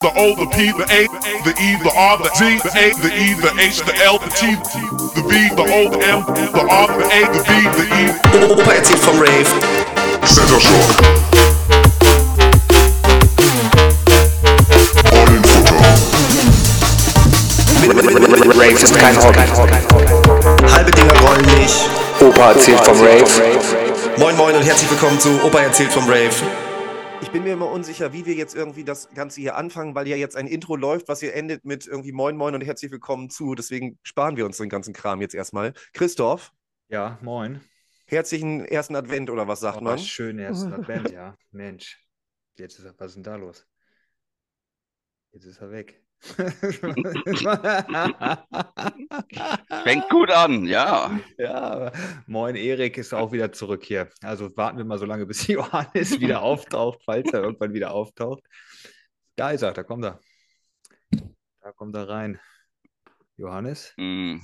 The O, the P, the A, the E, the R, the Z, the A, the E, the H, the L, the T, the V, the O, the M, the R, the A, the B, the E. Opa erzählt vom Rave. Center Shock. All in Futter. Rave ist kein Hobby. Halbe Dinger rollen nicht. Opa erzählt vom Rave. Moin moin und herzlich willkommen zu Opa erzählt vom Rave. Ich bin mir immer unsicher, wie wir jetzt irgendwie das Ganze hier anfangen, weil ja jetzt ein Intro läuft, was hier endet mit irgendwie Moin Moin und herzlich willkommen zu. Deswegen sparen wir uns den ganzen Kram jetzt erstmal. Christoph, Ja, moin. herzlichen ersten Advent oder was sagt man? Schön ersten Advent, ja. Mensch, was ist denn da los? Jetzt ist er weg. Fängt gut an, ja. Ja, moin, Erik ist auch wieder zurück hier. Also warten wir mal so lange, bis Johannes wieder auftaucht, falls er irgendwann wieder auftaucht. Da ist er, da kommt er. Da kommt er rein. Johannes?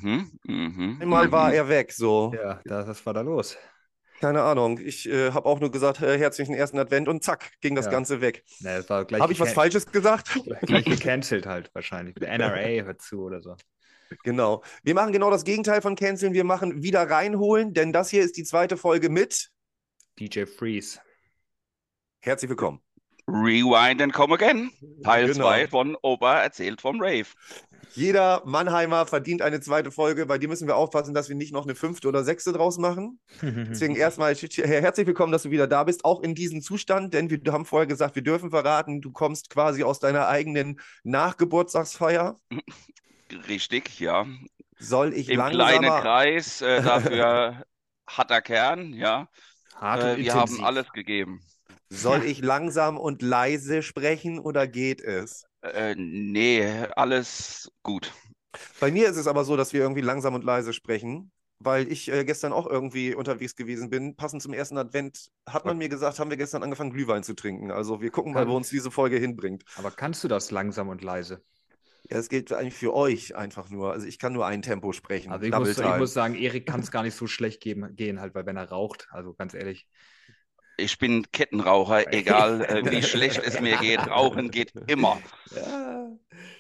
Einmal war er weg, so. Ja, was war da los? Keine Ahnung. Ich habe auch nur gesagt, herzlichen ersten Advent und zack, ging das Ja. Ganze weg. Na, das war gleich Habe ich was Falsches gesagt? Gleich gecancelt halt wahrscheinlich. Der NRA hört zu oder so. Genau. Wir machen genau das Gegenteil von canceln. Wir machen wieder reinholen, denn das hier ist die zweite Folge mit. DJ Freeze. Herzlich willkommen. Rewind and come again. Teil Genau. 2 von Opa erzählt vom Rave. Jeder Mannheimer verdient eine zweite Folge. Bei dir müssen wir aufpassen, dass wir nicht noch eine fünfte oder sechste draus machen. Deswegen erstmal herzlich willkommen, dass du wieder da bist, auch in diesem Zustand, denn wir haben vorher gesagt, wir dürfen verraten, du kommst quasi aus deiner eigenen Nachgeburtstagsfeier. Richtig, ja. Soll ich Im kleinen langsamer... Kreis, dafür harter Kern, ja. Hart und Wir haben intensiv. alles gegeben. Soll ich langsam und leise sprechen oder geht es? Nee, alles gut. Bei mir ist es aber so, dass wir irgendwie langsam und leise sprechen, weil ich gestern auch irgendwie unterwegs gewesen bin. Passend zum ersten Advent hat man mir gesagt, haben wir gestern angefangen, Glühwein zu trinken. Also wir gucken mal, wo uns diese Folge hinbringt. Aber kannst du das langsam und leise? Ja, es gilt eigentlich für euch einfach nur. Also ich kann nur ein Tempo sprechen. Also ich Double muss, ich Time. muss sagen, Erik kann es gar nicht so schlecht gehen, halt, weil wenn er raucht, also ganz ehrlich. Ich bin Kettenraucher, egal wie schlecht es mir geht. Rauchen geht immer. Ja.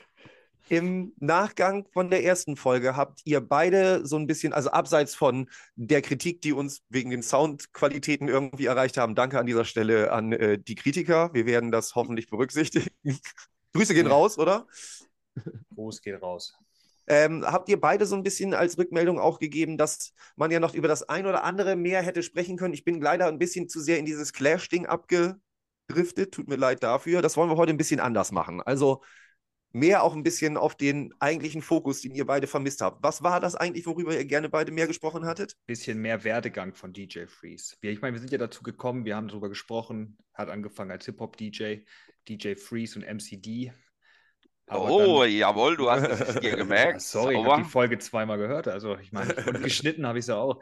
Im Nachgang von der ersten Folge habt ihr beide so ein bisschen, also abseits von der Kritik, die uns wegen den Soundqualitäten irgendwie erreicht haben, danke an dieser Stelle an die Kritiker. Wir werden das hoffentlich berücksichtigen. Grüße gehen raus, oder? Gruß geht raus. Habt ihr beide so ein bisschen als Rückmeldung auch gegeben, dass man ja noch über das ein oder andere mehr hätte sprechen können? Ich bin leider ein bisschen zu sehr in dieses Clash-Ding abgedriftet. Tut mir leid dafür. Das wollen wir heute ein bisschen anders machen. Also mehr auch ein bisschen auf den eigentlichen Fokus, den ihr beide vermisst habt. Was war das eigentlich, worüber ihr gerne beide mehr gesprochen hattet? Bisschen mehr Werdegang von DJ Freeze. Ich meine, wir sind ja dazu gekommen, wir haben darüber gesprochen, hat angefangen als Hip-Hop-DJ, DJ Freeze und MCD. Aber Oh, dann, jawohl, du hast es dir Ja, gemerkt. sorry, ich Sauber. habe die Folge zweimal gehört. Also ich meine, und geschnitten habe ich sie auch.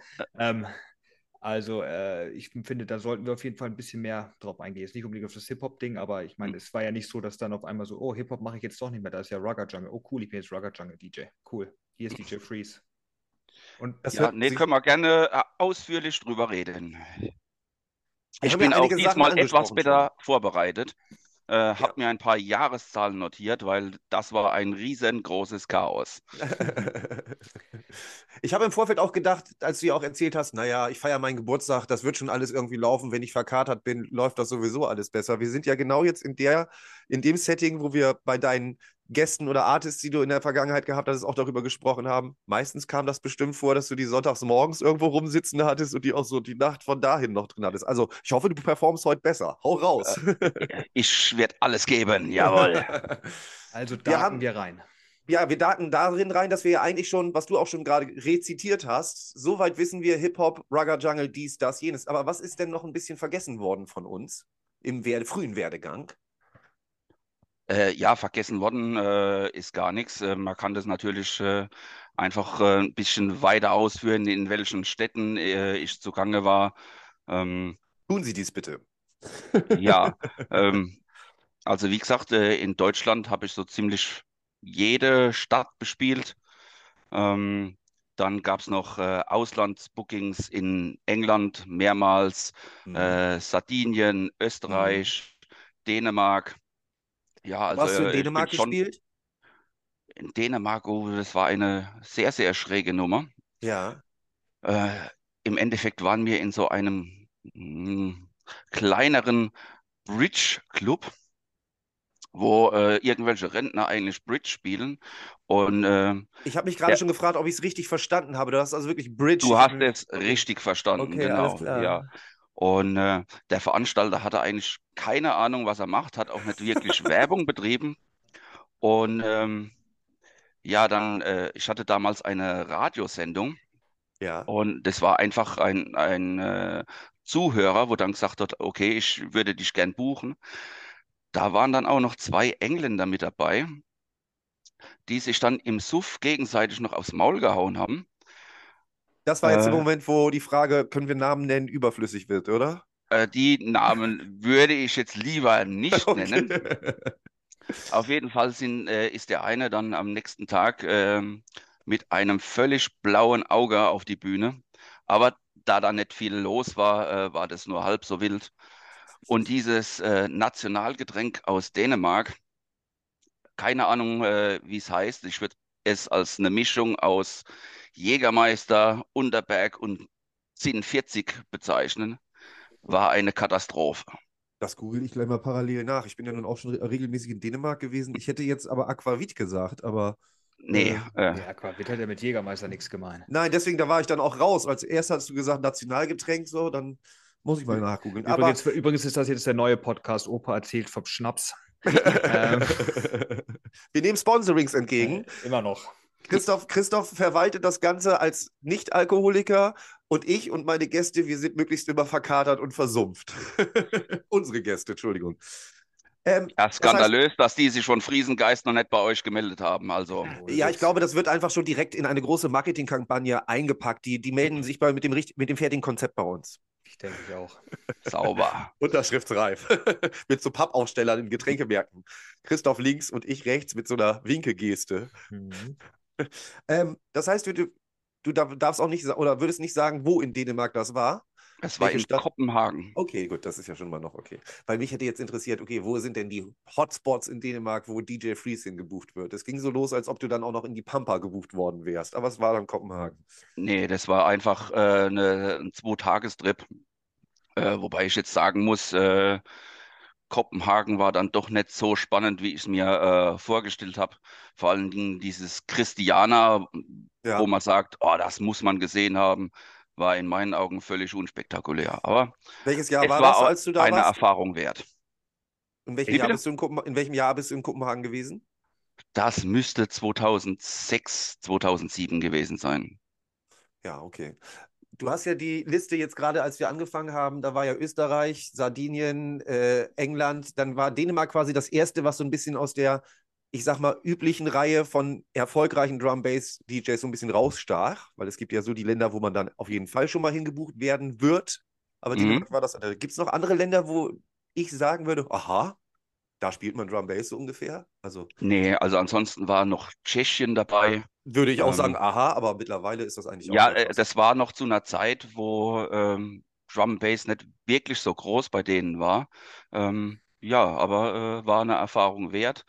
Ich finde, da sollten wir auf jeden Fall ein bisschen mehr drauf eingehen. Jetzt nicht unbedingt auf das Hip-Hop-Ding, aber ich meine, es war ja nicht so, dass dann auf einmal so, oh, Hip-Hop mache ich jetzt doch nicht mehr, da ist ja Rugger Jungle. Oh cool, ich bin jetzt Rugger Jungle DJ. Cool, hier ist DJ Freeze. Und Das Ja, hört nee, sich- können wir gerne ausführlich drüber reden. Ich haben ja bin auch einige Sachen diesmal etwas angesprochen besser vorbereitet. Habe mir ein paar Jahreszahlen notiert, weil das war ein riesengroßes Chaos. Ich habe im Vorfeld auch gedacht, als du ja auch erzählt hast, naja, ich feiere meinen Geburtstag, das wird schon alles irgendwie laufen, wenn ich verkatert bin, läuft das sowieso alles besser. Wir sind ja genau jetzt in dem Setting, wo wir bei deinen Gästen oder Artists, die du in der Vergangenheit gehabt hast, auch darüber gesprochen haben. Meistens kam das bestimmt vor, dass du die sonntags morgens irgendwo rumsitzen hattest und die auch so die Nacht von dahin noch drin hattest. Also ich hoffe, du performst heute besser. Hau raus. Ich werde alles geben, jawohl. also Wir haben- daten wir rein. Ja, wir daten darin rein, dass wir ja eigentlich schon, was du auch schon gerade rezitiert hast, soweit wissen wir Hip-Hop, Rugger Jungle, dies, das, jenes. Aber was ist denn noch ein bisschen vergessen worden von uns im frühen Werdegang? Ja, vergessen worden ist gar nichts. Man kann das natürlich einfach ein bisschen weiter ausführen, in welchen Städten ich zugange war. Tun Sie dies bitte. Ja, also wie gesagt, in Deutschland habe ich so ziemlich jede Stadt bespielt. Dann gab es noch Auslandsbookings in England mehrmals, Sardinien, Österreich, Dänemark. Ja, Wo also hast du in ich bin Dänemark schon gespielt? in Dänemark, oh, das war eine sehr, sehr schräge Nummer. Ja. Äh, Im Endeffekt waren wir in so einem kleineren Bridge-Club, wo irgendwelche Rentner eigentlich Bridge spielen. Und Ich habe mich gerade der, schon gefragt, ob ich es richtig verstanden habe. Du hast also wirklich Bridge. du hast es Okay. richtig verstanden, Okay, alles genau, ja. klar. Und der Veranstalter hatte eigentlich keine Ahnung, was er macht, hat auch nicht wirklich Werbung betrieben. Und ja, dann, ich hatte damals eine Radiosendung Ja. und das war einfach ein Zuhörer, wo dann gesagt hat, okay, ich würde dich gern buchen. Da waren dann auch noch zwei Engländer mit dabei, die sich dann im Suff gegenseitig noch aufs Maul gehauen haben. Das war jetzt der Äh, Moment, wo die Frage, können wir Namen nennen, überflüssig wird, oder? Die Namen würde ich jetzt lieber nicht Okay. nennen. Auf jeden Fall ist der eine dann am nächsten Tag mit einem völlig blauen Auge auf die Bühne. Aber da da nicht viel los war, war das nur halb so wild. Und dieses Nationalgetränk aus Dänemark, keine Ahnung, wie es heißt. Ich würde es als eine Mischung aus Jägermeister, Unterberg und Zin 40 bezeichnen, war eine Katastrophe. Das google ich gleich mal parallel nach. Ich bin ja nun auch schon regelmäßig in Dänemark gewesen. Ich hätte jetzt aber Aquavit gesagt, aber Nee, Ja, Aquavit hat ja mit Jägermeister nichts gemein. nein, deswegen, da war ich dann auch raus. Als erst hast du gesagt Nationalgetränk, so, dann muss ich mal nachgoogeln. Aber Übrigens ist das jetzt der neue Podcast. Opa erzählt vom Schnaps. wir nehmen Sponsorings entgegen. Immer noch. Christoph verwaltet das Ganze als Nicht-Alkoholiker und ich und meine Gäste, wir sind möglichst immer verkatert und versumpft. Unsere Gäste, Entschuldigung. ja, Das heißt, skandalös, dass die sich von Friesengeist noch nicht bei euch gemeldet haben. Also, ja, ich glaube, das wird einfach schon direkt in eine große Marketingkampagne eingepackt. Die melden sich mit dem fertigen Konzept bei uns. Ich denke ich auch. sauber. Unterschriftsreif. Mit so Pappaufstellern in Getränkemärkten. Christoph links und ich rechts mit so einer Winkegeste. Mhm. Das heißt, du darfst auch nicht oder würdest nicht sagen, wo in Dänemark das war? Es war Welche in Stadt? Kopenhagen. Okay, gut, das ist ja schon mal noch okay. Weil mich hätte jetzt interessiert, okay, wo sind denn die Hotspots in Dänemark, wo DJ Freeze gebucht wird? Es ging so los, als ob du dann auch noch in die Pampa gebucht worden wärst. Aber es war dann Kopenhagen. Nee, das war einfach ein Zwei-Tagestrip. Wobei ich jetzt sagen muss, Kopenhagen war dann doch nicht so spannend, wie ich es mir vorgestellt habe. Vor allen Dingen dieses Christiana, wo Ja. man sagt, oh, das muss man gesehen haben, war in meinen Augen völlig unspektakulär. Aber Welches Jahr es war war das, als du da eine warst? Erfahrung wert. Wie bitte? In welchem Jahr bist du in Kopenhagen gewesen? Das müsste 2006, 2007 gewesen sein. Ja, okay. Du hast ja die Liste jetzt gerade, als wir angefangen haben, da war ja Österreich, Sardinien, England, dann war Dänemark quasi das erste, was so ein bisschen aus der, ich sag mal, üblichen Reihe von erfolgreichen Drum-Bass-DJs so ein bisschen rausstach, weil es gibt ja so die Länder, wo man dann auf jeden Fall schon mal hingebucht werden wird. Aber Mhm. Dänemark war das andere. Gibt es noch andere Länder, wo ich sagen würde, aha, da spielt man Drum-Bass so ungefähr? Also Nee, also ansonsten war noch Tschechien dabei. würde ich auch sagen, Ähm, aha, aber mittlerweile ist das eigentlich auch ja, etwas. das war noch zu einer Zeit, wo Drum and Bass nicht wirklich so groß bei denen war. Ja, aber war eine Erfahrung wert.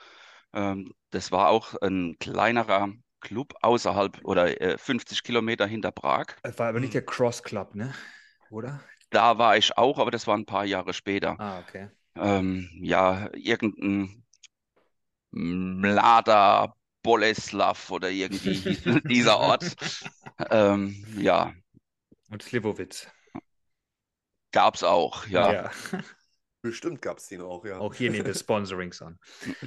Das war auch ein kleinerer Club außerhalb oder 50 Kilometer hinter Prag. Es war aber nicht der Cross Club, ne? Oder? Da war ich auch, aber das war ein paar Jahre später. Ah, okay. Ja, irgendein Mlada Boleslav oder irgendwie hieß dieser Ort. Ja, Und Slivovitz. gab's auch, ja. Ja. Bestimmt gab es den auch, ja. Auch hier nehmen wir Sponsorings an.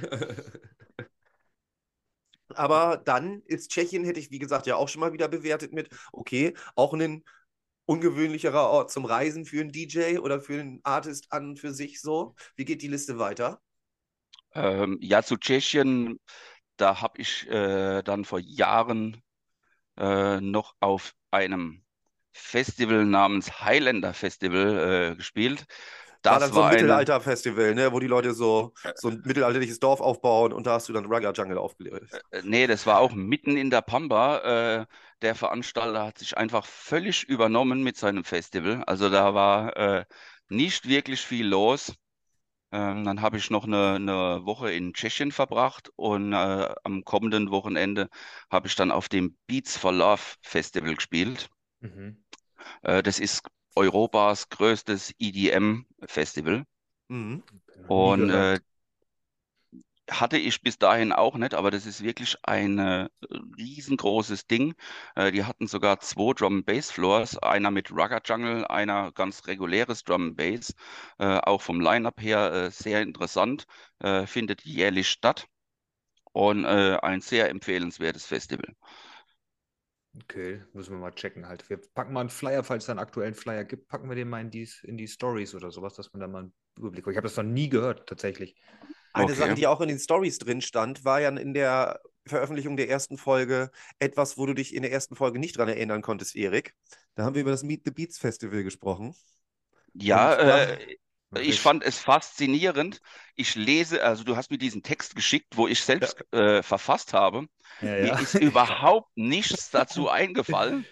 Aber dann ist Tschechien, hätte ich wie gesagt ja auch schon mal wieder bewertet mit, okay, auch ein ungewöhnlicherer Ort zum Reisen für einen DJ oder für einen Artist an und für sich so. Wie geht die Liste weiter? Ja, zu Tschechien, da habe ich dann vor Jahren noch auf einem Festival namens Highlander Festival gespielt. War dann Das so ein war eine, Mittelalter-Festival, ne, wo die Leute so ein mittelalterliches Dorf aufbauen und da hast du dann Rugger Jungle aufgelegt. nee, das war auch mitten in der Pampa. Der Veranstalter hat sich einfach völlig übernommen mit seinem Festival. Also da war nicht wirklich viel los. Dann habe ich noch eine Woche in Tschechien verbracht und am kommenden Wochenende habe ich dann auf dem Beats for Love Festival gespielt. Mhm. Das ist Europas größtes EDM-Festival. Mhm. Noch nie Und gehört. hatte ich bis dahin auch nicht, aber das ist wirklich ein riesengroßes Ding. Die hatten sogar zwei Drum and Bass Floors, einer mit Rugger Jungle, einer ganz reguläres Drum and Bass. Auch vom Line-Up her sehr interessant, findet jährlich statt und ein sehr empfehlenswertes Festival. Okay, müssen wir mal checken halt. Wir packen mal einen Flyer, falls es da einen aktuellen Flyer gibt, packen wir den mal in die Stories oder sowas, dass man da mal einen Überblick hat. Ich habe das noch nie gehört, tatsächlich. Eine Sache, Okay. die auch in den Stories drin stand, war ja in der Veröffentlichung der ersten Folge etwas, wo du dich in der ersten Folge nicht dran erinnern konntest, Erik. Da haben wir über das Meet the Beats Festival gesprochen. Und Ja, zwar, ich Frisch. fand es faszinierend. Ich lese, also du hast mir diesen Text geschickt, wo ich ja, selbst verfasst habe. Ja, Mir ja. ist überhaupt nichts dazu eingefallen.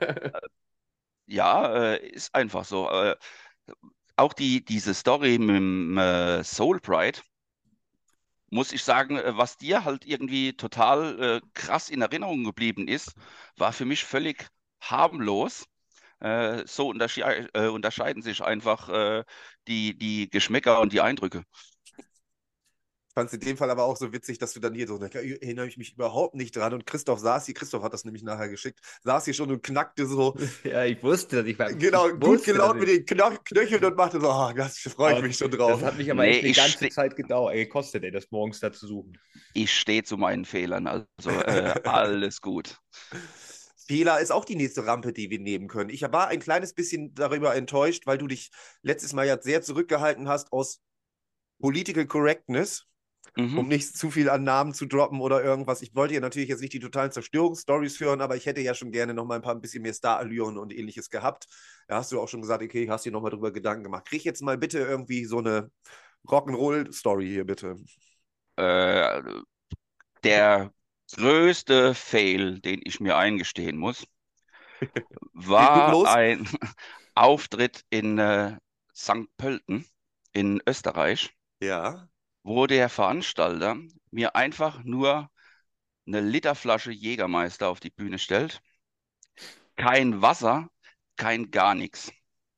Ja, ist einfach so. Auch diese Story mit dem Soul Bride, muss ich sagen, was dir halt irgendwie total krass in Erinnerung geblieben ist, war für mich völlig harmlos. So unterscheiden sich einfach die Geschmäcker und die Eindrücke. fand es in dem Fall aber auch so witzig, dass du dann hier so, da erinnere ich mich überhaupt nicht dran. Und Christoph saß hier, Christoph hat das nämlich nachher geschickt, saß hier schon und knackte so, Ja, ich wusste das. genau, Ich gut wusste das. gelaunt mit den Knöcheln und machte so, oh, das freue ich Aber mich schon das drauf. hat mich aber Nee, echt eine ganze Zeit gekostet, ey, das morgens da zu suchen. ich stehe zu meinen Fehlern, also alles gut. Fehler ist auch die nächste Rampe, die wir nehmen können. Ich war ein kleines bisschen darüber enttäuscht, weil du dich letztes Mal ja sehr zurückgehalten hast aus Political Correctness, Mhm. um nicht zu viel an Namen zu droppen oder irgendwas. Ich wollte ja natürlich jetzt nicht die totalen Zerstörungsstories führen, aber ich hätte ja schon gerne noch mal ein bisschen mehr Starallüren und ähnliches gehabt. Da hast du auch schon gesagt, okay, hast dir noch mal drüber Gedanken gemacht. Krieg jetzt mal bitte irgendwie so eine Rock'n'Roll-Story hier, bitte. Äh, der größte Fail, den ich mir eingestehen muss, Leg gut war los. ein Auftritt in St. Pölten in Österreich, Ja. wo der Veranstalter mir einfach nur eine Literflasche Jägermeister auf die Bühne stellt. Kein Wasser, kein gar nichts.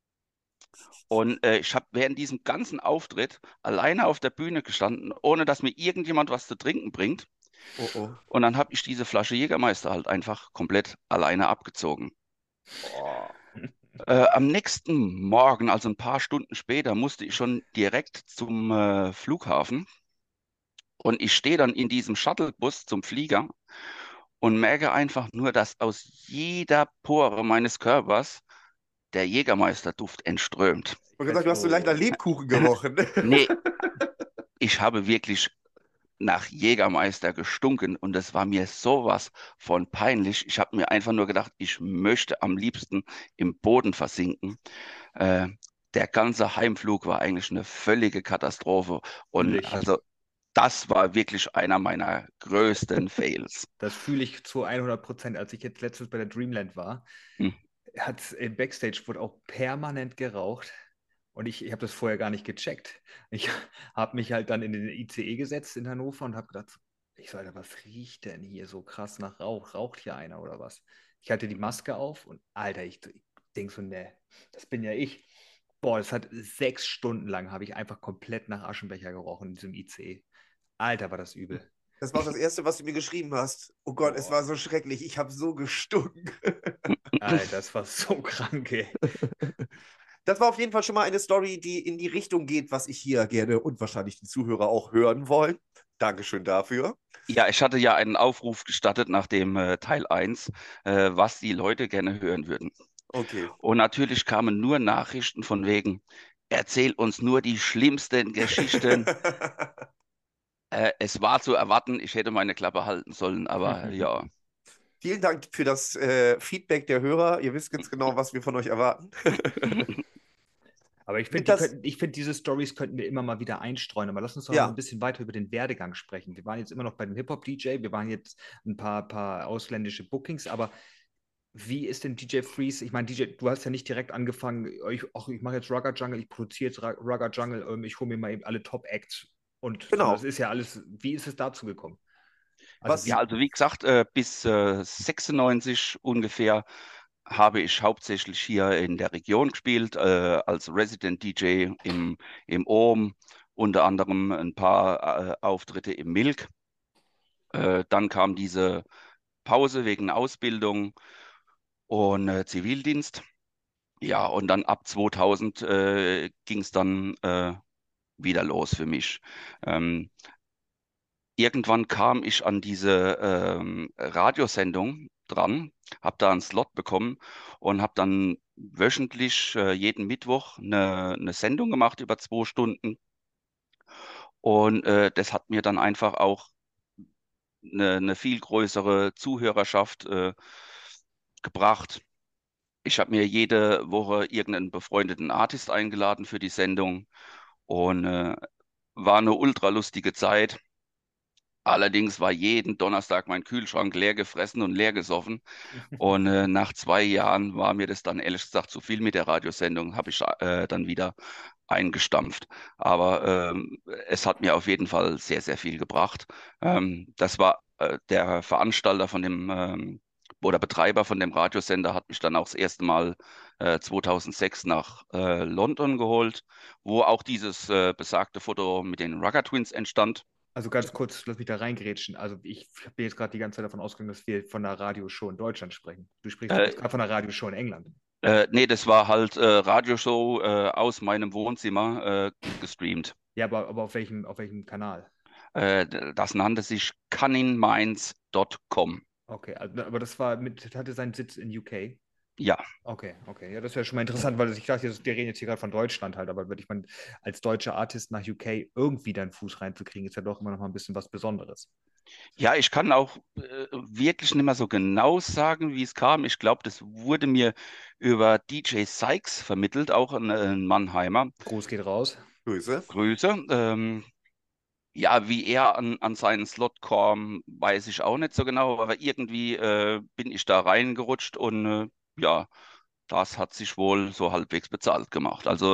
Und ich habe während diesem ganzen Auftritt alleine auf der Bühne gestanden, ohne dass mir irgendjemand was zu trinken bringt. Oh oh. Und dann habe ich diese Flasche Jägermeister halt einfach komplett alleine abgezogen. Oh. Am nächsten Morgen, also ein paar Stunden später, musste ich schon direkt zum Flughafen. Und ich stehe dann in diesem Shuttlebus zum Flieger und merke einfach nur, dass aus jeder Pore meines Körpers der Jägermeisterduft entströmt. Ich habe gesagt, du hast so leicht nach Oh. Lebkuchen gerochen. Nee, ich habe wirklich nach Jägermeister gestunken und es war mir sowas von peinlich. Ich habe mir einfach nur gedacht, ich möchte am liebsten im Boden versinken. Äh, der ganze Heimflug war eigentlich eine völlige Katastrophe und Fühle ich. also das war wirklich einer meiner größten Fails. Das fühle ich zu 100%. Als ich jetzt letztens bei der Dreamland war, Hm. hat im Backstage wurde auch permanent geraucht. Und ich habe das vorher gar nicht gecheckt. Ich habe mich halt dann in den ICE gesetzt in Hannover und habe gedacht, ich so, Alter, was riecht denn hier so krass nach Rauch? Raucht hier einer oder was? Ich hatte die Maske auf und Alter, ich denk so, ne, das bin ja ich. Boah, das hat 6 Stunden lang, habe ich einfach komplett nach Aschenbecher gerochen in diesem ICE. Alter, war das übel. Das war auch das Erste, was du mir geschrieben hast. Oh Gott, es war Boah, so schrecklich. Ich habe so gestunken. Alter, das war so krank, ey. Das war auf jeden Fall schon mal eine Story, die in die Richtung geht, was ich hier gerne und wahrscheinlich die Zuhörer auch hören wollen. Dankeschön dafür. Ja, ich hatte ja einen Aufruf gestartet nach dem Teil 1, was die Leute gerne hören würden. Okay. Und natürlich kamen nur Nachrichten von wegen, erzähl uns nur die schlimmsten Geschichten. Es war zu erwarten, ich hätte meine Klappe halten sollen, aber ja. Vielen Dank für das Feedback der Hörer. Ihr wisst ganz genau, was wir von euch erwarten. Aber ich Sind finde, das, diese Stories könnten wir immer mal wieder einstreuen. Aber lass uns doch mal ein ja, bisschen weiter über den Werdegang sprechen. Wir waren jetzt immer noch bei dem Hip-Hop-DJ, wir waren jetzt ein paar ausländische Bookings, aber Wie ist denn DJ Freeze? Ich meine, DJ, du hast ja nicht direkt angefangen, ich mache jetzt Rugger Jungle, ich produziere jetzt Rugger Jungle, ich hole mir mal eben alle Top-Acts und das Genau. ist ja alles, wie ist es dazu gekommen? Also Was, Ja, also wie gesagt, bis 96 ungefähr habe ich hauptsächlich hier in der Region gespielt, als Resident DJ im Ohm, unter anderem ein paar Auftritte im Milk. Dann kam diese Pause wegen Ausbildung und Zivildienst. Ja, und dann ab 2000 ging es dann wieder los für mich. Ähm, Irgendwann kam ich an diese Radiosendung dran, habe da einen Slot bekommen und habe dann wöchentlich jeden Mittwoch eine Sendung gemacht über 2 Stunden. Und das hat mir dann einfach auch eine viel größere Zuhörerschaft gebracht. Ich habe mir jede Woche irgendeinen befreundeten Artist eingeladen für die Sendung und war eine ultra lustige Zeit. Allerdings war jeden Donnerstag mein Kühlschrank leer gefressen und leer gesoffen. Und nach 2 Jahren war mir das dann ehrlich gesagt zu viel mit der Radiosendung, habe ich dann wieder eingestampft. Aber es hat mir auf jeden Fall sehr, sehr viel gebracht. Das war der Veranstalter von dem oder Betreiber von dem Radiosender hat mich dann auch das erste Mal 2006 nach London geholt, wo auch dieses besagte Foto mit den Rugger Twins entstand. ganz kurz, lass mich da reingrätschen. Also ich bin jetzt gerade die ganze Zeit davon ausgegangen, dass wir von einer Radioshow in Deutschland sprechen. Du sprichst doch Äh, jetzt gerade von einer Radioshow in England. Nee, das war halt Radioshow aus meinem Wohnzimmer gestreamt. Ja, aber auf welchem Kanal? Das nannte sich cunninminds.com. Okay, aber hatte seinen Sitz in UK. Ja, Okay, okay. Ja, das wäre schon mal interessant, weil ich dachte, wir reden jetzt hier gerade von Deutschland halt, aber ich meine, als deutscher Artist nach UK irgendwie deinen Fuß reinzukriegen, ist ja doch immer noch mal ein bisschen was Besonderes. ja, ich kann auch wirklich nicht mehr so genau sagen, wie es kam. Ich glaube, das wurde mir über DJ Sykes vermittelt, auch ein Mannheimer. Gruß geht raus. Grüße. Grüße. Ja, wie er an seinen Slot kam, weiß ich auch nicht so genau, aber irgendwie bin ich da reingerutscht und ja, das hat sich wohl so halbwegs bezahlt gemacht. Also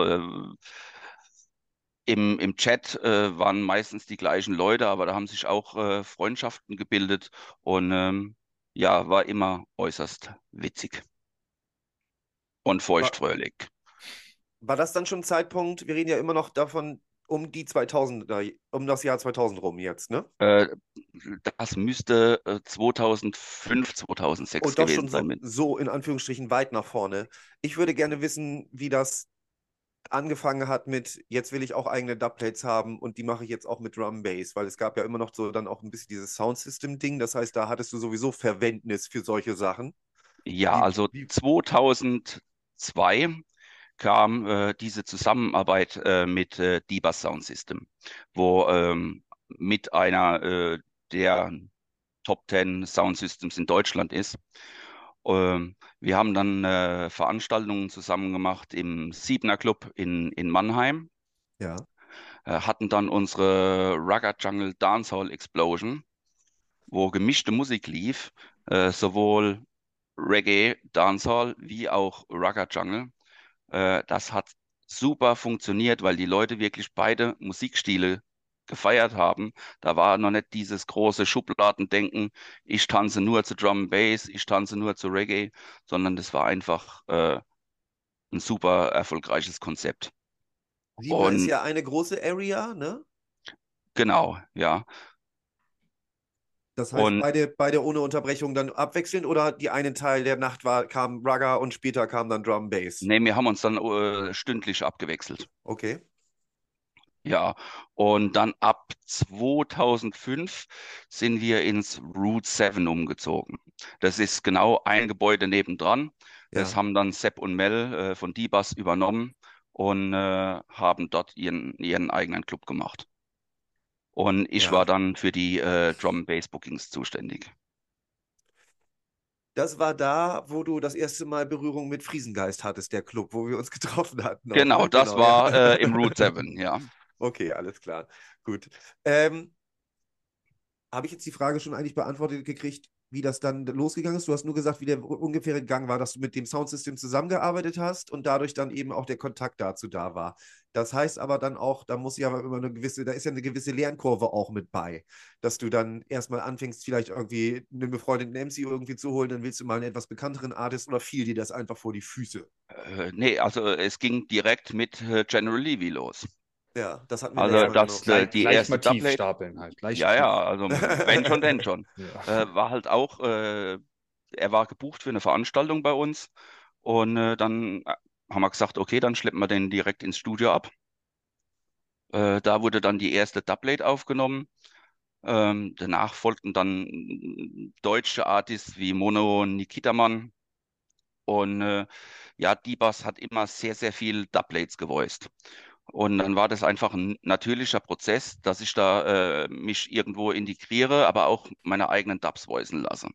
im Chat waren meistens die gleichen Leute, aber da haben sich auch Freundschaften gebildet und ja, war immer äußerst witzig und War, feuchtfröhlich. war das dann schon ein Zeitpunkt? Wir reden ja immer noch davon, um die 2000er, um das Jahr 2000 rum jetzt, ne? Äh, Das müsste 2005, 2006 Und doch gewesen schon sein. so in Anführungsstrichen weit nach vorne. Ich würde gerne wissen, wie das angefangen hat mit, jetzt will ich auch eigene Dubplates haben und die mache ich jetzt auch mit Drum Bass, weil es gab ja immer noch so dann auch ein bisschen dieses Soundsystem-Ding. Das heißt, da hattest du sowieso Verwendnis für solche Sachen. Ja, Wie, also wie, 2002 kam diese Zusammenarbeit mit Diba Sound System, wo mit einer der Top 10 Sound Systems in Deutschland ist. Wir haben dann Veranstaltungen zusammen gemacht im Siebener Club in Mannheim, ja, hatten dann unsere Rugger Jungle Dancehall Explosion, wo gemischte Musik lief, sowohl Reggae, Dancehall wie auch Rugger Jungle. Das hat super funktioniert, weil die Leute wirklich beide Musikstile gefeiert haben. Da war noch nicht dieses große Schubladendenken, ich tanze nur zu Drum and Bass, ich tanze nur zu Reggae, sondern das war einfach ein super erfolgreiches Konzept. Siebener ist Und ja eine große Area, ne? genau, ja. Das heißt, Und beide ohne Unterbrechung dann abwechselnd oder die einen Teil der Nacht kam Rugger und später kam dann Drum Bass? nee, wir haben uns dann stündlich abgewechselt. Okay. Ja, und dann ab 2005 sind wir ins Route 7 umgezogen. Das ist genau ein Gebäude nebendran. Das Ja, haben dann Sepp und Mel von Dibas übernommen und haben dort ihren eigenen Club gemacht. Und ich war ja. dann für die Drum and Bass Bookings zuständig. Das war da, wo du das erste Mal Berührung mit Friesengeist hattest, der Club, wo wir uns getroffen hatten auch, Genau, ne? das Genau, ja. war im Route 7, ja. Okay, alles klar. Gut. Ähm, Habe ich jetzt die Frage schon eigentlich beantwortet gekriegt, wie das dann losgegangen ist? Du hast nur gesagt, wie der ungefähre Gang war, dass du mit dem Soundsystem zusammengearbeitet hast und dadurch dann eben auch der Kontakt dazu da war. Das heißt aber dann auch, da muss ja immer da ist ja eine gewisse Lernkurve auch mit bei, dass du dann erstmal anfängst, vielleicht irgendwie einen befreundeten MC irgendwie zu holen, dann willst du mal einen etwas bekannteren Artist oder fiel dir das einfach vor die Füße? Nee, also es ging direkt mit General Levy los. Ja, das hatten wir Also letztes Mal das, noch. die Gleich erste mal tief Double stapeln halt. Gleich Ja, tief. ja, also wenn schon, denn schon. Ja. War halt auch, er war gebucht für eine Veranstaltung bei uns und dann haben wir gesagt, okay, dann schleppen wir den direkt ins Studio ab. Da wurde dann die erste Double aufgenommen. Danach folgten dann deutsche Artists wie Mono, Nikitaman und ja, D-Bass hat immer sehr, sehr viel Double gevoiced. Und dann war das einfach ein natürlicher Prozess, dass ich da mich irgendwo integriere, aber auch meine eigenen Dubs voicen lasse.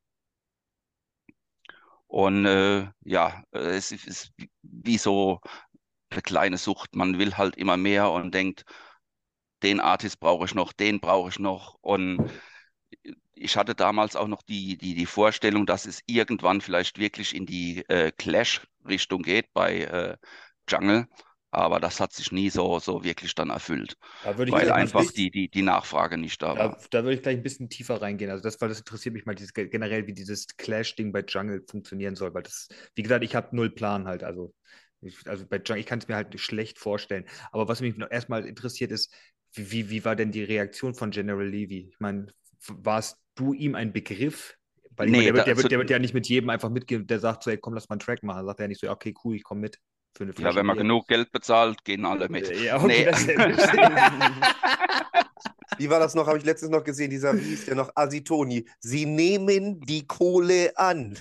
Und ja, es ist wie so eine kleine Sucht. Man will halt immer mehr und denkt, den Artist brauche ich noch, den brauche ich noch. Und ich hatte damals auch noch die Vorstellung, dass es irgendwann vielleicht wirklich in die Clash-Richtung geht bei Jungle. Aber das hat sich nie so wirklich dann erfüllt, Da würde ich weil gleich mal einfach die Nachfrage nicht da war. Da würde ich gleich ein bisschen tiefer reingehen. Also weil das interessiert mich mal generell, wie dieses Clash-Ding bei Jungle funktionieren soll. Weil das, wie gesagt, ich habe null Plan halt. Also bei Jungle, ich kann es mir halt schlecht vorstellen. Aber was mich noch erstmal interessiert ist, wie war denn die Reaktion von General Levy? Ich meine, warst du ihm ein Begriff? Weil ich meine, Nee, der wird ja nicht mit jedem einfach mitgehen, der sagt so, ey, komm, lass mal einen Track machen. Dann sagt er ja nicht so, ja, okay, cool, ich komme mit für eine ja, Flasche wenn man Bier. genug Geld bezahlt, gehen alle mit. Ja, okay, Nee. das ist Wie war das noch? Habe ich letztens noch gesehen, dieser, wie hieß der noch? Asitoni. Sie nehmen die Kohle an.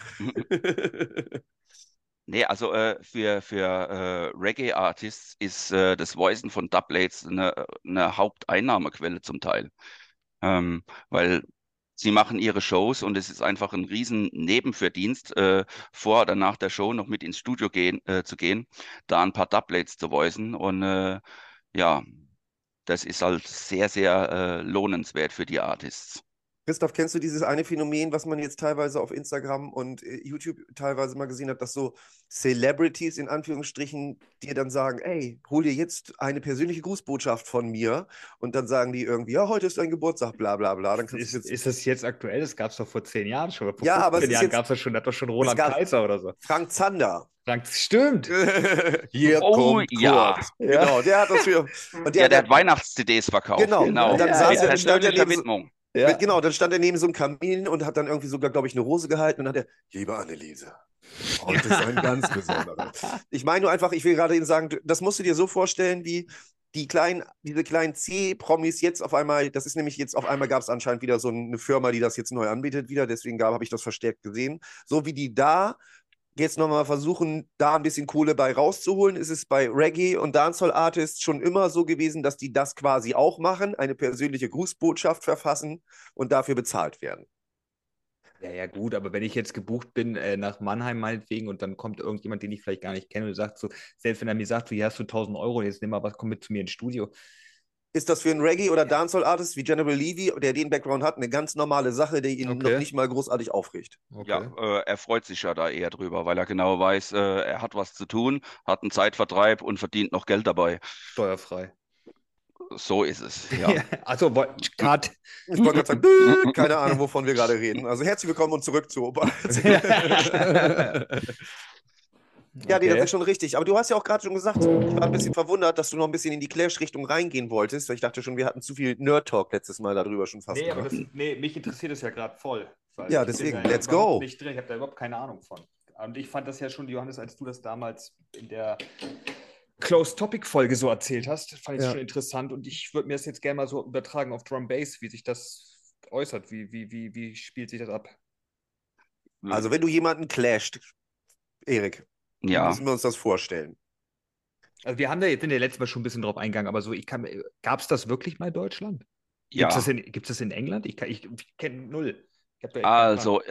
Nee, also für Reggae-Artists ist das Voicen von Dubplates eine Haupteinnahmequelle zum Teil. Weil sie machen ihre Shows und es ist einfach ein riesen Nebenverdienst, vor oder nach der Show noch mit ins Studio zu gehen, da ein paar Dubplates zu voicen. Und ja, das ist halt sehr, sehr lohnenswert für die Artists. Christoph, kennst du dieses eine Phänomen, was man jetzt teilweise auf Instagram und YouTube teilweise mal gesehen hat, dass so Celebrities in Anführungsstrichen dir dann sagen, ey, hol dir jetzt eine persönliche Grußbotschaft von mir und dann sagen die irgendwie, ja, heute ist dein Geburtstag, bla bla bla. Dann kannst du jetzt, ist das jetzt aktuell? Das gab es doch vor 10 Jahren schon. Oder vor ja, aber es 15 ist Jahren jetzt, gab es das schon. Da hat doch schon es Roland gab Kaiser oder so. Frank Zander. Frank, stimmt. Hier Oh kommt ja, Kurt. Genau, der hat das für. Und ja, der hat Weihnachts-CDs verkauft, genau. genau, Und dann Ja, saß mit er, stand er persönlicher neben so, Widmung. Ja. genau, dann stand er neben so einem Kamin und hat dann irgendwie sogar, glaube ich, eine Rose gehalten und hat er, liebe Anneliese, heute ist ein ganz besonderer. Ich meine nur einfach, ich will gerade Ihnen sagen, das musst du dir so vorstellen, wie diese kleinen C-Promis jetzt auf einmal, das ist nämlich jetzt auf einmal gab es anscheinend wieder so eine Firma, die das jetzt neu anbietet wieder, deswegen habe ich das verstärkt gesehen. So wie die da jetzt nochmal versuchen, da ein bisschen Kohle bei rauszuholen, ist es bei Reggae und Dancehall-Artists schon immer so gewesen, dass die das quasi auch machen, eine persönliche Grußbotschaft verfassen und dafür bezahlt werden. Ja, ja, gut, aber wenn ich jetzt gebucht bin nach Mannheim meinetwegen und dann kommt irgendjemand, den ich vielleicht gar nicht kenne und sagt so, selbst wenn er mir sagt, so, hier hast du 1.000 €, jetzt nimm mal was, komm mit zu mir ins Studio. Ist das für einen Reggae- oder Dancehall-Artist wie General Levy, der den Background hat, eine ganz normale Sache, die ihn Okay. noch nicht mal großartig aufregt? Okay. Ja, er freut sich ja da eher drüber, weil er genau weiß, er hat was zu tun, hat einen Zeitvertreib und verdient noch Geld dabei. Steuerfrei. So ist es, ja. Also, Cut. Ich wollte gerade sagen, keine Ahnung, wovon wir gerade reden. Also herzlich willkommen und zurück zu Opa. Ja, nee, das Okay. ist schon richtig. Aber du hast ja auch gerade schon gesagt, ich war ein bisschen verwundert, dass du noch ein bisschen in die Clash-Richtung reingehen wolltest, weil ich dachte schon, wir hatten zu viel Nerd-Talk letztes Mal darüber schon fast Nee, aber gemacht. mich interessiert es ja gerade voll. Weil Ja, ich bin deswegen, da let's überhaupt go. nicht drin. Ich habe da überhaupt keine Ahnung von. Und ich fand das ja schon, Johannes, als du das damals in der Closed-Topic-Folge so erzählt hast, fand ich es Ja. schon interessant. Und ich würde mir das jetzt gerne mal so übertragen auf Drum Bass, wie sich das äußert. Wie spielt sich das ab? Also wenn du jemanden clasht, Erik, wie Ja, müssen wir uns das vorstellen? Also wir haben da jetzt in der letzten Mal schon ein bisschen drauf eingegangen, aber so, gab es das wirklich mal in Deutschland? Gibt es ja. das in England? Ich kenne null. Ich hab da echt keinen Plan. Also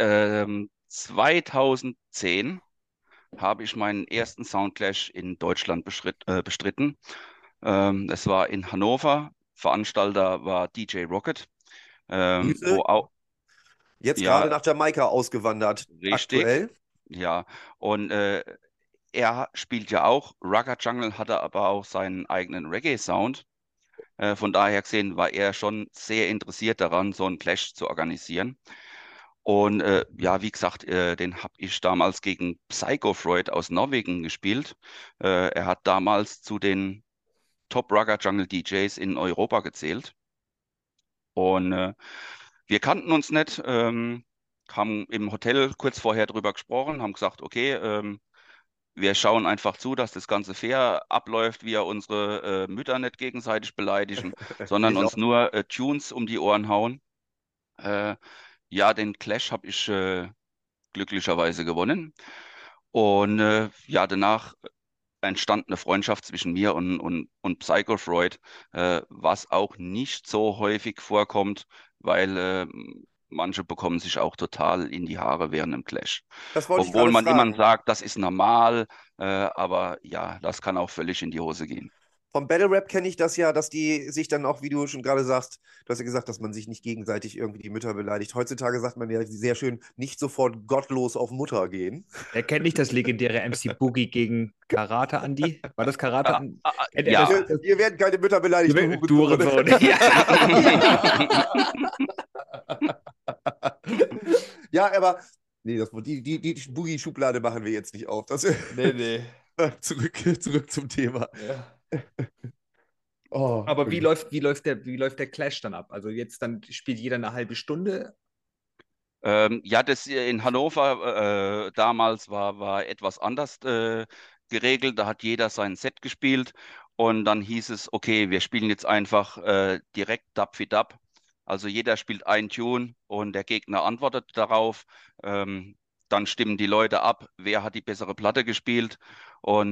2010 habe ich meinen ersten Soundclash in Deutschland bestritten. Es war in Hannover. Veranstalter war DJ Rocket, Grüße. wo auch Jetzt Ja, gerade nach Jamaika ausgewandert, richtig. aktuell. Ja, und er spielt ja auch Rugger Jungle, hatte aber auch seinen eigenen Reggae-Sound. Von daher gesehen war er schon sehr interessiert daran, so einen Clash zu organisieren. Und ja, wie gesagt, den habe ich damals gegen Psycho Freud aus Norwegen gespielt. Er hat damals zu den Top Rugger Jungle DJs in Europa gezählt. Und wir kannten uns nicht, haben im Hotel kurz vorher drüber gesprochen, haben gesagt, okay, wir schauen einfach zu, dass das Ganze fair abläuft, wir unsere Mütter nicht gegenseitig beleidigen, sondern Nicht uns auch. nur Tunes um die Ohren hauen. Äh, ja, den Clash habe ich glücklicherweise gewonnen. Und ja, danach entstand eine Freundschaft zwischen mir und Psycho Freud, was auch nicht so häufig vorkommt, weil manche bekommen sich auch total in die Haare während dem Clash. Das wollte ich Obwohl gerade man immer fragen. sagt, das ist normal, aber ja, das kann auch völlig in die Hose gehen. Vom Battle Rap kenne ich das ja, dass die sich dann auch, wie du schon gerade sagst, du hast ja gesagt, dass man sich nicht gegenseitig irgendwie die Mütter beleidigt. Heutzutage sagt man ja sehr schön, nicht sofort gottlos auf Mutter gehen. Er kennt nicht das legendäre MC Boogie gegen Karate Andy. War das Karate Ah, Andy? ah, Kennt er das? ja. Hier werden keine Mütter beleidigt, du Du Hurensohn. Hurensohn. Ja. Ja, aber nee, die Boogie-Schublade machen wir jetzt nicht auf. Das, Nee. zurück zum Thema. Ja. Oh, Aber wie läuft der Clash dann ab? Also jetzt dann spielt jeder eine halbe Stunde. Ja, das in Hannover damals war etwas anders geregelt. Da hat jeder sein Set gespielt und dann hieß es, okay, wir spielen jetzt einfach direkt Dub für Dub. Also jeder spielt ein Tune und der Gegner antwortet darauf. Dann stimmen die Leute ab, wer hat die bessere Platte gespielt und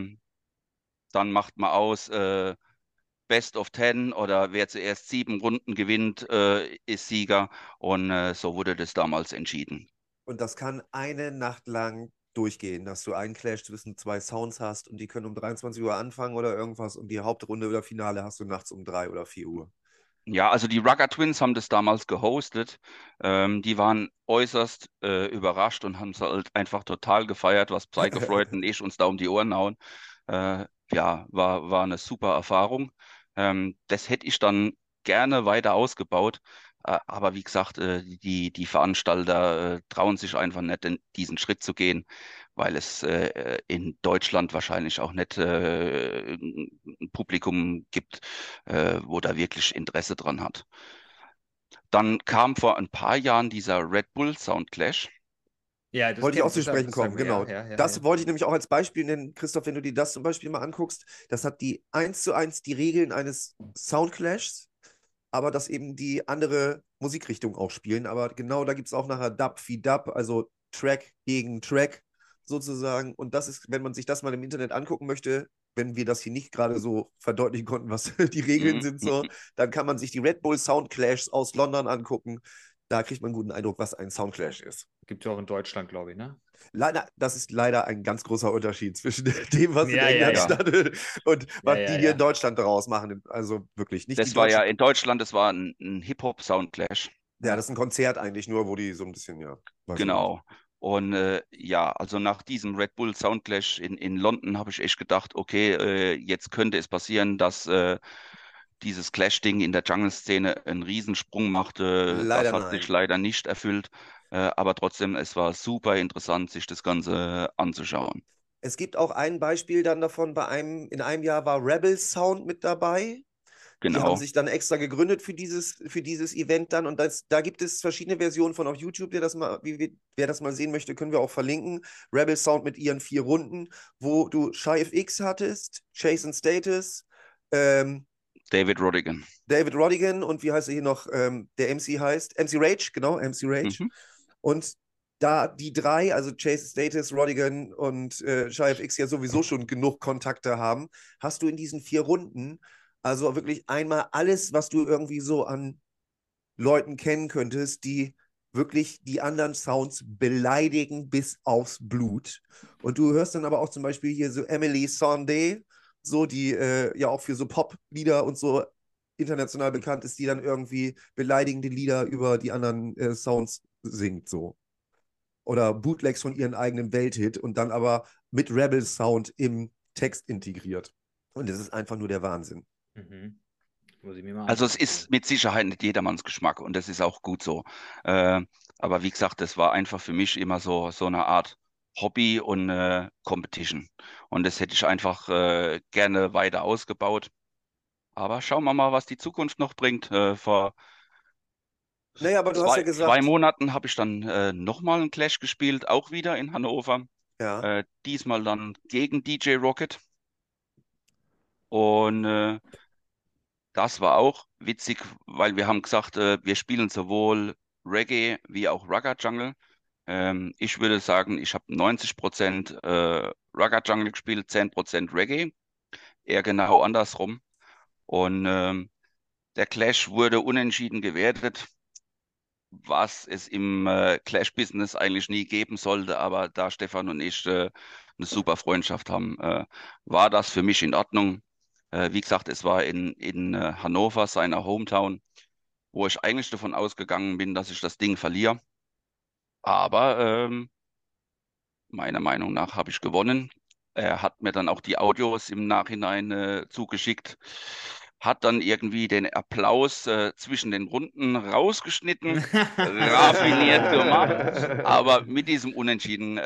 dann macht man aus. Best of 10 oder wer zuerst 7 Runden gewinnt, ist Sieger. Und so wurde das damals entschieden. und das kann eine Nacht lang durchgehen, dass du einen Clash zwischen zwei Sounds hast und die können um 23 Uhr anfangen oder irgendwas und die Hauptrunde oder Finale hast du nachts um 3 oder 4 Uhr. Ja, also die Rugger Twins haben das damals gehostet. Die waren äußerst überrascht und haben es halt einfach total gefeiert, was Psycho Freud und ich uns da um die Ohren hauen. Ja, war eine super Erfahrung. Das hätte ich dann gerne weiter ausgebaut. Aber wie gesagt, die Veranstalter trauen sich einfach nicht, diesen Schritt zu gehen, weil es in Deutschland wahrscheinlich auch nicht ein Publikum gibt, wo da wirklich Interesse dran hat. Dann kam vor ein paar Jahren dieser Red Bull Sound Clash. Ja, das Wollte ich auch kennt zu sprechen das kommen, sagen wir, genau. ja. Das wollte ich nämlich auch als Beispiel nennen, Christoph, wenn du dir das zum Beispiel mal anguckst, das hat die 1:1 die Regeln eines Soundclashs, aber dass eben die andere Musikrichtung auch spielen. Aber genau da gibt es auch nachher Dub wie Dub, also Track gegen Track sozusagen. Und das ist, wenn man sich das mal im Internet angucken möchte, wenn wir das hier nicht gerade so verdeutlichen konnten, was die Regeln Mhm. sind, so, dann kann man sich die Red Bull Soundclashs aus London angucken. Da kriegt man einen guten Eindruck, was ein Soundclash ist. Gibt es auch in Deutschland, glaube ich, ne? Leider, das ist leider ein ganz großer Unterschied zwischen dem, was in Ja, England ja. stattfindet und was die hier Ja. in Deutschland daraus machen. Also wirklich nicht die Das war ja Deutschen. in Deutschland, das war ein Hip-Hop-Sound Clash. Ja, das ist ein Konzert eigentlich nur, wo die so ein bisschen, ja, weiß ich nicht. Genau. Und ja, also nach diesem Red Bull Soundclash in London habe ich echt gedacht, okay, jetzt könnte es passieren, dass dieses Clash-Ding in der Jungle-Szene einen Riesensprung macht. Das Leider hat sich nein. leider nicht erfüllt. Aber trotzdem, es war super interessant, sich das Ganze anzuschauen. Es gibt auch ein Beispiel dann davon, in einem Jahr war Rebel Sound mit dabei. Die haben Genau. sich dann extra gegründet für dieses Event dann und da gibt es verschiedene Versionen von auf YouTube, wer das mal sehen möchte, können wir auch verlinken. Rebel Sound mit ihren 4 Runden, wo du Shy FX hattest, Chase and Status, David Rodigan. David Rodigan und wie heißt er hier noch, der MC heißt? MC Rage, genau, MC Rage. Mhm. Und da die 3, also Chase Status, Rodigan und Shy FX ja sowieso schon genug Kontakte haben, hast du in diesen 4 Runden also wirklich einmal alles, was du irgendwie so an Leuten kennen könntest, die wirklich die anderen Sounds beleidigen bis aufs Blut. Und du hörst dann aber auch zum Beispiel hier so Emily Sandé, so die ja auch für so Pop-Lieder und so international bekannt ist, die dann irgendwie beleidigende Lieder über die anderen Sounds singt, so. Oder Bootlegs von ihren eigenen Welthit und dann aber mit Rebel-Sound im Text integriert. Und das ist einfach nur der Wahnsinn. Mhm. Muss ich mir mal Also es angucken. ist mit Sicherheit nicht jedermanns Geschmack und das ist auch gut so. Aber wie gesagt, das war einfach für mich immer so eine Art Hobby und Competition. Und das hätte ich einfach gerne weiter ausgebaut. Aber schauen wir mal, was die Zukunft noch bringt. Vor Naja, aber du hast ja zwei gesagt, Monaten habe ich dann nochmal einen Clash gespielt, auch wieder in Hannover. ja, Diesmal dann gegen DJ Rocket. Und das war auch witzig, weil wir haben gesagt, wir spielen sowohl Reggae wie auch Ragga Jungle. Ich würde sagen, ich habe 90% Ragga Jungle gespielt, 10% Reggae. Eher genau andersrum. Und der Clash wurde unentschieden gewertet, was es im Clash-Business eigentlich nie geben sollte. Aber da Stefan und ich eine super Freundschaft haben, war das für mich in Ordnung. Wie gesagt, es war in Hannover, seiner Hometown, wo ich eigentlich davon ausgegangen bin, dass ich das Ding verliere. Aber meiner Meinung nach habe ich gewonnen. Er hat mir dann auch die Audios im Nachhinein zugeschickt, hat dann irgendwie den Applaus zwischen den Runden rausgeschnitten, raffiniert gemacht, aber mit diesem Unentschieden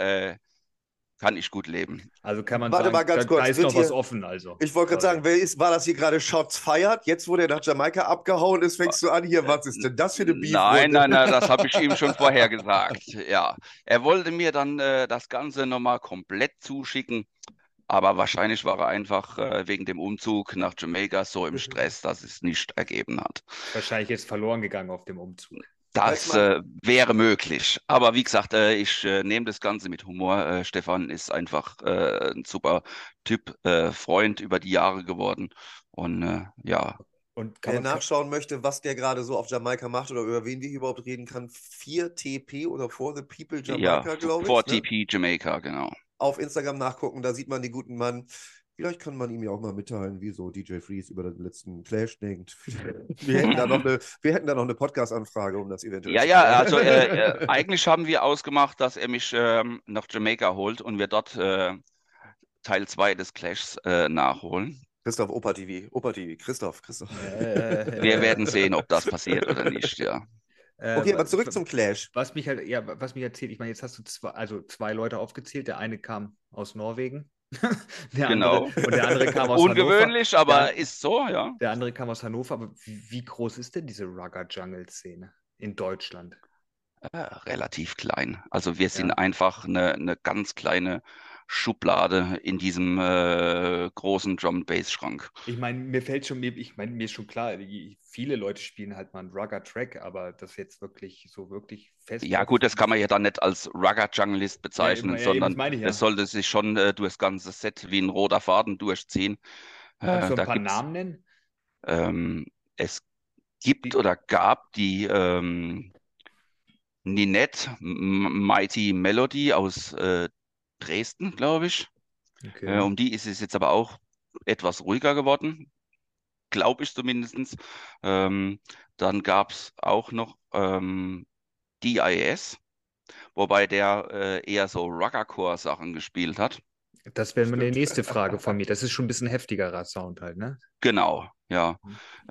kann ich gut leben. Also kann man warte mal sagen, ganz da kurz, ist noch was offen, also. ich wollte gerade sagen, war das hier gerade Shots feiert? Jetzt, wo der nach Jamaika abgehauen ist, fängst du an, hier, was ist denn das für eine Nein, Beef-Runde? nein, nein, das habe ich ihm schon vorher gesagt. Ja, er wollte mir dann das Ganze nochmal komplett zuschicken, aber wahrscheinlich war er einfach wegen dem Umzug nach Jamaika so im Stress, dass es nicht ergeben hat. Wahrscheinlich jetzt verloren gegangen auf dem Umzug. Das wäre möglich. Aber wie gesagt, ich nehme das Ganze mit Humor. Stefan ist einfach ein super Typ, Freund über die Jahre geworden. Und ja, Und Wer nachschauen möchte, was der gerade so auf Jamaika macht oder über wen wir hier überhaupt reden kann, 4TP oder For the People ja, Jamaika, glaube ich. vor Ne? TP Jamaica, genau. Auf Instagram nachgucken, da sieht man den guten Mann. Vielleicht kann man ihm ja auch mal mitteilen, wie so DJ Freeze über den letzten Clash denkt. Wir hätten da noch eine Podcast-Anfrage, um das eventuell Ja, zu ja, klären. also eigentlich haben wir ausgemacht, dass er mich nach Jamaika holt und wir dort Teil 2 des Clashs nachholen. Christoph, Opa TV, Christoph. Wir werden sehen, ob das passiert oder nicht, ja. Okay, aber zurück zum Clash. Was mich halt, ja, was mich erzählt, ich meine, jetzt hast du zwei Leute aufgezählt. Der eine kam aus Norwegen, Genau. und der andere kam aus Ungewöhnlich, Hannover. aber ist so, ja. Der andere kam aus Hannover, aber wie groß ist denn diese Rugger-Jungle-Szene in Deutschland? Relativ klein. Also wir sind Ja. einfach eine ganz kleine Schublade in diesem großen Drum-Bass-Schrank. Ich meine, mir ist schon klar, viele Leute spielen halt mal einen Rugger-Track, aber das jetzt wirklich fest. Ja gut, das kann man ja dann nicht als Rugger-Junglist bezeichnen, eben, sondern das meine ich ja. das sollte sich schon durch das ganze Set wie ein roter Faden durchziehen. Kannst du Da ein paar gibt's, Namen nennen? es gibt oder gab die Ninette Mighty Melody aus Dresden, glaube ich. Okay. Um die ist es jetzt aber auch etwas ruhiger geworden, glaube ich zumindest. Dann gab es auch noch DIS, wobei der eher so Ruggercore-Sachen gespielt hat. Das wäre meine nächste Frage von mir. Das ist schon ein bisschen heftigerer Sound halt, ne? Genau, ja.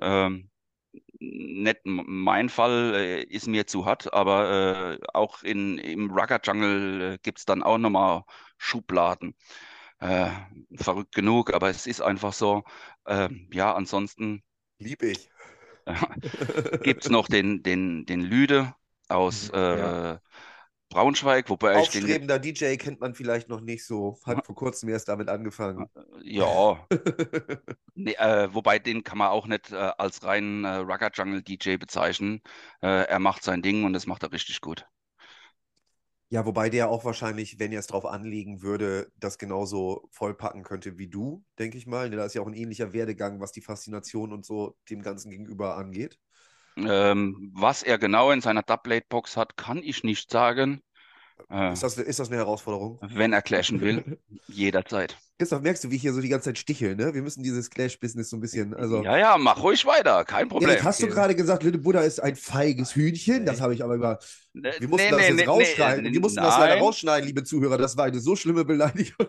Nicht mein Fall ist mir zu hart, aber auch im Rugger Jungle gibt es dann auch nochmal Schubladen. Verrückt genug, aber es ist einfach so. Ja, ansonsten Lieb ich. gibt es noch den Lüde aus Ja. Braunschweig, wobei ich den nicht, Aufstrebender DJ kennt man vielleicht noch nicht so. Hat vor kurzem erst damit angefangen. ja, nee, wobei den kann man auch nicht als reinen Rugger Jungle DJ bezeichnen. Er macht sein Ding und das macht er richtig gut. Ja, wobei der auch wahrscheinlich, wenn er es drauf anlegen würde, das genauso vollpacken könnte wie du, denke ich mal. Da ist ja auch ein ähnlicher Werdegang, was die Faszination und so dem Ganzen gegenüber angeht. Was er genau in seiner Dubplate-Box hat, kann ich nicht sagen. Äh, Ist das eine Herausforderung? wenn er clashen will, jederzeit. Christoph, merkst du, wie ich hier so die ganze Zeit sticheln, ne? Wir müssen dieses Clash-Business so ein bisschen, also. Ja, ja, mach ruhig weiter, kein Erik, Problem. hast du gerade gesagt, Lütte Buddha ist ein feiges Hühnchen? Das Nee. habe ich aber über. Nee, Wir mussten das nee, jetzt nee, nee, rausschneiden. Wir mussten das leider nein. rausschneiden, liebe Zuhörer. Das war eine so schlimme Beleidigung.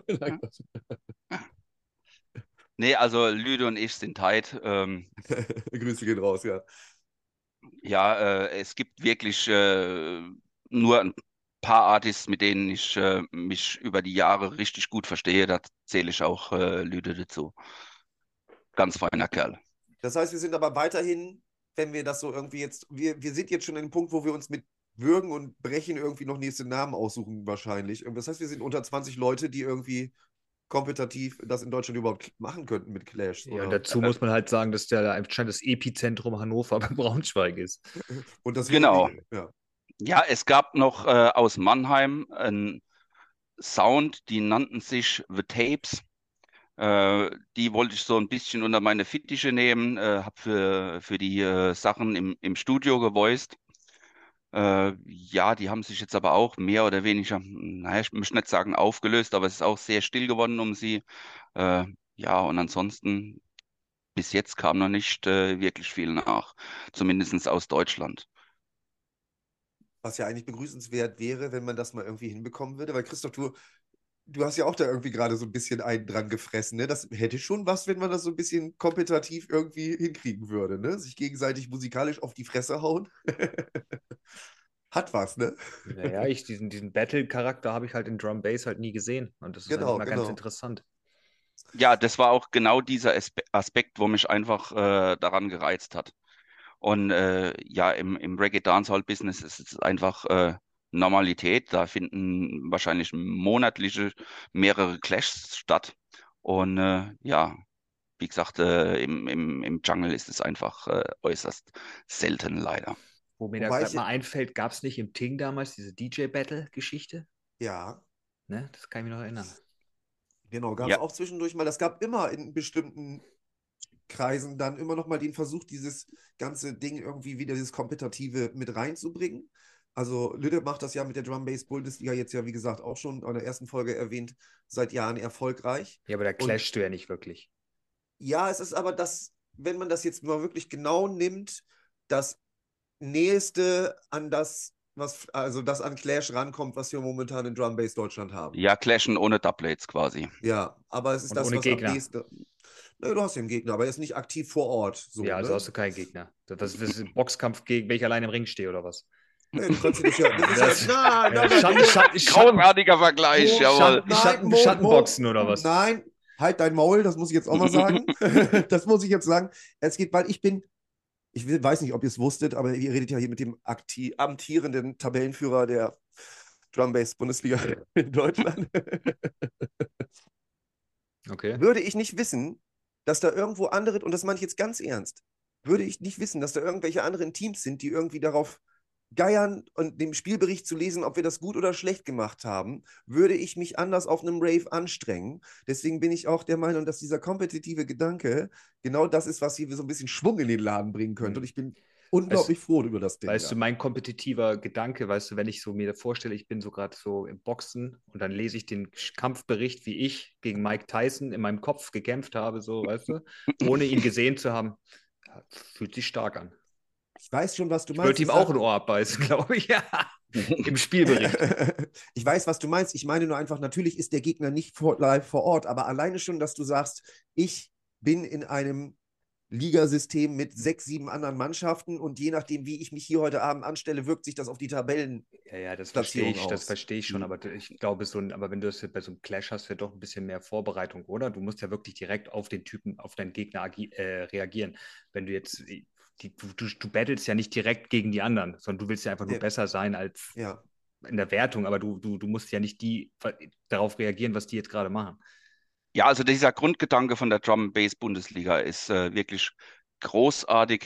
Nee, also Lüde und ich sind tight. Grüße gehen raus, ja. Ja, es gibt wirklich nur ein paar Artists, mit denen ich mich über die Jahre richtig gut verstehe. Da zähle ich auch Lüde dazu. Ganz feiner Kerl. Das heißt, wir sind aber weiterhin, wenn wir das so irgendwie jetzt, wir sind jetzt schon an dem Punkt, wo wir uns mit Würgen und Brechen irgendwie noch nächste Namen aussuchen, wahrscheinlich. Das heißt, wir sind unter 20 Leute, die irgendwie kompetitiv das in Deutschland überhaupt machen könnten mit Clash. Ja, Oder? dazu muss man halt sagen, dass der anscheinend das Epizentrum Hannover bei Braunschweig ist. Und das Genau. würde, ja. Ja, es gab noch aus Mannheim einen Sound, die nannten sich The Tapes. Die wollte ich so ein bisschen unter meine Fittiche nehmen, habe für die Sachen im Studio gevoiced. Ja, die haben sich jetzt aber auch mehr oder weniger, naja, ich möchte nicht sagen aufgelöst, aber es ist auch sehr still geworden um sie. Ja, und ansonsten, bis jetzt kam noch nicht wirklich viel nach, zumindest aus Deutschland. Was ja eigentlich begrüßenswert wäre, wenn man das mal irgendwie hinbekommen würde. Weil Christoph, du hast ja auch da irgendwie gerade so ein bisschen einen dran gefressen, ne? Das hätte schon was, wenn man das so ein bisschen kompetitiv irgendwie hinkriegen würde, ne? Sich gegenseitig musikalisch auf die Fresse hauen. Hat was, ne? Naja, diesen Battle-Charakter habe ich halt in Drum Bass halt nie gesehen. Und das ist Genau, eigentlich mal ganz genau. interessant. Ja, das war auch genau dieser Aspekt, wo mich einfach daran gereizt hat. Und ja, im Reggae-Dancehall-Business ist es einfach Normalität. Da finden wahrscheinlich monatliche mehrere Clashs statt. Und ja, wie gesagt, im Jungle ist es einfach äußerst selten leider. Wo mir da Wobei gerade ich, mal einfällt, gab es nicht im Ting damals diese DJ-Battle-Geschichte? ja, Ne? Das kann ich mich noch erinnern. genau, gab es Ja, auch zwischendurch mal. Es gab immer in bestimmten Kreisen dann immer noch mal den Versuch, dieses ganze Ding irgendwie wieder dieses Kompetitive mit reinzubringen. Also Lüde macht das ja mit der Drum Bass Bundesliga jetzt ja, wie gesagt, auch schon in der ersten Folge erwähnt, seit Jahren erfolgreich. Ja, aber da Und clashst du ja nicht wirklich. ja, es ist aber das, wenn man das jetzt mal wirklich genau nimmt, das Nächste an das, also das an Clash rankommt, was wir momentan in Drum Bass Deutschland haben. ja, Clashen ohne Doublets quasi. Ja, aber es ist Und das, ohne was am Gegner. nächsten. Ne, du hast den Gegner, aber er ist nicht aktiv vor Ort. So, Ja, also ne? hast du keinen Gegner. Das ist ein Boxkampf, gegen wenn ich allein im Ring stehe oder was? Nee, du kannst ihn das ja. Das ist Das, ja nein, ja, nein, nein, Großartiger Vergleich, Mo, jawohl. Schattenboxen oder was? Nein, halt dein Maul, das muss ich jetzt auch mal sagen. Das muss ich jetzt sagen. Es geht, weil weiß nicht, ob ihr es wusstet, aber ihr redet ja hier mit dem amtierenden Tabellenführer der Drum Bass Bundesliga in Deutschland. Okay. Würde ich nicht wissen, dass da irgendwo andere, und das meine ich jetzt ganz ernst, würde ich nicht wissen, dass da irgendwelche anderen Teams sind, die irgendwie darauf geiern und dem Spielbericht zu lesen, ob wir das gut oder schlecht gemacht haben, würde ich mich anders auf einem Rave anstrengen. Deswegen bin ich auch der Meinung, dass dieser kompetitive Gedanke genau das ist, was hier so ein bisschen Schwung in den Laden bringen könnte. Und ich bin unglaublich froh über das Ding. Weißt du, Ja. mein kompetitiver Gedanke, weißt du, wenn ich so mir vorstelle, ich bin so gerade so im Boxen und dann lese ich den Kampfbericht, wie ich gegen Mike Tyson in meinem Kopf gekämpft habe, so, weißt du, ohne ihn gesehen zu haben, ja, fühlt sich stark an. Ich weiß schon, was du Ich meinst. würde ihm auch ein Ohr abbeißen, glaube ich, ja. Im Spielbericht. Ich weiß, was du meinst. Ich meine nur einfach, natürlich ist der Gegner nicht live vor Ort, aber alleine schon, dass du sagst, ich bin in einem Ligasystem mit 6, 7 anderen Mannschaften und je nachdem, wie ich mich hier heute Abend anstelle, wirkt sich das auf die Tabellen. Ja, das Platzierung verstehe ich schon, aber ich glaube, aber wenn du das bei so einem Clash hast, ja doch ein bisschen mehr Vorbereitung, oder? Du musst ja wirklich direkt auf den Typen, auf deinen Gegner reagieren. Wenn du jetzt, du battlest ja nicht direkt gegen die anderen, sondern du willst ja einfach nur besser sein als Ja. in der Wertung, aber du musst ja nicht darauf reagieren, was die jetzt gerade machen. Ja, also dieser Grundgedanke von der Drum Bass Bundesliga ist wirklich großartig.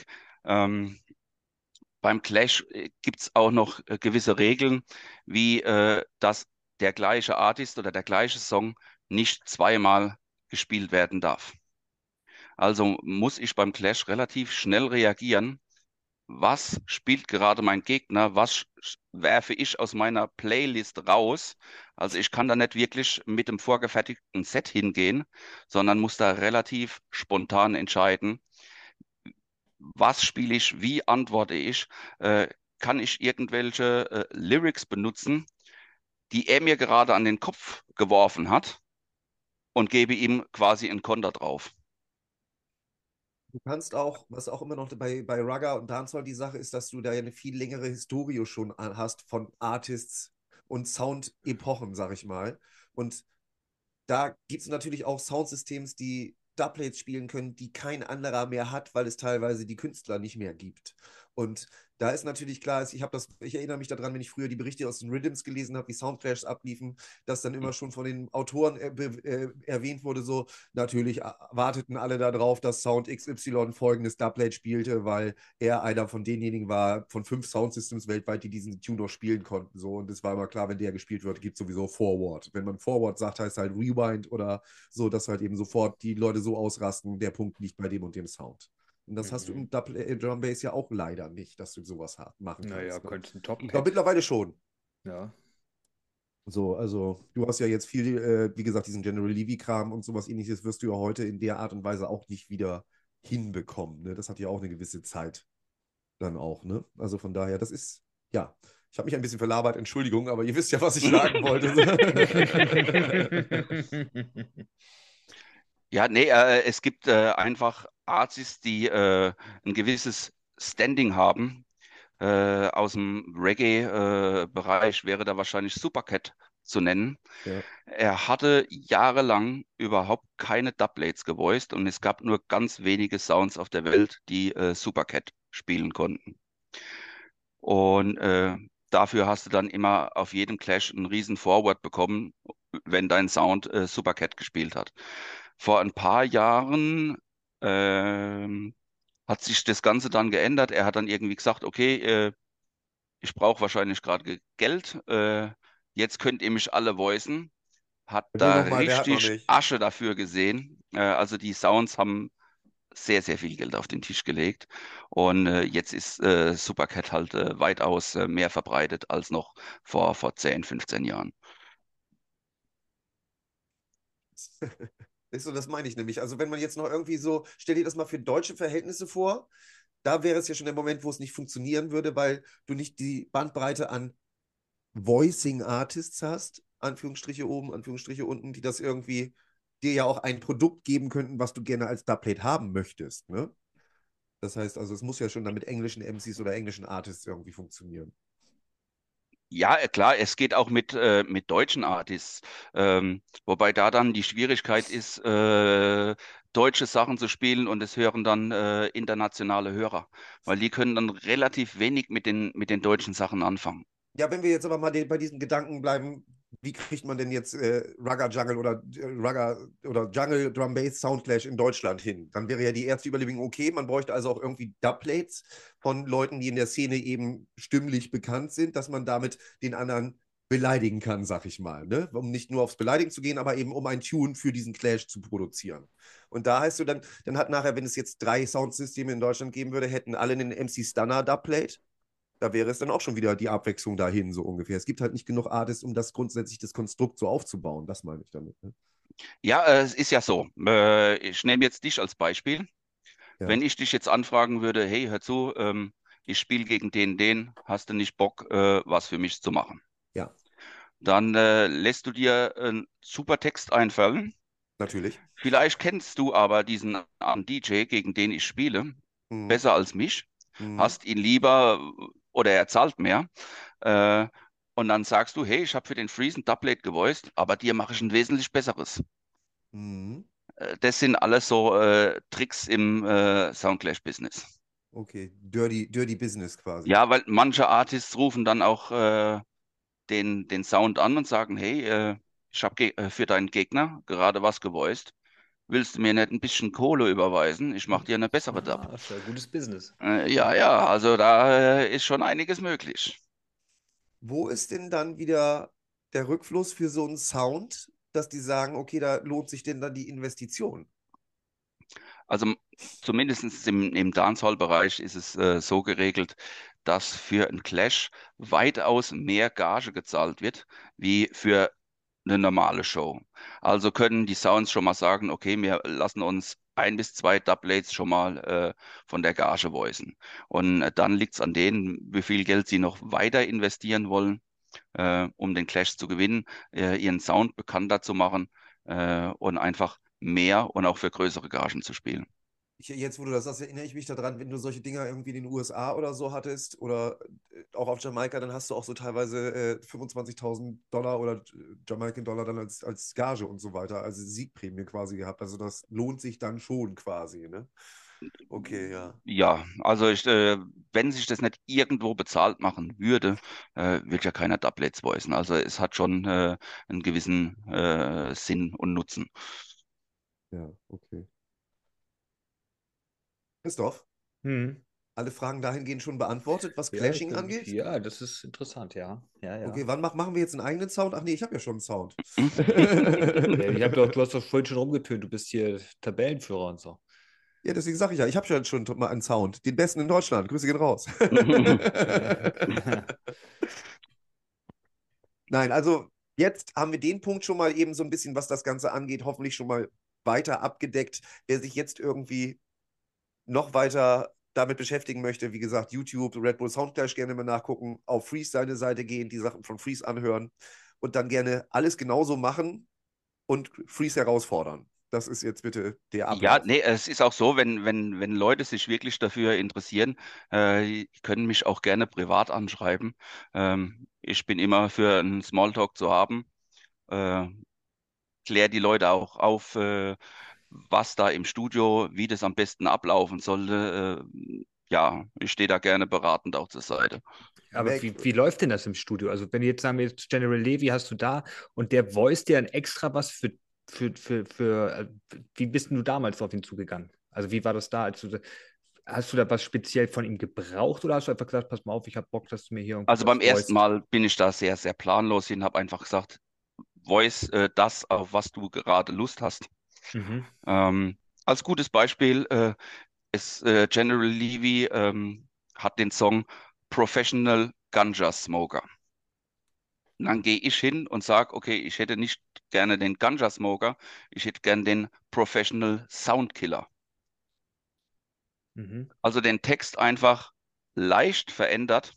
Beim Clash gibt es auch noch gewisse Regeln, wie dass der gleiche Artist oder der gleiche Song nicht zweimal gespielt werden darf. Also muss ich beim Clash relativ schnell reagieren, was spielt gerade mein Gegner, was werfe ich aus meiner Playlist raus. Also ich kann da nicht wirklich mit dem vorgefertigten Set hingehen, sondern muss da relativ spontan entscheiden, was spiele ich, wie antworte ich, kann ich irgendwelche Lyrics benutzen, die er mir gerade an den Kopf geworfen hat und gebe ihm quasi einen Konter drauf. Du kannst auch, was auch immer noch bei Rugger und Dancehall die Sache ist, dass du da ja eine viel längere Historie schon hast von Artists und Sound-Epochen, sag ich mal. Und da gibt es natürlich auch Soundsystems, die Doublets spielen können, die kein anderer mehr hat, weil es teilweise die Künstler nicht mehr gibt. Und da ist natürlich klar, ich erinnere mich daran, wenn ich früher die Berichte aus den Rhythms gelesen habe, wie Soundclashs abliefen, dass dann immer schon von den Autoren erwähnt wurde, so natürlich warteten alle darauf, dass Sound XY folgendes Doublet spielte, weil er einer von denjenigen war, von 5 Soundsystems weltweit, die diesen Tune noch spielen konnten. So. Und es war immer klar, wenn der gespielt wird, gibt es sowieso Forward. Wenn man Forward sagt, heißt halt Rewind oder so, dass halt eben sofort die Leute so ausrasten, der Punkt liegt bei dem und dem Sound. Und das hast du im Drum Bass ja auch leider nicht, dass du sowas machen Naja, kannst. Ne? könntest ein Ich glaube Top-Pad. mittlerweile schon. Ja. So, also du hast ja jetzt viel, wie gesagt, diesen General Levy-Kram und sowas ähnliches wirst du ja heute in der Art und Weise auch nicht wieder hinbekommen. Ne? Das hat ja auch eine gewisse Zeit dann auch, ne? Also von daher, das ist, ja, ich habe mich ein bisschen verlabert, Entschuldigung, aber ihr wisst ja, was ich sagen wollte. Ja, nee, es gibt einfach Artists, die ein gewisses Standing haben. Aus dem Reggae-Bereich wäre da wahrscheinlich Supercat zu nennen. Ja. Er hatte jahrelang überhaupt keine Dubplates gevoiced und es gab nur ganz wenige Sounds auf der Welt, die Supercat spielen konnten. Und dafür hast du dann immer auf jedem Clash einen riesen Forward bekommen, wenn dein Sound Supercat gespielt hat. Vor ein paar Jahren hat sich das Ganze dann geändert. Er hat dann irgendwie gesagt, okay, ich brauche wahrscheinlich gerade Geld, jetzt könnt ihr mich alle voicen. Hat Wer will da noch mal, wer hat noch richtig nicht? Asche dafür gesehen. Also die Sounds haben sehr, sehr viel Geld auf den Tisch gelegt. Und jetzt ist Supercat halt weitaus mehr verbreitet als noch vor 10, 15 Jahren. Ist so, das meine ich nämlich. Also wenn man jetzt noch irgendwie so, stell dir das mal für deutsche Verhältnisse vor, da wäre es ja schon der Moment, wo es nicht funktionieren würde, weil du nicht die Bandbreite an Voicing Artists hast, Anführungsstriche oben, Anführungsstriche unten, die das irgendwie dir ja auch ein Produkt geben könnten, was du gerne als Dubplate haben möchtest, ne? Das heißt also, es muss ja schon dann mit englischen MCs oder englischen Artists irgendwie funktionieren. Ja, klar, es geht auch mit deutschen Artists. Wobei da dann die Schwierigkeit ist, deutsche Sachen zu spielen und es hören dann internationale Hörer, weil die können dann relativ wenig mit den deutschen Sachen anfangen. Ja, wenn wir jetzt aber mal bei diesem Gedanken bleiben, wie kriegt man denn jetzt Rugger Jungle oder Rugger oder Jungle Drum Bass Soundclash in Deutschland hin? Dann wäre ja die erste Überlegung, okay, man bräuchte also auch irgendwie Dubplates von Leuten, die in der Szene eben stimmlich bekannt sind, dass man damit den anderen beleidigen kann, sag ich mal. Ne? Um nicht nur aufs Beleidigen zu gehen, aber eben um ein Tune für diesen Clash zu produzieren. Und da heißt du dann hat nachher, wenn es jetzt 3 Soundsysteme in Deutschland geben würde, hätten alle einen MC Stunner Dubplate. Da wäre es dann auch schon wieder die Abwechslung dahin, so ungefähr. Es gibt halt nicht genug Artists, um das grundsätzlich das Konstrukt so aufzubauen. Das meine ich damit. Ne? Ja, es ist ja so. Ich nehme jetzt dich als Beispiel. Ja. Wenn ich dich jetzt anfragen würde, hey, hör zu, ich spiele gegen den, hast du nicht Bock, was für mich zu machen? Ja, Dann lässt du dir einen super Text einfallen. natürlich. Vielleicht kennst du aber diesen DJ, gegen den ich spiele, Mhm. besser als mich, Mhm. hast ihn lieber oder er zahlt mehr. Äh, und dann sagst du, hey, ich habe für den Freeze ein Doublet gevoiced, aber dir mache ich ein wesentlich besseres. Mhm. Das sind alles so Tricks im Soundclash-Business. Okay, dirty Business quasi. Ja, weil manche Artists rufen dann auch den Sound an und sagen, hey, ich habe für deinen Gegner gerade was gevoiced. Willst du mir nicht ein bisschen Kohle überweisen? Ich mache dir eine bessere Dub. Ah, ist ja gutes Business. Ja, ja, also da ist schon einiges möglich. Wo ist denn dann wieder der Rückfluss für so einen Sound, dass die sagen, okay, da lohnt sich denn dann die Investition? Also zumindest im Dancehall-Bereich ist es so geregelt, dass für einen Clash weitaus mehr Gage gezahlt wird, wie für eine normale Show. Also können die Sounds schon mal sagen, okay, wir lassen uns 1 bis 2 Dubplates schon mal von der Gage voicen. Und dann liegt es an denen, wie viel Geld sie noch weiter investieren wollen, um den Clash zu gewinnen, ihren Sound bekannter zu machen und einfach mehr und auch für größere Gagen zu spielen. Jetzt, wo du das sagst, erinnere ich mich daran, wenn du solche Dinger irgendwie in den USA oder so hattest oder auch auf Jamaika, dann hast du auch so teilweise $25.000 oder Jamaican Dollar dann als Gage und so weiter, also Siegprämie quasi gehabt. Also das lohnt sich dann schon quasi, ne? Okay, ja. Ja, also wenn sich das nicht irgendwo bezahlt machen würde, würde ja keiner Doublets voicen. Also es hat schon einen gewissen Sinn und Nutzen. Ja, okay. Christoph, Hm. alle Fragen dahingehend schon beantwortet, was Ja, Clashing angeht? ja, das ist interessant, ja. Ja, ja. Okay, wann machen wir jetzt einen eigenen Sound? Ach nee, ich habe ja schon einen Sound. Ja, du hast doch vorhin schon rumgetönt, du bist hier Tabellenführer und so. Ja, deswegen sage ich ja, ich habe schon mal einen Sound. Den besten in Deutschland. Grüße gehen raus. Nein, also jetzt haben wir den Punkt schon mal eben so ein bisschen, was das Ganze angeht, hoffentlich schon mal weiter abgedeckt. Wer sich jetzt irgendwie noch weiter damit beschäftigen möchte, wie gesagt, YouTube, Red Bull Soundclash gerne mal nachgucken, auf Freeze seine Seite gehen, die Sachen von Freeze anhören und dann gerne alles genauso machen und Freeze herausfordern. Das ist jetzt bitte der Ja, Ablauf. nee, es ist auch so, wenn Leute sich wirklich dafür interessieren, die können mich auch gerne privat anschreiben. Ich bin immer für einen Smalltalk zu haben. Äh, Klär die Leute auch auf, was da im Studio, wie das am besten ablaufen sollte. Ja, ich stehe da gerne beratend auch zur Seite. Aber wie läuft denn das im Studio? Also, wenn jetzt sagen wir jetzt General Levy hast du da und der voice dir dann extra was wie bist denn du damals auf ihn zugegangen? Also, wie war das da? Hast du da was speziell von ihm gebraucht oder hast du einfach gesagt, pass mal auf, ich habe Bock, dass du mir hier irgendwie Also beim was ersten voicest? Mal bin ich da sehr, sehr planlos hin, habe einfach gesagt, Voice das, auf was du gerade Lust hast. Mhm. Als gutes Beispiel General Levy hat den Song Professional Ganja Smoker. Und dann gehe ich hin und sage, okay, ich hätte nicht gerne den Ganja Smoker, ich hätte gerne den Professional Sound Killer. Mhm. Also den Text einfach leicht verändert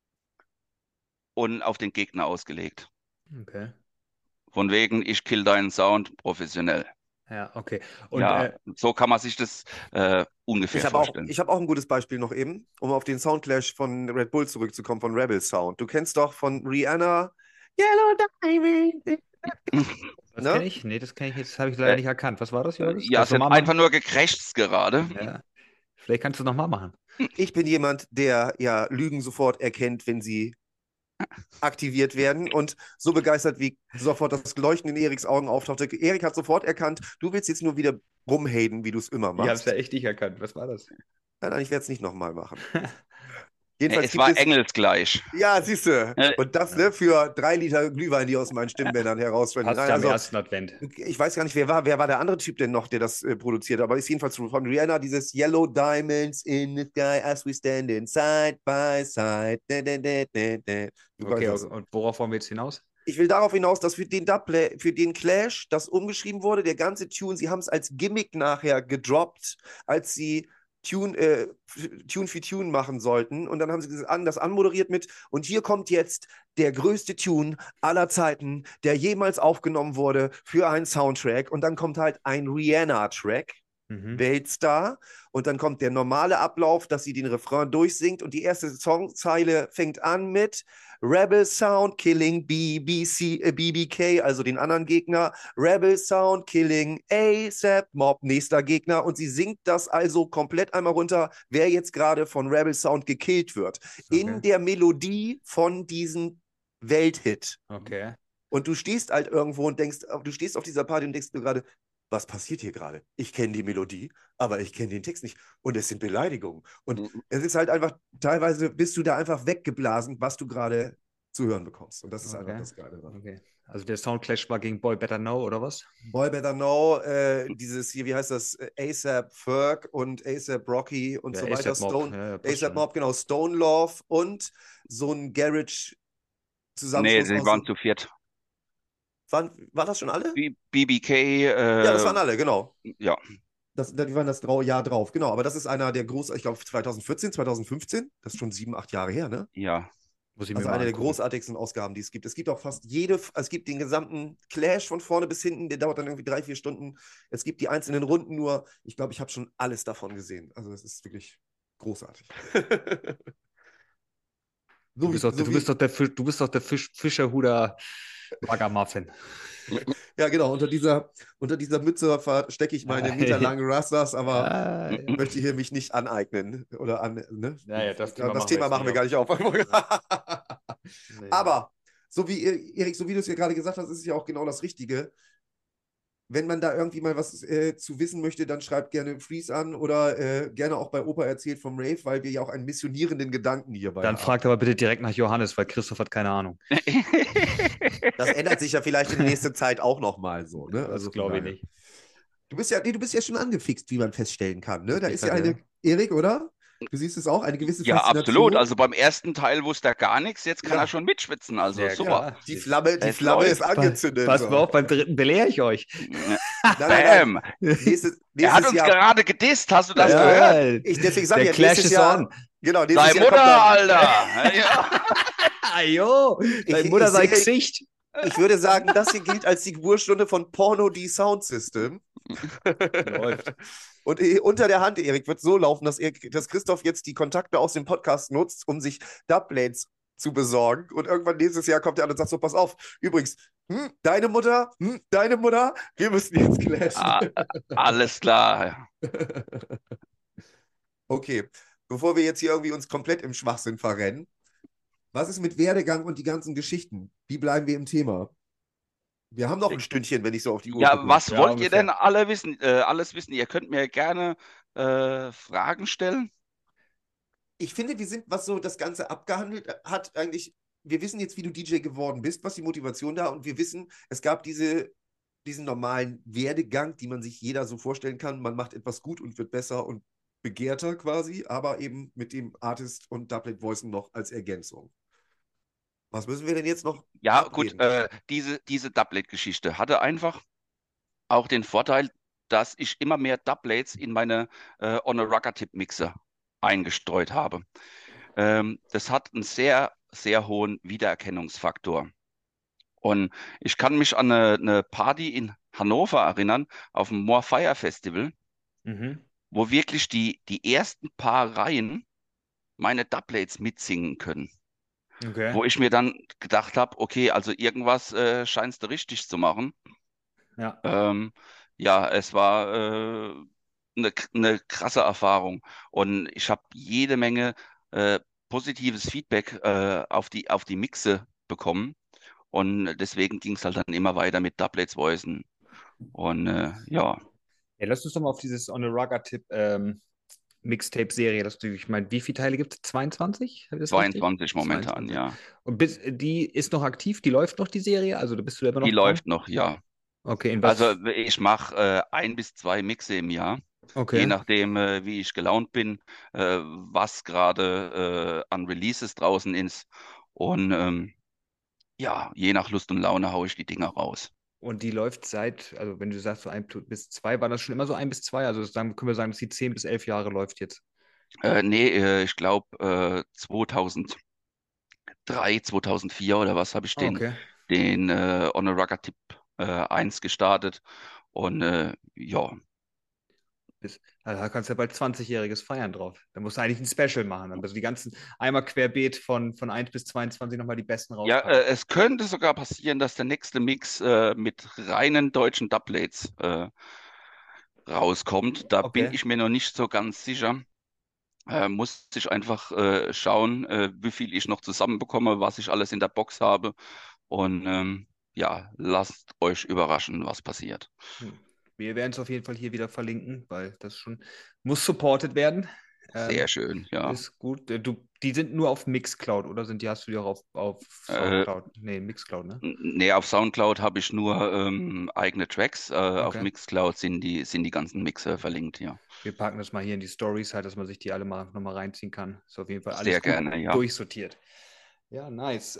und auf den Gegner ausgelegt. Okay. Von wegen, ich kill deinen Sound professionell. Ja, okay. Und Ja, so kann man sich das ungefähr vorstellen. Ich hab auch ein gutes Beispiel noch eben, um auf den Soundclash von Red Bull zurückzukommen, von Rebel Sound. Du kennst doch von Rihanna Yellow Diamond, das kenne ne? ich? Nee, das kenne ich jetzt, habe ich leider Äh, nicht erkannt. Was war das, Joris? ja, Kannst es du hat nochmal einfach machen? nur gekrächzt gerade. Ja. Vielleicht kannst du nochmal machen. Ich bin jemand, der ja Lügen sofort erkennt, wenn sie aktiviert werden und so begeistert, wie sofort das Leuchten in Eriks Augen auftauchte. Erik hat sofort erkannt, du willst jetzt nur wieder rumhaten, wie du es immer Ich habe es ja machst. echt nicht erkannt. Was war das? Nein, ich werde es nicht nochmal machen. Jedenfalls Es gibt war es, engelsgleich. ja, siehst du, Äh, und das ne, für 3 Liter Glühwein, die aus meinen Stimmbändern herausströmen. Passt Nein, ja am also, ersten Advent. ich weiß gar nicht, wer war der andere Typ denn noch, der das produziert, aber ist jedenfalls von Rihanna dieses Yellow Diamonds in the sky as we standing side by side. Du weißt Okay, das. und worauf wollen wir jetzt hinaus? Ich will darauf hinaus, dass für den Clash das umgeschrieben wurde, der ganze Tune, sie haben es als Gimmick nachher gedroppt, als sie Tune für Tune machen sollten. Und dann haben sie das anmoderiert mit, und hier kommt jetzt der größte Tune aller Zeiten, der jemals aufgenommen wurde für einen Soundtrack. Und dann kommt halt ein Rihanna-Track. Mhm. Weltstar, und dann kommt der normale Ablauf, dass sie den Refrain durchsingt und die erste Songzeile fängt an mit Rebel Sound killing BBK, also den anderen Gegner, Rebel Sound killing ASAP Mob, nächster Gegner, und sie singt das also komplett einmal runter, wer jetzt gerade von Rebel Sound gekillt wird, in der Melodie von diesem Welthit. Okay. Und du stehst halt irgendwo und denkst, du stehst auf dieser Party und denkst dir gerade, was passiert hier gerade? Ich kenne die Melodie, aber ich kenne den Text nicht. Und es sind Beleidigungen. Und es ist halt einfach, teilweise bist du da einfach weggeblasen, was du gerade zu hören bekommst. Und das ist einfach Okay. das Geile daran. Okay. Also der Soundclash war gegen Boy Better Know, oder was? Boy Better Know, dieses hier, wie heißt das? A$AP Ferg und A$AP Rocky und Ja, so weiter. A$AP Mob. Stone, Ja, passt A$AP schon. Mob, genau, Stone Love und so ein Nee, Garage-Zusammenschluss sie aus. waren zu viert. War das schon alle? BBK, Ja, das waren alle, genau. ja, Die waren das Jahr drauf, genau. Aber das ist einer der großen, ich glaube 2014, 2015, das ist schon 7, 8 Jahre her, ne? ja. Muss ich mir Also mal eine der angucken. großartigsten Ausgaben, die es gibt. Es gibt auch es gibt den gesamten Clash von vorne bis hinten, der dauert dann irgendwie 3, 4 Stunden. Es gibt die einzelnen Runden nur. Ich glaube, ich habe schon alles davon gesehen. Also es ist wirklich großartig. Du bist doch der Fischerhuder Ragamuffin. Ja, genau. Unter dieser Mütze verstecke ich meine meterlangen Rastas, aber Ja. möchte hier mich nicht aneignen. Ne? Ja, das Thema Das machen wir Thema jetzt machen wir nicht gar nicht auf. Nee. Aber, Erik, so wie du es ja gerade gesagt hast, ist es ja auch genau das Richtige. Wenn man da irgendwie mal was zu wissen möchte, dann schreibt gerne Freeze an oder gerne auch bei Opa erzählt vom Rave, weil wir ja auch einen missionierenden Gedanken hierbei Dann haben. fragt aber bitte direkt nach Johannes, weil Christoph hat keine Ahnung. Das ändert sich ja vielleicht in der nächsten Zeit auch nochmal so. Ne? Das von glaube ich daher. nicht. Du bist ja schon angefixt, wie man feststellen kann. Ne? Da Ich ist ja sag, eine, Erik, oder? Du siehst es auch, eine gewisse Ja, Faszination. absolut. Also beim ersten Teil wusste er gar nichts, jetzt kann Ja. er schon mitschwitzen. Also Ja, super. klar. Die Flamme Es ist läuft. angezündet. Pass so. mal auf, beim dritten belehre ich euch. Nein. Bam. Nächstes Er hat uns Jahr. gerade gedisst, hast du das gehört? Deswegen sage der ich ja, Clash nächstes is Jahr. on. Genau, nächstes Deine Jahr kommt Mutter, dann, Alter. Ja. Ajo, deine Ich- Mutter ich sein sehe- Gesicht. Ich würde sagen, das hier gilt als die Geburtsstunde von Porno D Sound System. Läuft. Und unter der Hand, Erik, wird so laufen, dass Christoph jetzt die Kontakte aus dem Podcast nutzt, um sich Dubplates zu besorgen. Und irgendwann nächstes Jahr kommt er an und sagt so, pass auf, übrigens, deine Mutter, wir müssen jetzt clashen. Ah, alles klar. Okay, bevor wir jetzt hier irgendwie uns komplett im Schwachsinn verrennen, was ist mit Werdegang und die ganzen Geschichten? Wie bleiben wir im Thema? Wir haben noch ein Stündchen, wenn ich so auf die Uhr Ja, gucke. was Ja, wollt ihr ungefähr. denn alles wissen? Ihr könnt mir gerne Fragen stellen. Ich finde, wir sind, was so das Ganze abgehandelt hat, eigentlich, wir wissen jetzt, wie du DJ geworden bist, was die Motivation da und wir wissen, es gab diesen normalen Werdegang, die man sich jeder so vorstellen kann. Man macht etwas gut und wird besser und begehrter quasi, aber eben mit dem Artist und Doublet Voicen noch als Ergänzung. Was müssen wir denn jetzt noch Ja, gut, abreden? diese Doublet-Geschichte hatte einfach auch den Vorteil, dass ich immer mehr Doublets in meine On a Rocker-Tip-Mixer eingestreut habe. Das hat einen sehr, sehr hohen Wiedererkennungsfaktor. Und ich kann mich an eine Party in Hannover erinnern, auf dem More Fire Festival, Mhm. wo wirklich die ersten paar Reihen meine Doublets mitsingen können. Okay. Wo ich mir dann gedacht habe, okay, also irgendwas scheinst du richtig zu machen. Ja. Ja, es war eine krasse Erfahrung und ich habe jede Menge positives Feedback auf die Mixe bekommen und deswegen ging es halt dann immer weiter mit Doublets Voicen und ja, Ja, lass uns doch mal auf dieses On a Rugger-Tip Mixtape-Serie, ich meine, wie viele Teile gibt es? 22? Habe ich das richtig? 22 momentan, 22. ja. Und die ist noch aktiv, die läuft noch, die Serie? Also bist du da immer noch Die dran? läuft noch, ja. Okay, in was? Also ich mache 1 bis 2 Mixe im Jahr. Je Okay. nachdem, wie ich gelaunt bin, was gerade an Releases draußen ist. Und ja, je nach Lust und Laune haue ich die Dinger raus. Und die läuft also wenn du sagst so 1 bis 2, war das schon immer so 1 bis 2? Also dann können wir sagen, dass die 10 bis 11 Jahre läuft jetzt. Nee, ich glaube 2003, 2004 oder was habe ich Okay. den On a Rocker Tip 1 gestartet. Und ja, Also da kannst du ja bald 20-jähriges feiern drauf. Da musst du eigentlich ein Special machen. Also die ganzen einmal querbeet von 1 bis 22 nochmal die besten ja, rauspacken. es könnte sogar passieren, dass der nächste Mix mit reinen deutschen Dubplates rauskommt. Da bin Okay. ich mir noch nicht so ganz sicher. Muss ich einfach schauen, wie viel ich noch zusammenbekomme, was ich alles in der Box habe. Und ja, lasst euch überraschen, was passiert. Wir werden es auf jeden Fall hier wieder verlinken, weil das muss supported werden. Sehr schön, ja. Ist gut. Die sind nur auf Mixcloud, oder hast du die auch auf Äh, Soundcloud? Nee, Mixcloud, ne? Nee, auf SoundCloud habe ich nur eigene Tracks. Auf Okay. Mixcloud sind die ganzen Mixer verlinkt, ja. Wir packen das mal hier in die Stories halt, dass man sich die alle mal nochmal reinziehen kann. Ist auf jeden Fall Sehr alles gut gerne, ja. durchsortiert. Ja, nice.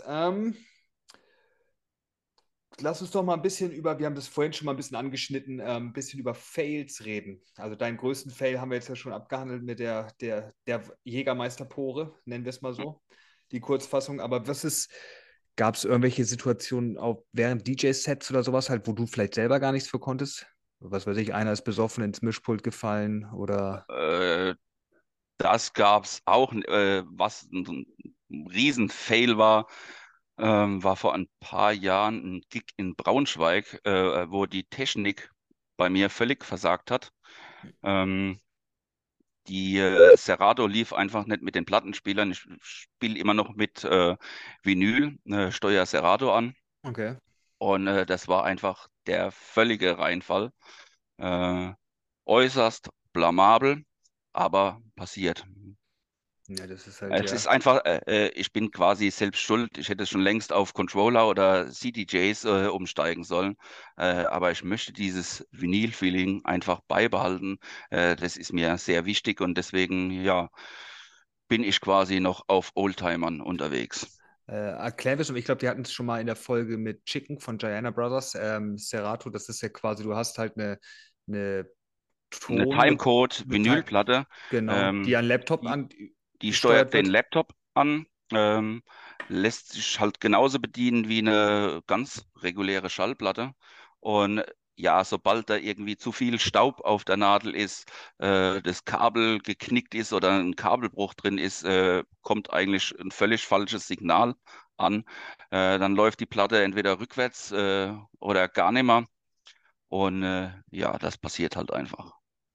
Lass uns doch mal ein bisschen wir haben das vorhin schon mal ein bisschen angeschnitten, ein bisschen über Fails reden. Also deinen größten Fail haben wir jetzt ja schon abgehandelt mit der Jägermeisterpore, nennen wir es mal so, die Kurzfassung. Aber gab es irgendwelche Situationen auch während DJ-Sets oder sowas halt, wo du vielleicht selber gar nichts für konntest? Was weiß ich, einer ist besoffen ins Mischpult gefallen oder... Äh, Das gab's auch, was ein Riesen-Fail war vor ein paar Jahren ein Gig in Braunschweig, wo die Technik bei mir völlig versagt hat. Ähm, Die Serato lief einfach nicht mit den Plattenspielern. Ich spiele immer noch mit Vinyl, steuere Serato an Okay. und das war einfach der völlige Reinfall. Äh, Äußerst blamabel, aber passiert. Ja, das ist halt Es ja. ist einfach, ich bin quasi selbst schuld. Ich hätte schon längst auf Controller oder CDJs umsteigen sollen. Aber ich möchte dieses Vinyl-Feeling einfach beibehalten. Das ist mir sehr wichtig und deswegen, ja, bin ich quasi noch auf Oldtimern unterwegs. Erklär mir schon, ich glaube, die hatten es schon mal in der Folge mit Chicken von Gianna Brothers. Serato, das ist ja quasi, du hast halt eine Eine Ton, eine Timecode-Vinylplatte, genau, die ähm, an Laptop die, die steuert angesteuert den wird. Laptop an, lässt sich halt genauso bedienen wie eine ganz reguläre Schallplatte. Und ja, sobald da irgendwie zu viel Staub auf der Nadel ist, das Kabel geknickt ist oder ein Kabelbruch drin ist, kommt eigentlich ein völlig falsches Signal an. Dann läuft die Platte entweder rückwärts, oder gar nicht mehr. Und ja, das passiert halt einfach.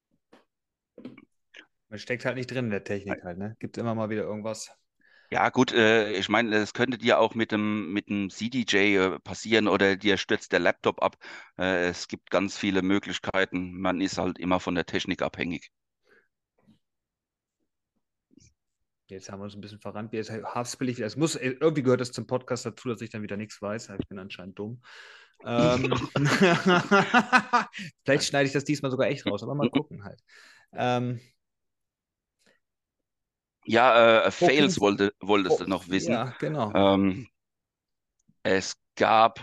Man steckt halt nicht drin in der Technik halt, ne? Gibt immer mal wieder irgendwas. Ja, gut, ich meine, das könnte dir auch mit dem CDJ passieren oder dir stürzt der Laptop ab. Es gibt ganz viele Möglichkeiten. Man ist halt immer von der Technik abhängig. Jetzt haben wir uns ein bisschen verrannt. Jetzt haspelig. Irgendwie gehört es zum Podcast dazu, dass ich dann wieder nichts weiß. Ich bin anscheinend dumm. Ähm, Vielleicht schneide ich das diesmal sogar echt raus, aber mal gucken halt. Ähm, Ja, Booking, Fails wolltest du noch wissen. ja, genau. Ähm, Es gab,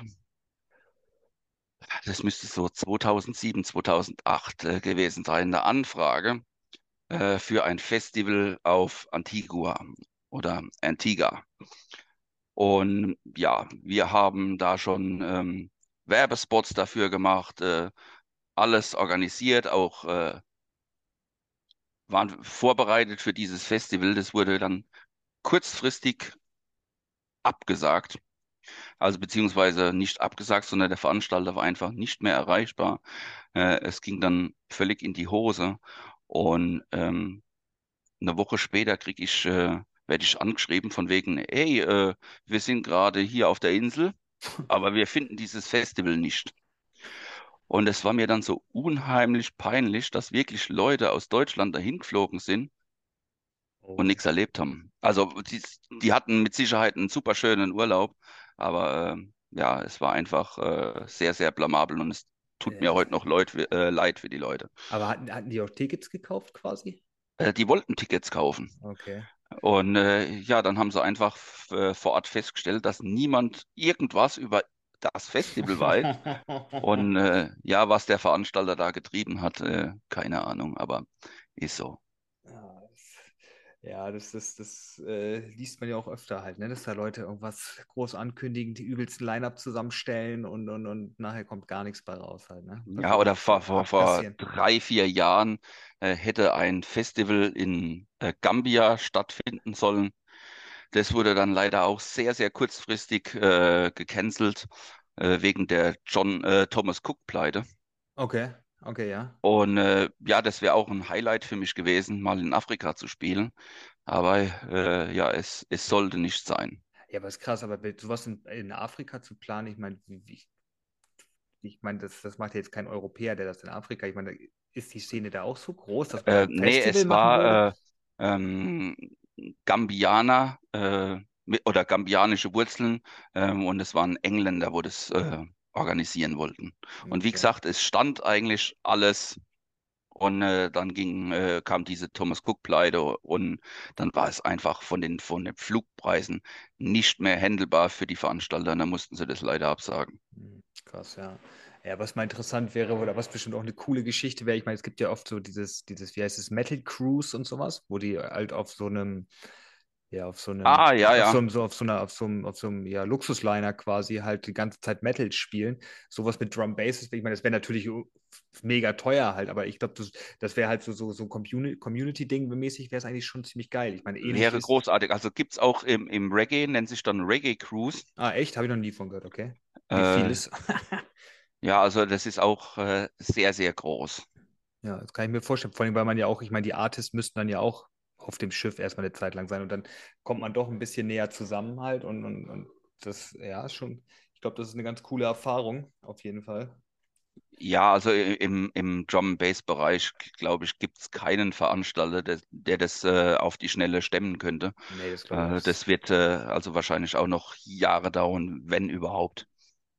das müsste so 2007, 2008 gewesen sein, eine Anfrage für ein Festival auf Antigua oder Antigua. Und ja, wir haben da schon Werbespots dafür gemacht, alles organisiert, auch waren vorbereitet für dieses Festival. Das wurde dann kurzfristig abgesagt. Also beziehungsweise nicht abgesagt, sondern der Veranstalter war einfach nicht mehr erreichbar. Es ging dann völlig in die Hose. Und eine Woche später werde ich angeschrieben von wegen, hey, wir sind gerade hier auf der Insel, aber wir finden dieses Festival nicht. Und es war mir dann so unheimlich peinlich, dass wirklich Leute aus Deutschland dahin geflogen sind und Oh. nichts erlebt haben. Also die hatten mit Sicherheit einen super schönen Urlaub, aber ja, es war einfach sehr, sehr blamabel und es tut mir Äh, heute noch leid für die Leute. aber hatten die auch Tickets gekauft quasi? Die wollten Tickets kaufen. Okay. Und ja, dann haben sie einfach vor Ort festgestellt, dass niemand irgendwas über das Festival weiß. Und ja, was der Veranstalter da getrieben hat, keine Ahnung, aber ist so. Ja, das liest man ja auch öfter halt, ne? Dass da Leute irgendwas groß ankündigen, die übelsten Line-Up zusammenstellen und nachher kommt gar nichts bei raus halt, ne? Ja, Passiert oder auch so. vor Passieren. 3, 4 Jahren hätte ein Festival in Gambia stattfinden sollen. Das wurde dann leider auch sehr, sehr kurzfristig gecancelt wegen der John Thomas Cook-Pleite. Okay, okay, ja. Und ja, das wäre auch ein Highlight für mich gewesen, mal in Afrika zu spielen. Aber ja, es sollte nicht sein. Ja, aber ist krass, aber sowas in Afrika zu planen, ich meine, das macht ja jetzt kein Europäer, der das in Afrika, ich meine, ist die Szene da auch so groß, dass man da ein Nee, Festival machen würde? ähm, Gambianer oder gambianische Wurzeln, und es waren Engländer, wo das organisieren wollten. Und wie Okay. gesagt, es stand eigentlich alles. Und dann kam diese Thomas Cook-Pleite und dann war es einfach von den Flugpreisen nicht mehr händelbar für die Veranstalter. Und dann mussten sie das leider absagen. Krass, ja. Ja, was mal interessant wäre, oder was bestimmt auch eine coole Geschichte wäre, ich meine, es gibt ja oft so wie heißt es, Metal Cruise und sowas, wo die halt auf so einem, ja, Ah, ja, ja. auf so einem, ja, Luxusliner quasi halt die ganze Zeit Metal spielen. Sowas mit Drum Basses, ich meine, das wäre natürlich mega teuer halt, aber ich glaube, das wäre halt so ein Community-Ding mäßig, wäre es eigentlich schon ziemlich geil. Ich meine, ähnlich Wäre ist, großartig. Also gibt es auch im Reggae, nennt sich dann Reggae Cruise. echt? Habe ich noch nie von gehört, okay. Wie Äh, vieles? ja, also das ist auch sehr, sehr groß. Ja, das kann ich mir vorstellen. Vor allem, weil man ja auch, ich meine, die Artists müssten dann ja auch auf dem Schiff erstmal eine Zeit lang sein und dann kommt man doch ein bisschen näher zusammen halt und das, ja, ist schon, ich glaube, das ist eine ganz coole Erfahrung, auf jeden Fall. Ja, also im Drum-and-Bass-Bereich, glaube ich, gibt es keinen Veranstalter, der das auf die Schnelle stemmen könnte. Nee, das glaube ich auch. Das wird also wahrscheinlich auch noch Jahre dauern, wenn überhaupt.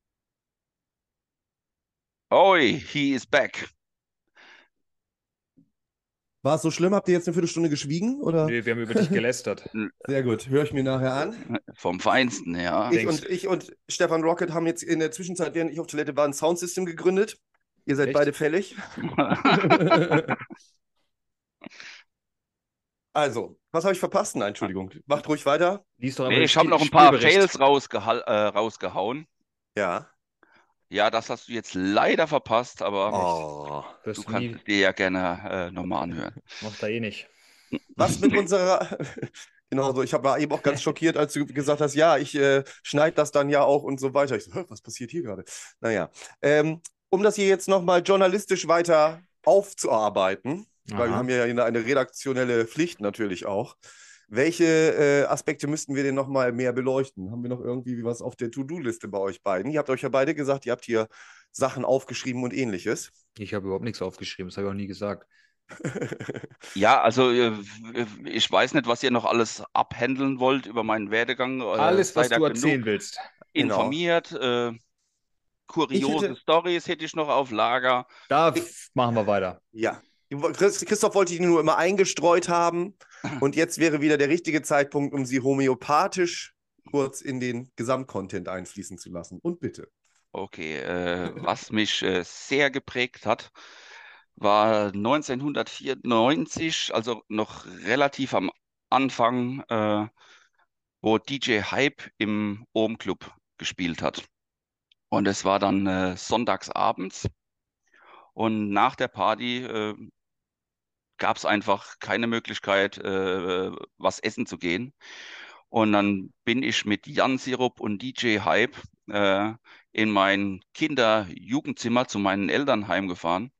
Oi, he is back. War es so schlimm? Habt ihr jetzt eine Viertelstunde geschwiegen? Oder? Nee, wir haben über dich gelästert. Sehr gut, höre ich mir nachher an. Vom Feinsten, ja. Ich und Stefan Rocket haben jetzt in der Zwischenzeit, während ich auf Toilette war, ein Soundsystem gegründet. Ihr seid Echt? beide fällig. Also, was habe ich verpasst? Nein, Entschuldigung. Macht ruhig weiter. Lies doch einmal Nee, den ich habe noch ein paar Spielbericht. Fails rausgehauen. Ja. Ja, das hast du jetzt leider verpasst, aber Oh. du Wirst du kannst nie, es dir ja gerne nochmal anhören. macht er eh nicht. Was mit unserer. Genau so, ich war eben auch ganz schockiert, als du gesagt hast, ja, ich schneide das dann ja auch und so weiter. Ich so, "Hä, was passiert hier gerade?" Naja, um das hier jetzt nochmal journalistisch weiter aufzuarbeiten, weil wir Aha. haben ja eine redaktionelle Pflicht natürlich auch. Welche Aspekte müssten wir denn nochmal mehr beleuchten? Haben wir noch irgendwie was auf der To-Do-Liste bei euch beiden? Ihr habt euch ja beide gesagt, ihr habt hier Sachen aufgeschrieben und ähnliches. Ich habe überhaupt nichts aufgeschrieben, das habe ich auch nie gesagt. Ja, also ich weiß nicht, was ihr noch alles abhändeln wollt über meinen Werdegang. Alles, was Seid ihr du erzählen genug willst. Genau. informiert? Ich Kuriose hätte, Stories hätte ich noch auf Lager. Da ich, machen wir weiter. Ja. Christoph wollte die nur immer eingestreut haben. Und jetzt wäre wieder der richtige Zeitpunkt, um sie homöopathisch kurz in den Gesamtcontent einfließen zu lassen. Und bitte. Okay, was mich sehr geprägt hat, war 1994, also noch relativ am Anfang, wo DJ Hype im Ohm Club gespielt hat. Und es war dann sonntags abends und nach der Party gab es einfach keine Möglichkeit, was essen zu gehen. Und dann bin ich mit Jan Sirup und DJ Hype äh, in mein Kinder-Jugendzimmer zu meinen Eltern heimgefahren.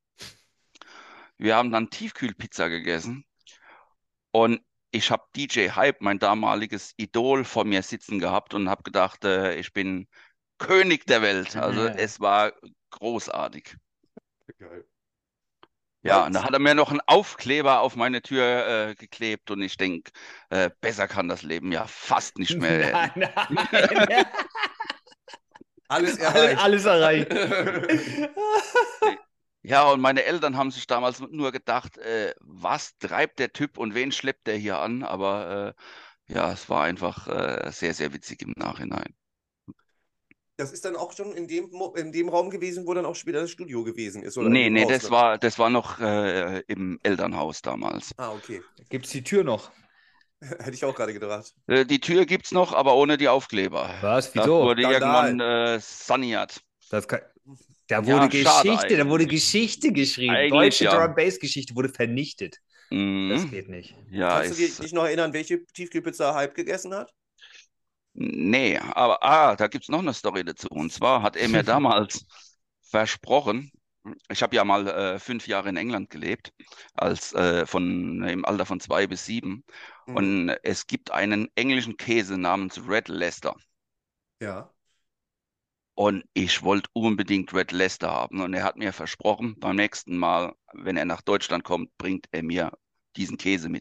Wir haben dann Tiefkühlpizza gegessen und ich habe DJ Hype, mein damaliges Idol, vor mir sitzen gehabt und habe gedacht, ich bin König der Welt. Also es war großartig. Geil. Ja, und da hat er mir noch einen Aufkleber auf meine Tür geklebt und ich denke, besser kann das Leben ja fast nicht mehr werden. Nein, nein. Alles erreicht. Alles erreicht. Ja, und meine Eltern haben sich damals nur gedacht, was treibt der Typ und wen schleppt der hier an? Aber ja, es war einfach sehr, sehr witzig im Nachhinein. Das ist dann auch schon in dem Raum gewesen, wo dann auch später das Studio gewesen ist, oder in Nee, dem nee, Haus. das war noch im Elternhaus damals. Ah, okay. Gibt es die Tür noch? Hätte ich auch gerade gedacht. Die Tür gibt's noch, aber ohne die Aufkleber. Was? Das Wieso? wurde Skandal. irgendwann saniert. Das kann, da Ja, wurde schade Geschichte, da wurde eigentlich. Geschichte geschrieben. Eigentlich Deutsche ja. Drum-Bass-Geschichte wurde vernichtet. Das Mhm. geht nicht. Ja, Kannst du dich noch erinnern, welche Tiefkühlpizza Hype gegessen hat? nee, aber da gibt's noch eine Story dazu. Und zwar hat er mir damals versprochen, ich habe ja mal 5 Jahre in England gelebt, im Alter von 2 bis 7. Mhm. Und es gibt einen englischen Käse namens Red Leicester. Ja. Und ich wollte unbedingt Red Leicester haben. Und er hat mir versprochen, beim nächsten Mal, wenn er nach Deutschland kommt, bringt er mir diesen Käse mit.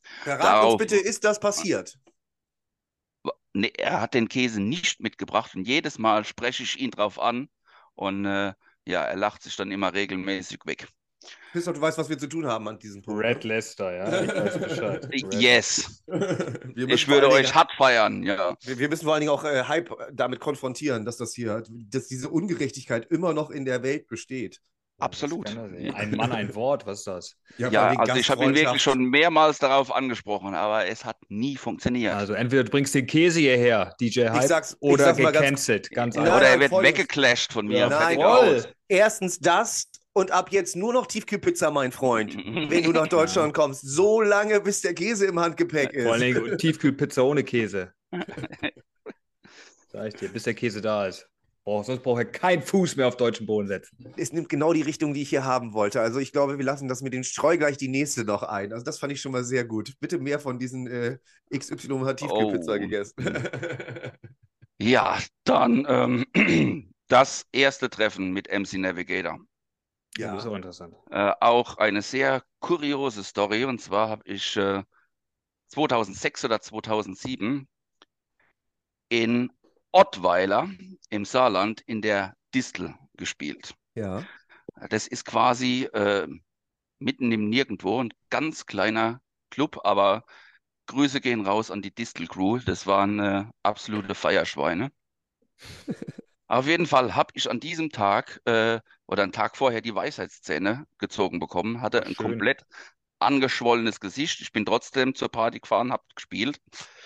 Verrat uns Darauf, bitte, ist das passiert? nee, er hat den Käse nicht mitgebracht und jedes Mal spreche ich ihn drauf an und ja, er lacht sich dann immer regelmäßig weg. Christoph, du weißt, was wir zu tun haben an diesem Punkt. Red Ne? Lester, ja, ich weiß Bescheid. Yes, Wir müssen ich vor allen würde Dingen, euch hart feiern, ja. wir müssen vor allen Dingen auch Hype damit konfrontieren, dass diese Ungerechtigkeit immer noch in der Welt besteht. Absolut. Ein Mann, ein Wort, was ist das? Ja, vor Ja, allen Dingen also ich habe ihn wirklich Gastfreundschaft. schon mehrmals darauf angesprochen, aber es hat nie funktioniert. Also entweder du bringst den Käse hierher, DJ Hype, Ich oder sag's mal ganz- gecancelt, ganz Nein, einfach. Oder er nein, wird Folgendes. weggeclasht von mir. Ja, Nein, Fertig voll. aus. Erstens das und ab jetzt nur noch Tiefkühlpizza, mein Freund. Wenn du nach Deutschland kommst, so lange, bis der Käse im Handgepäck Vor allen ist. Dingen Tiefkühlpizza ohne Käse. Sag ich dir, bis der Käse da ist. Sonst braucht er keinen Fuß mehr auf deutschen Boden setzen. Es nimmt genau die Richtung, die ich hier haben wollte. Also ich glaube, wir lassen das mit den Streu gleich die nächste noch ein. Also das fand ich schon mal sehr gut. Bitte mehr von diesen XY hat Tiefkühlpizza Oh. gegessen. Ja, dann das erste Treffen mit MC Navigator. Ja. Das ist Ja. auch interessant. Auch eine sehr kuriose Story. Und zwar habe ich 2006 oder 2007 in Ottweiler im Saarland in der Distel gespielt. Ja. Das ist quasi mitten im Nirgendwo, ein ganz kleiner Club, aber Grüße gehen raus an die Distel-Crew. Das waren absolute Feierschweine. Auf jeden Fall habe ich an diesem Tag oder einen Tag vorher die Weisheitszähne gezogen bekommen, hatte Ach, ein schön. komplett angeschwollenes Gesicht. Ich bin trotzdem zur Party gefahren, habe gespielt.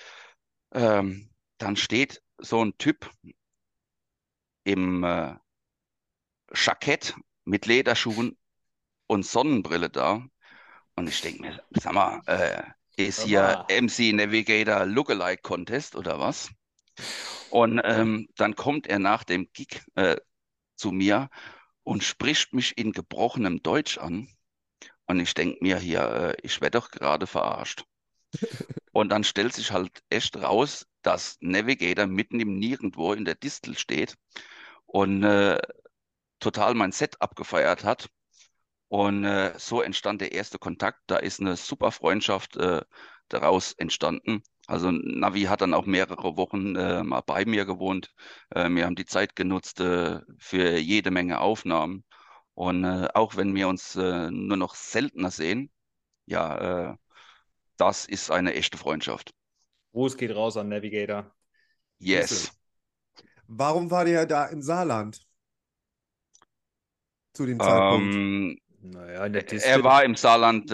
Dann steht so ein Typ im Jackett mit Lederschuhen und Sonnenbrille da. Und ich denke mir, sag mal, ist Hör hier mal. MC Navigator Lookalike Contest oder was? Und dann kommt er nach dem Gig zu mir und spricht mich in gebrochenem Deutsch an. Und ich denke mir hier, ich werde doch gerade verarscht. Und dann stellt sich halt echt raus, dass Navigator mitten im Nirgendwo in der Distel steht und total mein Set abgefeiert hat. Und so entstand der erste Kontakt. Da ist eine super Freundschaft daraus entstanden. Also Navi hat dann auch mehrere Wochen mal bei mir gewohnt. Wir haben die Zeit genutzt für jede Menge Aufnahmen. Und auch wenn wir uns nur noch seltener sehen, ja, das ist eine echte Freundschaft. Gruß geht raus an Navigator. Yes. Warum war der da im Saarland? Zu dem Zeitpunkt. Naja, in der Er Distel. war im Saarland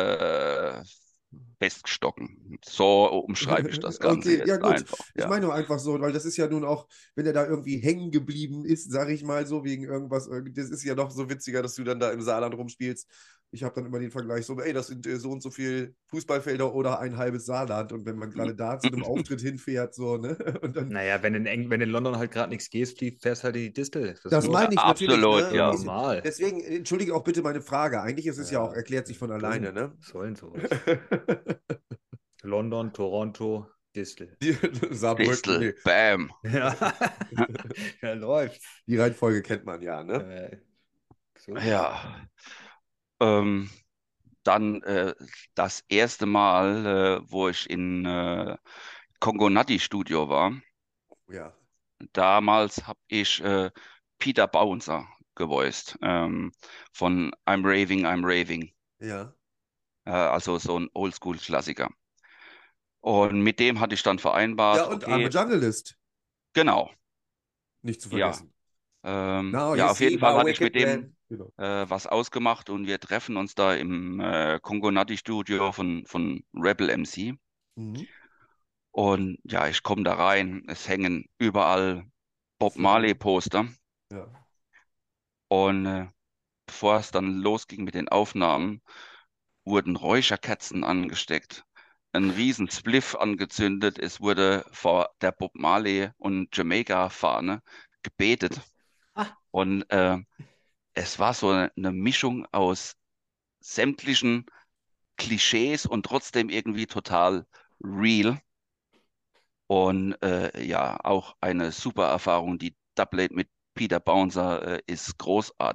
festgestocken. So umschreibe ich das Ganze Okay, ja jetzt gut. einfach. Ich Ja. meine nur einfach so, weil das ist ja nun auch, wenn er da irgendwie hängen geblieben ist, sage ich mal so, wegen irgendwas, das ist ja noch so witziger, dass du dann da im Saarland rumspielst. Ich habe dann immer den Vergleich so, ey, das sind so und so viel Fußballfelder oder ein halbes Saarland. Und wenn man gerade da zu einem Auftritt hinfährt, so, ne? Und dann, Naja, wenn in London halt gerade nichts geht, fährst halt in die Distel. das los? meine ich natürlich, absolut, ne? ja. Normal. Deswegen entschuldige auch bitte meine Frage. Eigentlich ist es ja auch, erklärt sich von alleine, ne? Was soll denn sowas? London, Toronto, Distel. Saarbrücken, Distel, nee, bam. Ja, ja läuft. die Reihenfolge kennt man ja, ne? So. Ja. Dann das erste Mal, wo ich in Congo Natti Studio war. Ja. Damals habe ich Peter Bouncer gevoiced von I'm Raving, I'm Raving. Ja. Also so ein Oldschool-Klassiker. Und mit dem hatte ich dann vereinbart, Ja, und okay, I'm a Junglist. genau, Nicht zu ja. vergessen. Ja, you auf see jeden Fall my hatte ich mit wicked dem plan. Genau. was ausgemacht und wir treffen uns da im Congo Natti Studio von Rebel MC. Mhm. Und ja, ich komme da rein, es hängen überall Bob Flaggen. Marley Poster. Ja. Und bevor es dann losging mit den Aufnahmen, wurden Räucherkerzen angesteckt, ein riesen Spliff angezündet, es wurde vor der Bob Marley und Jamaica-Fahne gebetet. Und es war so eine Mischung aus sämtlichen Klischees und trotzdem irgendwie total real. Und ja, auch eine super Erfahrung. Die Double mit Peter Bouncer ist großartig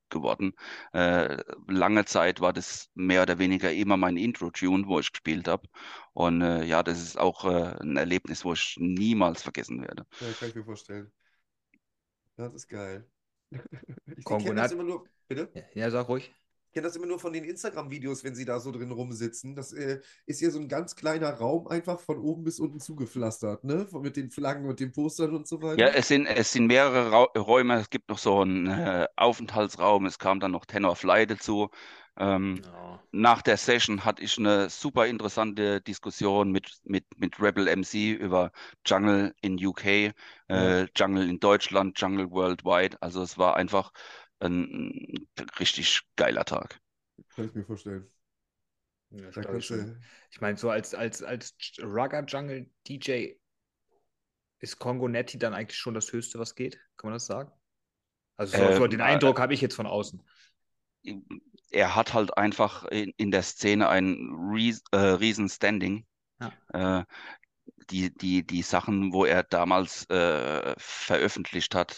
geworden. Lange Zeit war das mehr oder weniger immer mein Intro-Tune, wo ich gespielt habe. Und ja, das ist auch ein Erlebnis, wo ich niemals vergessen werde. Ja, kann ich mir vorstellen. Das ist geil. Ich kenne das Kongonat. immer nur, bitte? Ja, sag ruhig. Ich kenne das immer nur von den Instagram-Videos, wenn sie da so drin rumsitzen. Das ist ja so ein ganz kleiner Raum, einfach von oben bis unten zugepflastert, ne? Mit den Flaggen und den Postern und so Ja, weiter. es sind mehrere Räume. Es gibt noch so einen Aufenthaltsraum. Es kam dann noch Ten of Fly dazu. Ähm, Ja. Nach der Session hatte ich eine super interessante Diskussion mit Rebel MC über Jungle in UK, Ja, Jungle in Deutschland, Jungle worldwide. Also es war einfach ein richtig geiler Tag. kann ich mir vorstellen. Ja, das Da glaube ich kannst schon. du. Ich meine, so als Rugger Jungle DJ ist Congo Netty dann eigentlich schon das Höchste, was geht? Kann man das sagen? Also so den Ähm, Eindruck habe ich jetzt von außen. Er hat halt einfach in der Szene ein riesen Standing. Ja. Die Sachen, wo er damals veröffentlicht hat,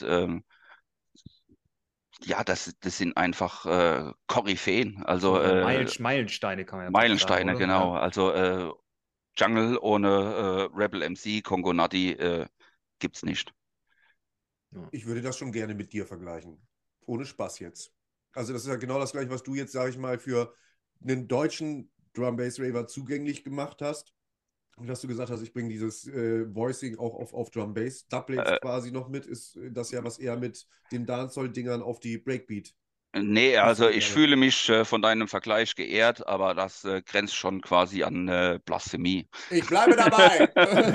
ja, das sind einfach Koryphäen, also So Meilensteine kann man ja fast sagen, Meilensteine, oder? genau. Ja. Also Jungle ohne Rebel MC, Kongo Nati gibt's nicht. Ja. Ich würde das schon gerne mit dir vergleichen. Ohne Spaß jetzt. Also, das ist ja genau das Gleiche, was du jetzt, sage ich mal, für einen deutschen Drum-Bass-Raver zugänglich gemacht hast. Und dass du gesagt hast, ich bringe dieses Voicing auch auf Drum Bass. Doublets Äh, quasi noch mit, ist das ja, was eher mit den Dancehall-Dingern auf die Breakbeat Nee, also ich Musikjahre. fühle mich von deinem Vergleich geehrt, aber das grenzt schon quasi an Blasphemie. Ich bleibe dabei!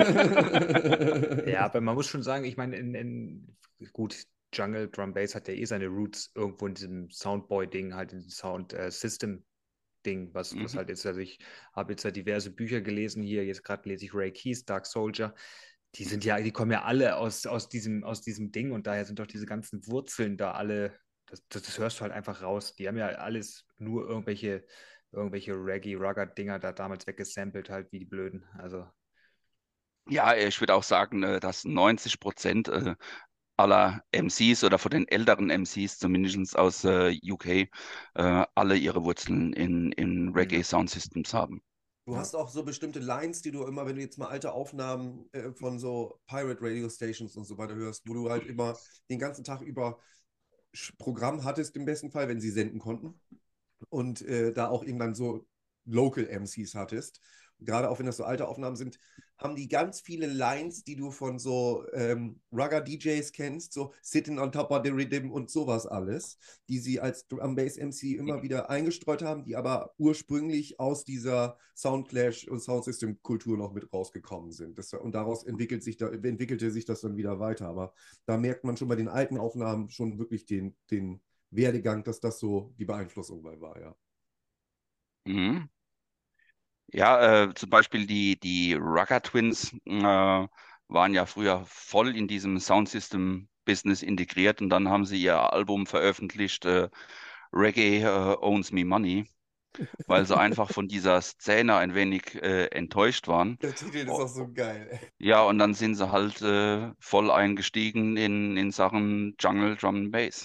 Ja, aber man muss schon sagen, ich meine, gut, Jungle Drum Bass hat ja eh seine Roots irgendwo in diesem Soundboy-Ding, halt in diesem Sound-System-Ding, was Mhm. halt ist. Also ich habe jetzt ja diverse Bücher gelesen hier, jetzt gerade lese ich Ray Keys, Dark Soldier. Die kommen ja alle aus diesem Ding und daher sind doch diese ganzen Wurzeln da alle, das hörst du halt einfach raus. Die haben ja alles nur irgendwelche Reggae-Rugger-Dinger da damals weggesampelt, halt wie die Blöden. Also. Ja, ich würde auch sagen, dass 90% aller MCs oder von den älteren MCs, zumindest aus UK, alle ihre Wurzeln in Reggae Ja. Sound Systems haben. Du Ja. hast auch so bestimmte Lines, die du immer, wenn du jetzt mal alte Aufnahmen von so Pirate Radio Stations und so weiter hörst, wo du halt immer den ganzen Tag über Programm hattest, im besten Fall, wenn sie senden konnten. Und da auch irgendwann so Local MCs hattest. Gerade auch wenn das so alte Aufnahmen sind, haben die ganz viele Lines, die du von so Rugger-DJs kennst, so Sitting on Top of the Rhythm und sowas alles, die sie als Drum-Bass-MC immer wieder eingestreut haben, die aber ursprünglich aus dieser Soundclash- und Soundsystem-Kultur noch mit rausgekommen sind. Und daraus entwickelte sich das dann wieder weiter. Aber da merkt man schon bei den alten Aufnahmen schon wirklich den Werdegang, dass das so die Beeinflussung bei war, ja. Mhm. Ja, zum Beispiel die Rucker Twins waren ja früher voll in diesem Soundsystem-Business integriert und dann haben sie ihr Album veröffentlicht, Reggae Owns Me Money, weil sie einfach von dieser Szene ein wenig enttäuscht waren. Der Titel ist Oh, auch so geil. ja, und dann sind sie halt voll eingestiegen in Sachen Jungle Drum and Bass.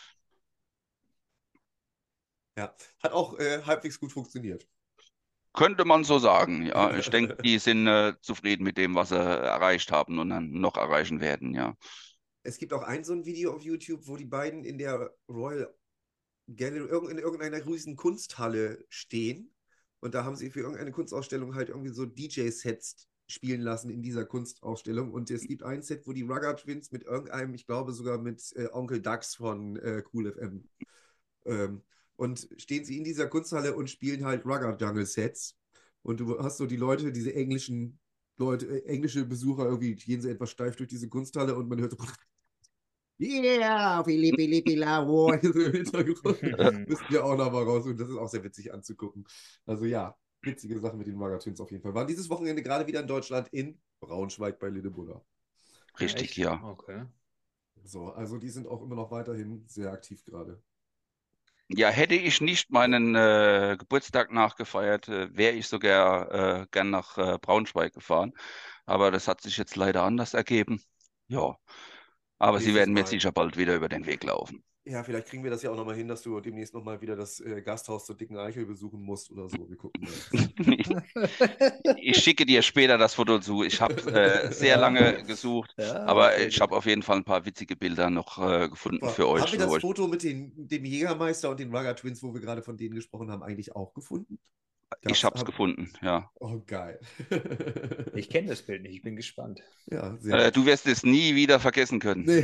Ja, hat auch halbwegs gut funktioniert. Könnte man so sagen, ja. Ich denke, die sind zufrieden mit dem, was sie erreicht haben und dann noch erreichen werden, ja. Es gibt auch so ein Video auf YouTube, wo die beiden in der Royal Gallery, in irgendeiner riesen Kunsthalle stehen. Und da haben sie für irgendeine Kunstausstellung halt irgendwie so DJ-Sets spielen lassen in dieser Kunstausstellung. Und es gibt ein Set, wo die Rugger Twins mit irgendeinem, ich glaube sogar mit Onkel Dax von Cool FM, und stehen sie in dieser Kunsthalle und spielen halt Rugger Jungle Sets. Und du hast so die Leute, diese englischen Leute, englische Besucher, irgendwie gehen sie etwas steif durch diese Kunsthalle und man hört so, yeah, Philippi, Lippi, la, wo, so im Hintergrund. Müssten wir auch noch mal raus und das ist auch sehr witzig anzugucken. Also ja, witzige Sache mit den Rugger Twins auf jeden Fall. Waren dieses Wochenende gerade wieder in Deutschland in Braunschweig bei Lillebuller. Ja, Richtig, echt? ja. Okay. So, also die sind auch immer noch weiterhin sehr aktiv gerade. Ja, hätte ich nicht meinen Geburtstag nachgefeiert, wäre ich sogar gern nach Braunschweig gefahren. Aber das hat sich jetzt leider anders ergeben. Ja, Aber sie Nächstes werden mir Mal. sicher bald wieder über den Weg laufen. Ja, vielleicht kriegen wir das ja auch nochmal hin, dass du demnächst nochmal wieder das Gasthaus zur Dicken Eichel besuchen musst oder so. Wir gucken mal. Ich schicke dir später das Foto zu. Ich habe sehr lange gesucht, Ja, aber sehr ich gut. habe auf jeden Fall ein paar witzige Bilder noch gefunden für euch. Haben wir das Für euch. Foto mit dem Jägermeister und den Rugger Twins, wo wir gerade von denen gesprochen haben, eigentlich auch gefunden? Ich habe es gefunden, ja. Oh, geil. Ich kenne das Bild nicht, ich bin gespannt. Ja, sehr gut. Du wirst es nie wieder vergessen können. Nee.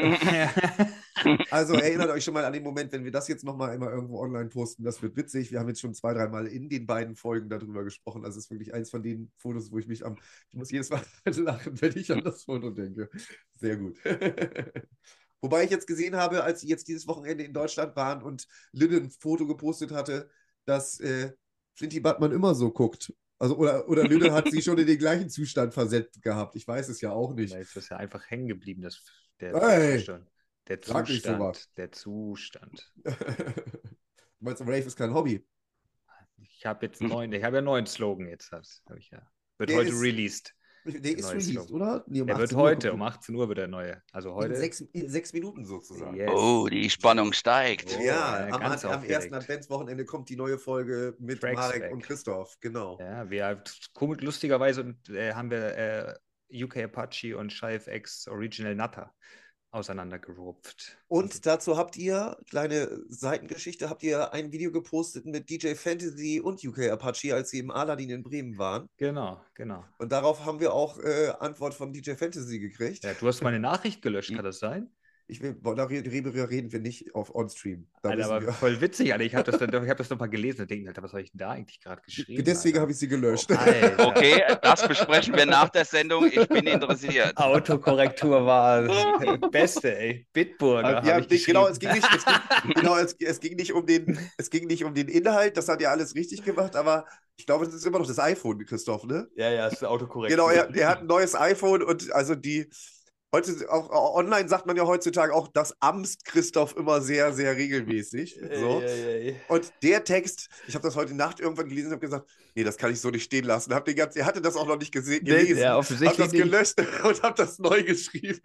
Also erinnert euch schon mal an den Moment, wenn wir das jetzt nochmal immer irgendwo online posten. Das wird witzig. Wir haben jetzt schon 2-3 Mal in den beiden Folgen darüber gesprochen. Also es ist wirklich eins von den Fotos, wo ich muss jedes Mal lachen, wenn ich an das Foto denke. Sehr gut. Wobei ich jetzt gesehen habe, als sie jetzt dieses Wochenende in Deutschland waren und Lynn ein Foto gepostet hatte, dass Flinty Bartmann immer so guckt. Also, oder Lynn hat sie schon in den gleichen Zustand versetzt gehabt. Ich weiß es ja auch nicht. Da ist das ja einfach hängen geblieben, der Hey, Zustand. Der sag nicht sowas. Zustand. Der Zustand. Du meinst, Rave ist kein Hobby? Ich habe ja einen neuen Slogan jetzt. Hab ich ja. Wird Der heute ist- released. Der ist neue released, Slogan. oder? Nee, Der wird 18 Uhr heute, kommt um 18 Uhr wird der neue. Also in heute. 6 Minuten sozusagen. Yes. Oh, die Spannung steigt. Oh, Ja, am ganz ersten aufgeregt. Adventswochenende kommt die neue Folge mit Tracks Marek back. und Christoph. Genau. Ja, lustigerweise haben wir UK Apache und Shive X Original Nutter auseinandergerupft. Und dazu habt ihr, kleine Seitengeschichte, habt ihr ein Video gepostet mit DJ Fantasy und UK Apache, als sie im Aladdin in Bremen waren. Genau. Und darauf haben wir auch Antwort von DJ Fantasy gekriegt. Ja, du hast meine Nachricht gelöscht, kann das sein? Darüber reden wir nicht auf Onstream. Da Alter, wissen aber wir. voll witzig, Alter. Ich habe das noch mal gelesen und denke, Alter, was habe ich denn da eigentlich gerade geschrieben? Deswegen Alter? habe ich sie gelöscht. Alter. Okay, das besprechen wir nach der Sendung. Ich bin interessiert. Autokorrektur war das Beste, ey. Bitburger. Ja, hab ich genau, geschrieben. es ging nicht um den Inhalt, das hat er alles richtig gemacht, aber ich glaube, das ist immer noch das iPhone, Christoph, ne? Ja, ist Autokorrektur. Genau, er hat ein neues iPhone und also heute auch online sagt man ja heutzutage auch, das amst Christoph immer sehr, sehr regelmäßig. So. Und der Text, ich habe das heute Nacht irgendwann gelesen und habe gesagt, nee, das kann ich so nicht stehen lassen. Er hatte das auch noch nicht gelesen. Ja, Habe offensichtlich das nicht. gelöscht und habe das neu geschrieben.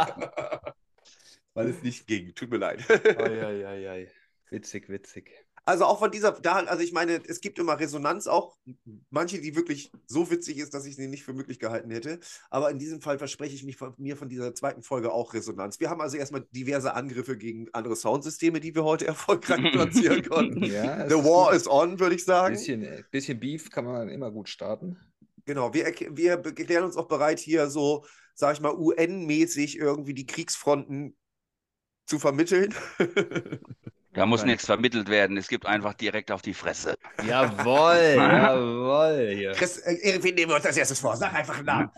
Weil es nicht ging. Tut mir leid. Ei. Witzig. Also auch von also ich meine, es gibt immer Resonanz auch, manche, die wirklich so witzig ist, dass ich sie nicht für möglich gehalten hätte. Aber in diesem Fall verspreche ich mir von dieser zweiten Folge auch Resonanz. Wir haben also erstmal diverse Angriffe gegen andere Soundsysteme, die wir heute erfolgreich platzieren konnten. Ja, The war is on, würde ich sagen. Bisschen Beef kann man immer gut starten. Genau, wir erklären uns auch bereit, hier so, sag ich mal, UN-mäßig irgendwie die Kriegsfronten zu vermitteln. Da muss nichts vermittelt werden. Es gibt einfach direkt auf die Fresse. Jawohl. Hier. Chris, wen nehmen wir uns als erstes vor? Sag einfach einen Namen.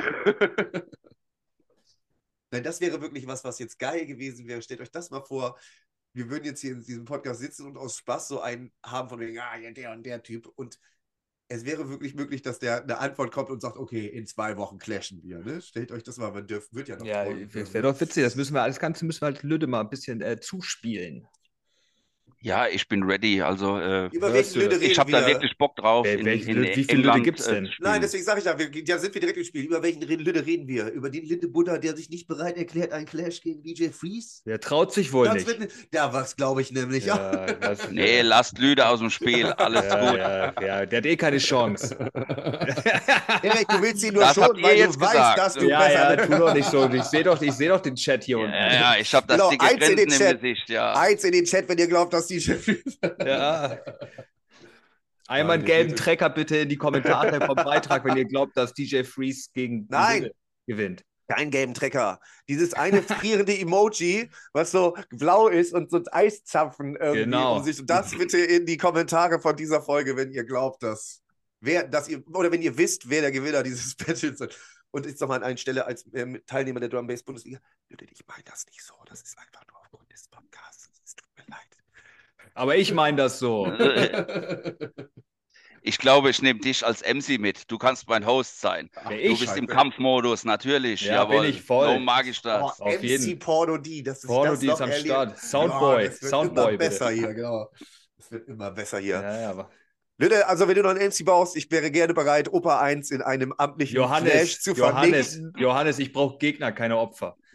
Nein, das wäre wirklich was jetzt geil gewesen wäre. Stellt euch das mal vor. Wir würden jetzt hier in diesem Podcast sitzen und aus Spaß so einen haben von wegen, ja, der und der Typ. Und es wäre wirklich möglich, dass der eine Antwort kommt und sagt, okay, in 2 Wochen clashen wir. Ne? Stellt euch das mal, wird ja noch Ja, toll. das wäre doch witzig. Das Ganze müssen wir halt Lüde mal ein bisschen zuspielen. Ja, ich bin ready. Also Über hörst welchen du Lüde das? reden ich habe da wir? wirklich Bock drauf. Wie viele Lüde England, gibt es denn? zu Nein, spielen. deswegen sage ich ja, sind wir direkt im Spiel. Über welchen Lüde reden wir? Über den Linde Buddha, der sich nicht bereit erklärt, einen Clash gegen DJ Freeze? Der traut sich wohl Das nicht. Da was glaube ich nämlich. Ja. Nee, lasst Lüde aus dem Spiel. Alles gut. Ja, der hat eh keine Chance. Erik, du willst ihn nur Das habt schon, ihr weil du jetzt weißt, gesagt. dass du Ja, besser tu doch nicht so. Ich seh doch den Chat hier unten. Ja, ich habe das Genau, dicke eins in den Grinsen Chat. im Gesicht. Ja. Eins in den Chat, wenn ihr glaubt, dass DJ Freeze. Ja. Einmal einen gelben Trecker bitte in die Kommentare vom Beitrag, wenn ihr glaubt, dass DJ Freeze gegen Nein. Lüde gewinnt. Kein gelben Trecker. Dieses eine frierende Emoji, was so blau ist und so ein Eiszapfen irgendwie Genau. um sich. Das bitte in die Kommentare von dieser Folge, wenn ihr glaubt, oder wenn ihr wisst, wer der Gewinner dieses Battles ist. Und ich sag mal an einer Stelle als Teilnehmer der Drum Bass Bundesliga, Leute, ich meine das nicht so. Das ist einfach nur aufgrund des Podcasts. Es tut mir leid. Aber ich meine das so. Ich glaube, ich nehme dich als MC mit. Du kannst mein Host sein. Wer Du ich? bist im Kampfmodus, natürlich. Ja, Jawohl. bin ich voll. So mag ich das. Oh, Auf jeden. MC Porno D, das ist Porno das D ist noch am erlebt. Start. Soundboy. Ja, das wird Soundboy, immer bitte. besser hier, genau. Das wird immer besser hier. Ja, aber Lüde, also wenn du noch einen MC baust, ich wäre gerne bereit, Opa 1 in einem amtlichen Clash zu vernichten. Johannes, ich brauche Gegner, keine Opfer.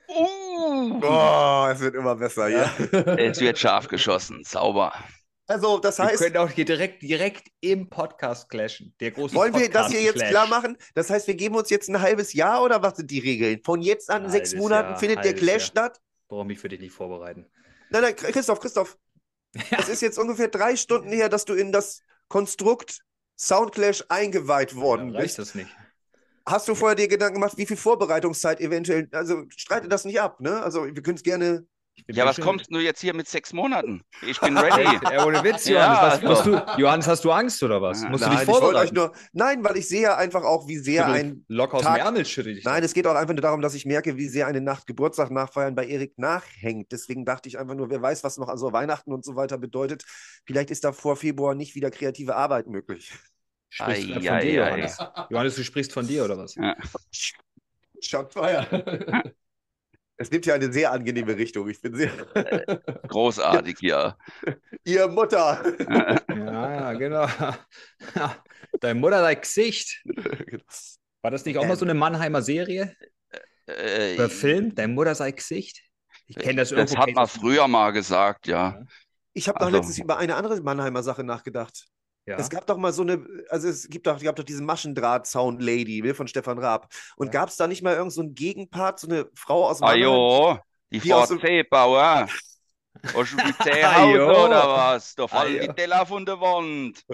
Oh, es wird immer besser hier. Es wird scharf geschossen, sauber. Also, das Wir heißt, können auch hier direkt im Podcast clashen. Der große wollen wir das hier jetzt Podcast-Clash. klar machen? Das heißt, wir geben uns jetzt ein halbes Jahr oder was sind die Regeln? Von jetzt an 6 Halbes Monaten Jahr, findet der halbes Clash Jahr. statt? Brauche mich für dich nicht vorbereiten. Nein, Christoph. Es ist jetzt ungefähr 3 Stunden her, dass du in das Konstrukt Soundclash eingeweiht worden Ja, reicht bist. das nicht? Hast du vorher dir Gedanken gemacht, wie viel Vorbereitungszeit eventuell, also streite das nicht ab, ne? Also wir können es gerne. Ja, was kommst du jetzt hier mit 6 Monaten? Ich bin ready. Ja, ohne Witz, Ja, Johannes. also. Johannes, hast du Angst oder was? Musst du dich Nein, ich wollte euch vorbereiten? nur. Nein, weil ich sehe ja einfach auch, wie sehr ein Locker aus dem Tag. Ärmel schüttel dich. Nein, es geht auch einfach nur darum, dass ich merke, wie sehr eine Nacht Geburtstag nachfeiern bei Erik nachhängt. Deswegen dachte ich einfach nur, wer weiß, was noch also Weihnachten und so weiter bedeutet. Vielleicht ist da vor Februar nicht wieder kreative Arbeit möglich. Sprichst du Ei, von dir, ei, ei. Johannes? Johannes, du sprichst von dir oder was? Ja. Shotfire. Es nimmt ja eine sehr angenehme Richtung. Ich bin sehr. Großartig, ja. Ihr Mutter. Ja, genau. Deine Mutter, dein Gesicht. War das nicht auch mal so eine Mannheimer Serie? Oder Film? Deine Mutter, sein Gesicht? Ich kenne das irgendwo. Das hat man früher mal gesagt, ja. Ich habe doch Also- letztens über eine andere Mannheimer Sache nachgedacht. Ja. Es gab doch mal so eine, also gab doch diese Maschendraht-Sound-Lady, ne, von Stefan Raab. Und Ja. gab es da nicht mal irgend so einen Gegenpart, so eine Frau aus Mannheim? Ajo, die Die aus dem- VC-Bauer. Hast du mit Ajo. Hause oder was? Da fallen Ajo. die Teller von der Wand.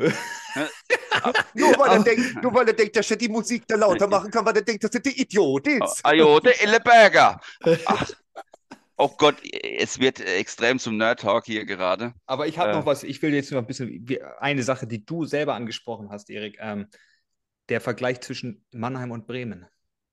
Nur weil er denkt, dass er die Musik da lauter machen kann, weil er denkt, dass er die Idiot ist. Ajo, der Elleberger. Ach, oh Gott, es wird extrem zum Nerd-Talk hier gerade. Aber ich habe noch was, ich will jetzt noch ein bisschen, eine Sache, die du selber angesprochen hast, Erik, der Vergleich zwischen Mannheim und Bremen.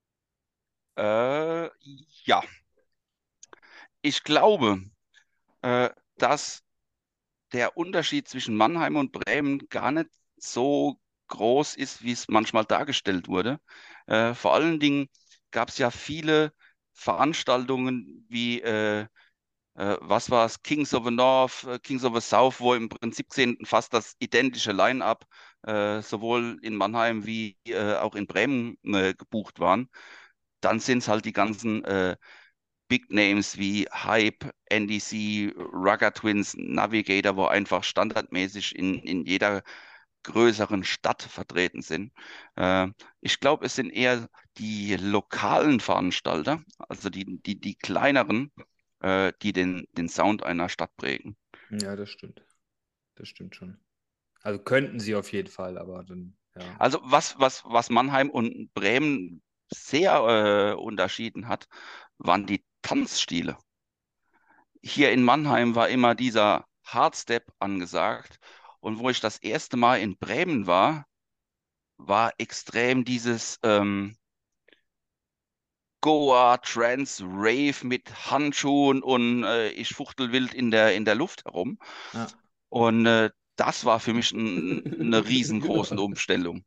Ja. Ich glaube, dass der Unterschied zwischen Mannheim und Bremen gar nicht so groß ist, wie es manchmal dargestellt wurde. Vor allen Dingen gab es ja viele Veranstaltungen wie, was war es, Kings of the North, Kings of the South, wo im Prinzip fast das identische Line-up sowohl in Mannheim wie auch in Bremen gebucht waren. Dann sind es halt die ganzen Big Names wie Hype, NDC, Rugger Twins, Navigator, wo einfach standardmäßig in jeder größeren Stadt vertreten sind. Ich glaube, es sind eher die lokalen Veranstalter, also die kleineren, die den Sound einer Stadt prägen. Ja, das stimmt. Das stimmt schon. Also könnten sie auf jeden Fall, aber dann, ja. Also was Mannheim und Bremen sehr unterschieden hat, waren die Tanzstile. Hier in Mannheim war immer dieser Hardstep angesagt. Und wo ich das erste Mal in Bremen war extrem dieses Goa, Trance, Rave mit Handschuhen und ich fuchtel wild in der Luft herum. Ja. Und das war für mich eine riesengroße Umstellung.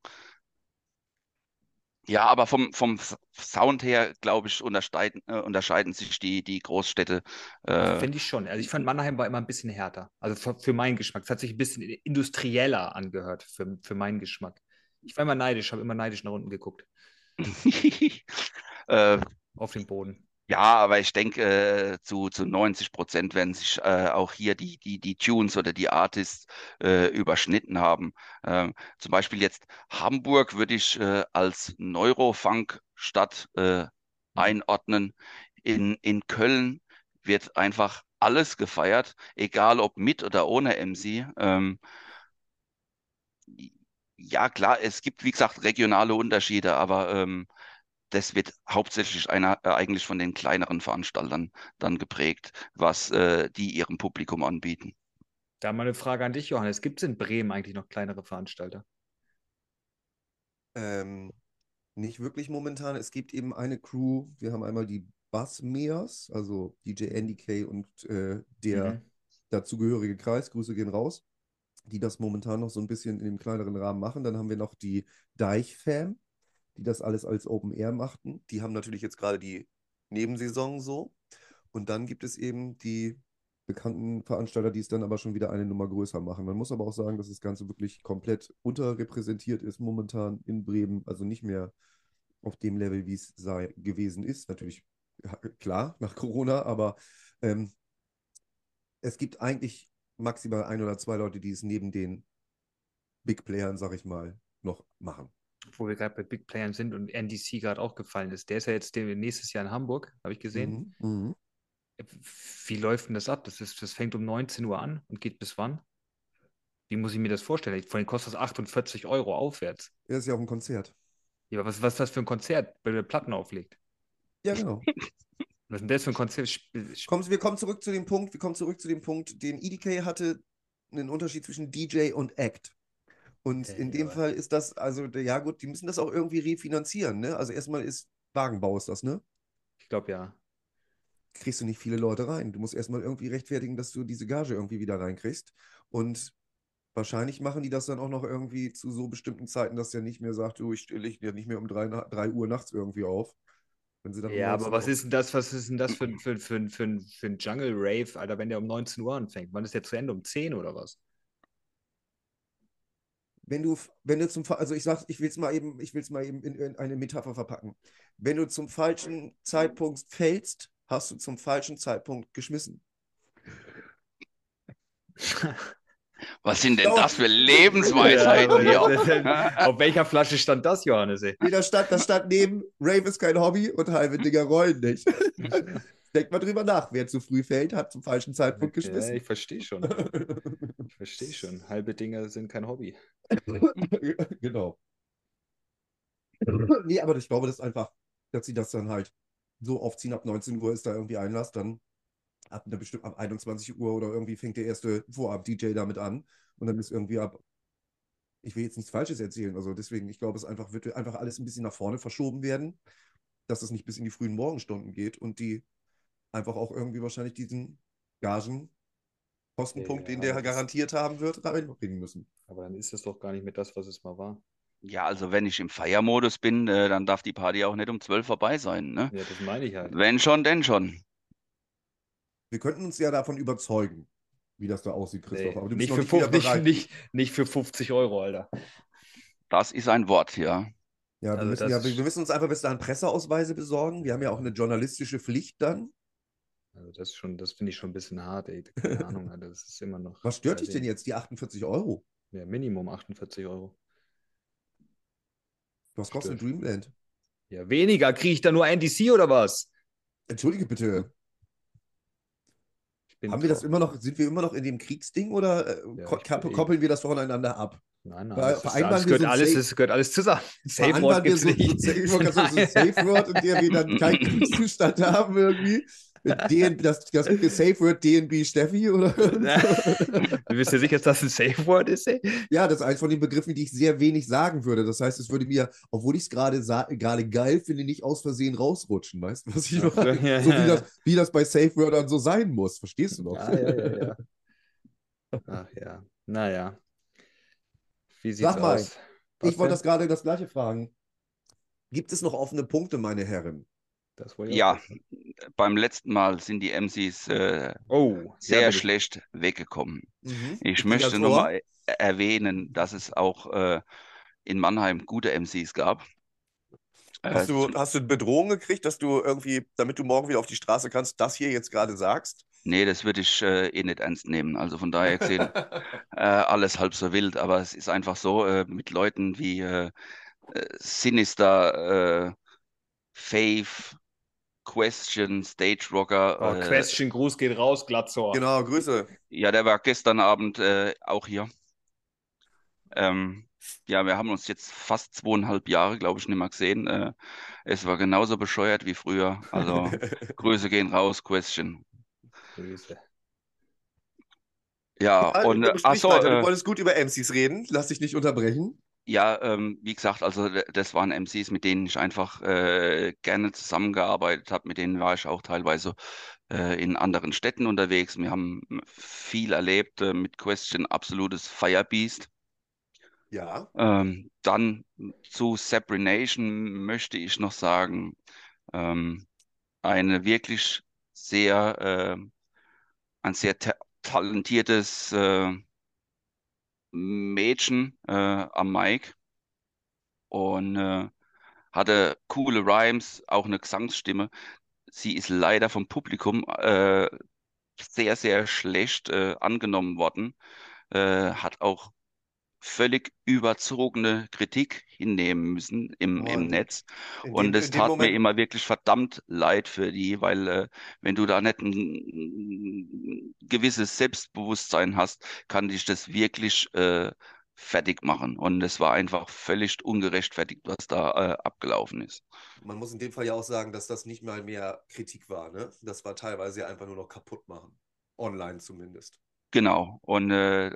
Ja, aber vom Sound her, glaube ich, unterscheiden sich die Großstädte. Finde ich schon. Also ich fand Mannheim war immer ein bisschen härter. Also für meinen Geschmack. Es hat sich ein bisschen industrieller angehört für meinen Geschmack. Ich war immer neidisch, habe immer neidisch nach unten geguckt. Auf den Boden. Ja, aber ich denke, zu 90% werden sich auch hier die Tunes oder die Artists überschnitten haben. Zum Beispiel jetzt Hamburg würde ich als Neurofunk-Stadt einordnen. In Köln wird einfach alles gefeiert, egal ob mit oder ohne MC. Ja, klar, es gibt, wie gesagt, regionale Unterschiede, aber das wird hauptsächlich eigentlich von den kleineren Veranstaltern dann geprägt, was die ihrem Publikum anbieten. Da mal eine Frage an dich, Johannes. Gibt es in Bremen eigentlich noch kleinere Veranstalter? Nicht wirklich momentan. Es gibt eben eine Crew. Wir haben einmal die Bassmeers, also DJ Andy K und der dazugehörige Kreis. Grüße gehen raus, die das momentan noch so ein bisschen in dem kleineren Rahmen machen. Dann haben wir noch die Deichfam, die das alles als Open Air machten. Die haben natürlich jetzt gerade die Nebensaison so. Und dann gibt es eben die bekannten Veranstalter, die es dann aber schon wieder eine Nummer größer machen. Man muss aber auch sagen, dass das Ganze wirklich komplett unterrepräsentiert ist momentan in Bremen. Also nicht mehr auf dem Level, wie es gewesen ist. Natürlich ja, klar, nach Corona, aber ähm, es gibt eigentlich maximal ein oder zwei Leute, die es neben den Big Playern, sag ich mal, noch machen. Wo wir gerade bei Big Playern sind und NDC gerade auch gefallen ist. Der ist ja jetzt nächstes Jahr in Hamburg, habe ich gesehen. Mhm. Mhm. Wie läuft denn das ab? Das fängt um 19 Uhr an und geht bis wann? Wie muss ich mir das vorstellen? Vor allem kostet das 48 Euro aufwärts. Das ist ja auch ein Konzert. Ja, aber was ist das für ein Konzert, wenn der Platten auflegt? Ja, genau. Was ist denn das für ein Konzert? Wir kommen zurück zu dem Punkt, den EDK hatte einen Unterschied zwischen DJ und Act. Und in dem Ja, Fall ist das, also, ja gut, die müssen das auch irgendwie refinanzieren, ne? Also erstmal ist Wagenbau ist das, ne? ich glaube ja. Kriegst du nicht viele Leute rein. Du musst erstmal irgendwie rechtfertigen, dass du diese Gage irgendwie wieder reinkriegst. Und wahrscheinlich machen die das dann auch noch irgendwie zu so bestimmten Zeiten, dass der nicht mehr sagt, du, ich stelle dich ja nicht mehr um 3 Uhr nachts irgendwie auf. Wenn sie dann um Ja, aber 19 Uhr. was ist denn das für ein Jungle Rave, Alter, wenn der um 19 Uhr anfängt? Wann ist der zu Ende? Um 10 oder was? Wenn du also ich will es mal eben in eine Metapher verpacken. Wenn du zum falschen Zeitpunkt fällst, hast du zum falschen Zeitpunkt geschmissen. Was sind denn Dauer- das für Lebensweisheiten hier? Auf welcher Flasche stand das, Johannes? Ey? Nee, das stand neben Rave ist kein Hobby und halbe Dinger rollen nicht. Denkt mal drüber nach. Wer zu früh fällt, hat zum falschen Zeitpunkt Ja, geschmissen. ich verstehe schon. Ich verstehe schon. Halbe Dinge sind kein Hobby. Genau. Nee, aber ich glaube, das ist einfach, dass sie das dann halt so aufziehen. Ab 19 Uhr ist da irgendwie Einlass, dann ab 21 Uhr oder irgendwie fängt der erste Vorab-DJ damit an. Und dann ist irgendwie ich will jetzt nichts Falsches erzählen, also deswegen, ich glaube, wird einfach alles ein bisschen nach vorne verschoben werden, dass es nicht bis in die frühen Morgenstunden geht und die einfach auch irgendwie wahrscheinlich diesen Gagen-Kostenpunkt, den Ja, der garantiert haben wird, reinbringen müssen. aber dann ist es doch gar nicht mehr das, was es mal war. Ja, also wenn ich im Feiermodus bin, dann darf die Party auch nicht um 12 vorbei sein, ne? Ja, das meine ich halt. Wenn schon, denn schon. Wir könnten uns ja davon überzeugen, wie das da aussieht, Christoph, aber du bist noch nicht wieder bereit. Nicht für 50 Euro, Alter. Das ist ein Wort, ja. Ja, Also wir müssen uns einfach bis dahin Presseausweise besorgen. Wir haben ja auch eine journalistische Pflicht dann. Also das finde ich schon ein bisschen hart, ey. Keine Ahnung, Alter. Das ist immer noch. Was stört weiß dich denn ich jetzt, die 48 Euro? nicht. Ja, Minimum 48 Euro. Was kostet eine Stört. Dreamland? Ja, weniger. Kriege ich da nur NDC oder was? Entschuldige bitte. Ich bin Haben wir das trau- immer noch, sind wir immer noch in dem Kriegsding oder Ja, koppeln wir das voneinander ab? Nein, Vereinbaren wir so ein es gehört alles zusammen. Safe Word vereinbaren wir gibt's so nicht. ein Safe Word, in der wir dann keinen Kriegszustand haben irgendwie? Das Safe Word DNB Steffi oder so? Du bist dir sicher, dass das ein Safe Word ist, ey? Ja, das ist eins von den Begriffen, die ich sehr wenig sagen würde. Das heißt, es würde mir, obwohl ich es gerade geil finde, nicht aus Versehen rausrutschen. Weißt du, was ich Ach so, meine? ja, So ja. wie das bei Safe Wordern so sein muss. Verstehst du noch? Ja. Ach ja. Naja. Wie sieht's Sag mal, aus? Was ich wollte denn? das Gleiche fragen. Gibt es noch offene Punkte, meine Herren? Das wollte ich auch Ja, wissen. beim letzten Mal sind die MCs Oh, da sehr bin ich. schlecht weggekommen. Mhm. Ich Ich ziehe das möchte nur Ohr. mal erwähnen, dass es auch in Mannheim gute MCs gab. Zum, Hast du Bedrohung gekriegt, dass du irgendwie, damit du morgen wieder auf die Straße kannst, das hier jetzt gerade sagst? nee, das würde ich eh nicht ernst nehmen. Also von daher gesehen, alles halb so wild. Aber es ist einfach so, mit Leuten wie Sinister, Faith, Question, Stage Oh, Rocker. Question, Gruß geht raus, Glatzohr. Genau, Grüße. Ja, der war gestern Abend auch hier. Ja, wir haben uns jetzt fast 2,5 Jahre, glaube ich, nicht mehr gesehen. Es war genauso bescheuert wie früher. Also Grüße gehen raus, Question. Grüße. Ja, und ach Sprich so, weiter, du wolltest gut über MCs reden, lass dich nicht unterbrechen. ja, wie gesagt, also das waren MCs, mit denen ich einfach gerne zusammengearbeitet habe. Mit denen war ich auch teilweise in anderen Städten unterwegs. Wir haben viel erlebt mit Question, absolutes Firebeast. Ja. Dann zu Sabrina Nation möchte ich noch sagen, ähm, eine wirklich ein sehr talentiertes Mädchen am Mic und hatte coole Rhymes, auch eine Gesangsstimme. sie ist leider vom Publikum sehr, sehr schlecht angenommen worden, hat auch völlig überzogene Kritik hinnehmen müssen im Und Netz. in Und dem, es in dem tat mir Moment, immer wirklich verdammt leid für die, weil wenn du da nicht ein gewisses Selbstbewusstsein hast, kann dich das wirklich fertig machen. Und es war einfach völlig ungerechtfertigt, was da abgelaufen ist. man muss in dem Fall ja auch sagen, dass das nicht mal mehr Kritik war, ne? Das war teilweise ja einfach nur noch kaputt machen. Online zumindest. Genau. Und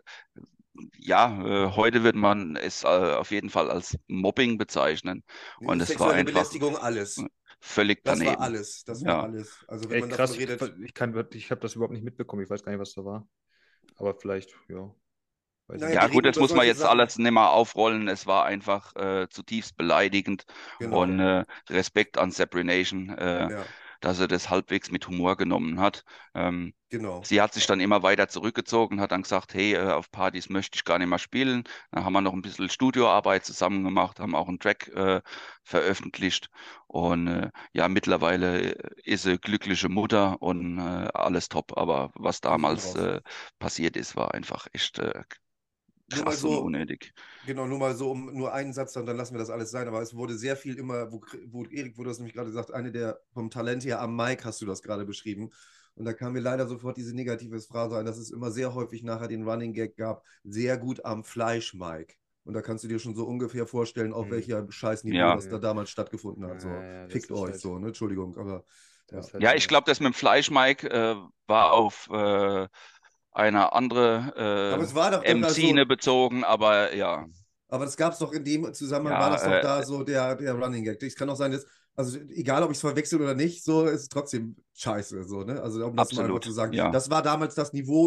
ja, heute wird man es auf jeden Fall als Mobbing bezeichnen. Und es war Sexuelle einfach Belästigung, alles. völlig Das war daneben. alles. Das war Ja. alles. Also wenn Ey, man davon krass, redet, ich habe das überhaupt nicht mitbekommen. Ich weiß gar nicht, was da war. Aber vielleicht, ja, weiß ich naja, wir Ja, nicht. gut, reden das über muss man solche jetzt Sachen. alles nicht mehr aufrollen. Es war einfach zutiefst beleidigend Genau. und Respekt an Sabrina Nation, Ja, dass er das halbwegs mit Humor genommen hat. Ähm, genau. sie hat sich dann immer weiter zurückgezogen, hat dann gesagt, hey, auf Partys möchte ich gar nicht mehr spielen. Dann haben wir noch ein bisschen Studioarbeit zusammen gemacht, haben auch einen Track veröffentlicht und ja, mittlerweile ist sie glückliche Mutter und alles top. Aber was Grüße gehen damals raus. passiert ist, war einfach echt Nur mal krass und so, unnötig. genau, nur mal so, um nur einen Satz, dann lassen wir das alles sein. Aber es wurde sehr viel immer, wo Erik, wo du das nämlich gerade gesagt, eine der vom Talent her am Mic hast du das gerade beschrieben. Und da kam mir leider sofort diese negative Phrase ein, dass es immer sehr häufig nachher den Running Gag gab, sehr gut am Fleisch, Mike. Und da kannst du dir schon so ungefähr vorstellen, auf Hm. welcher Scheißniveau Ja, das da damals stattgefunden hat. Ja, So, ja, das fickt ist euch halt, so, ne? Entschuldigung, aber das ja. ist halt ja, ich so. glaube, das mit dem Fleisch, Mike, war auf eine Aber andere es war doch MC-Ne also, bezogen, aber ja, aber das gab es doch in dem Zusammenhang, war ja, das doch da so der Running Gag. Es kann auch sein, dass, also egal ob ich es verwechsel oder nicht, so ist es trotzdem scheiße, so, ne? Also um das mal einfach zu absolut, sagen. ja. Das war damals das Niveau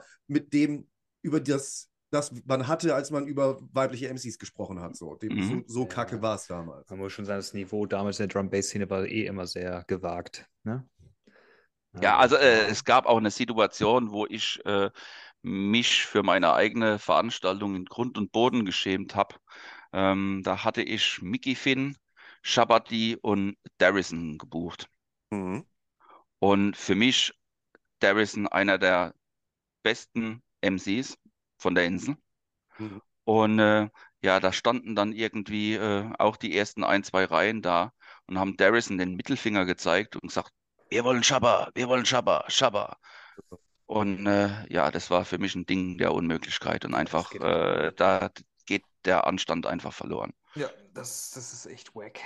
über das man hatte, als man über weibliche MCs gesprochen hat. So, Mhm. so kacke Ja, war es damals. man muss schon sagen, das Niveau damals in der Drum-Bass-Szene war eh immer sehr gewagt. Ne? Ja, Also, also es gab auch eine Situation, wo ich mich für meine eigene Veranstaltung in Grund und Boden geschämt habe. Da hatte ich Mickey Finn, Shabadi und Darrison gebucht. Mhm. Und für mich Darrison einer der besten MCs von der Insel. Mhm. Und ja, da standen dann irgendwie auch die ersten ein, zwei Reihen da und haben Darrison den Mittelfinger gezeigt und gesagt, wir wollen Shabba, Shabba. Und ja, das war für mich ein Ding der Unmöglichkeit und ja, das einfach, geht echt gar nicht. da geht der Anstand einfach verloren. Ja, das ist echt wack.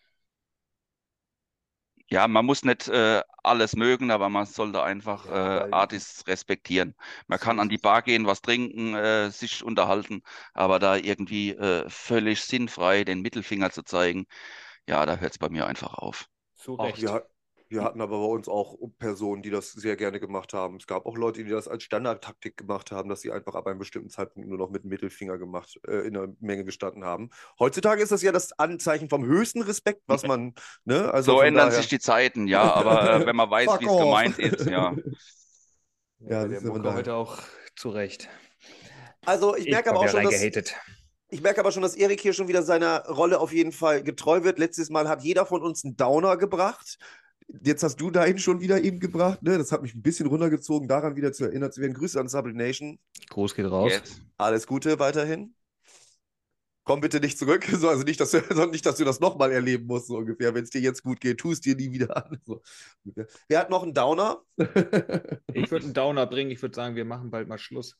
Ja, man muss nicht alles mögen, aber man sollte einfach Ja, weil Artists respektieren. Man so kann an ist die es. Bar gehen, was trinken, sich unterhalten, aber da irgendwie völlig sinnfrei den Mittelfinger zu zeigen, ja, da hört es bei mir einfach auf. Zu Ach, Recht. wir hatten aber bei uns auch Personen, die das sehr gerne gemacht haben. Es gab auch Leute, die das als Standardtaktik gemacht haben, dass sie einfach ab einem bestimmten Zeitpunkt nur noch mit dem Mittelfinger in der Menge gestanden haben. Heutzutage ist das ja das Anzeichen vom höchsten Respekt, was man, ne? Also So von ändern sich daher. die Zeiten, ja, aber wenn man weiß, Fuck wie es off! gemeint ist, ja. Ja, Ja, bei der siehst du, von Mucke daher. heute auch zu Recht. Also ich Ich merke war aber auch wieder schon, reingehatet. dass Erik hier schon wieder seiner Rolle auf jeden Fall getreu wird. Letztes Mal hat jeder von uns einen Downer gebracht. Jetzt hast du dahin schon wieder eben gebracht. Ne? Das hat mich ein bisschen runtergezogen, daran wieder zu erinnert zu werden. Grüße an Sublination. Groß geht raus. Yes. Alles Gute weiterhin. Komm bitte nicht zurück. So, also nicht, dass du das nochmal erleben musst, so ungefähr. Wenn es dir jetzt gut geht, tu es dir nie wieder an. So. Wer hat noch einen Downer? Ich würde einen Downer bringen. Ich würde sagen, wir machen bald mal Schluss.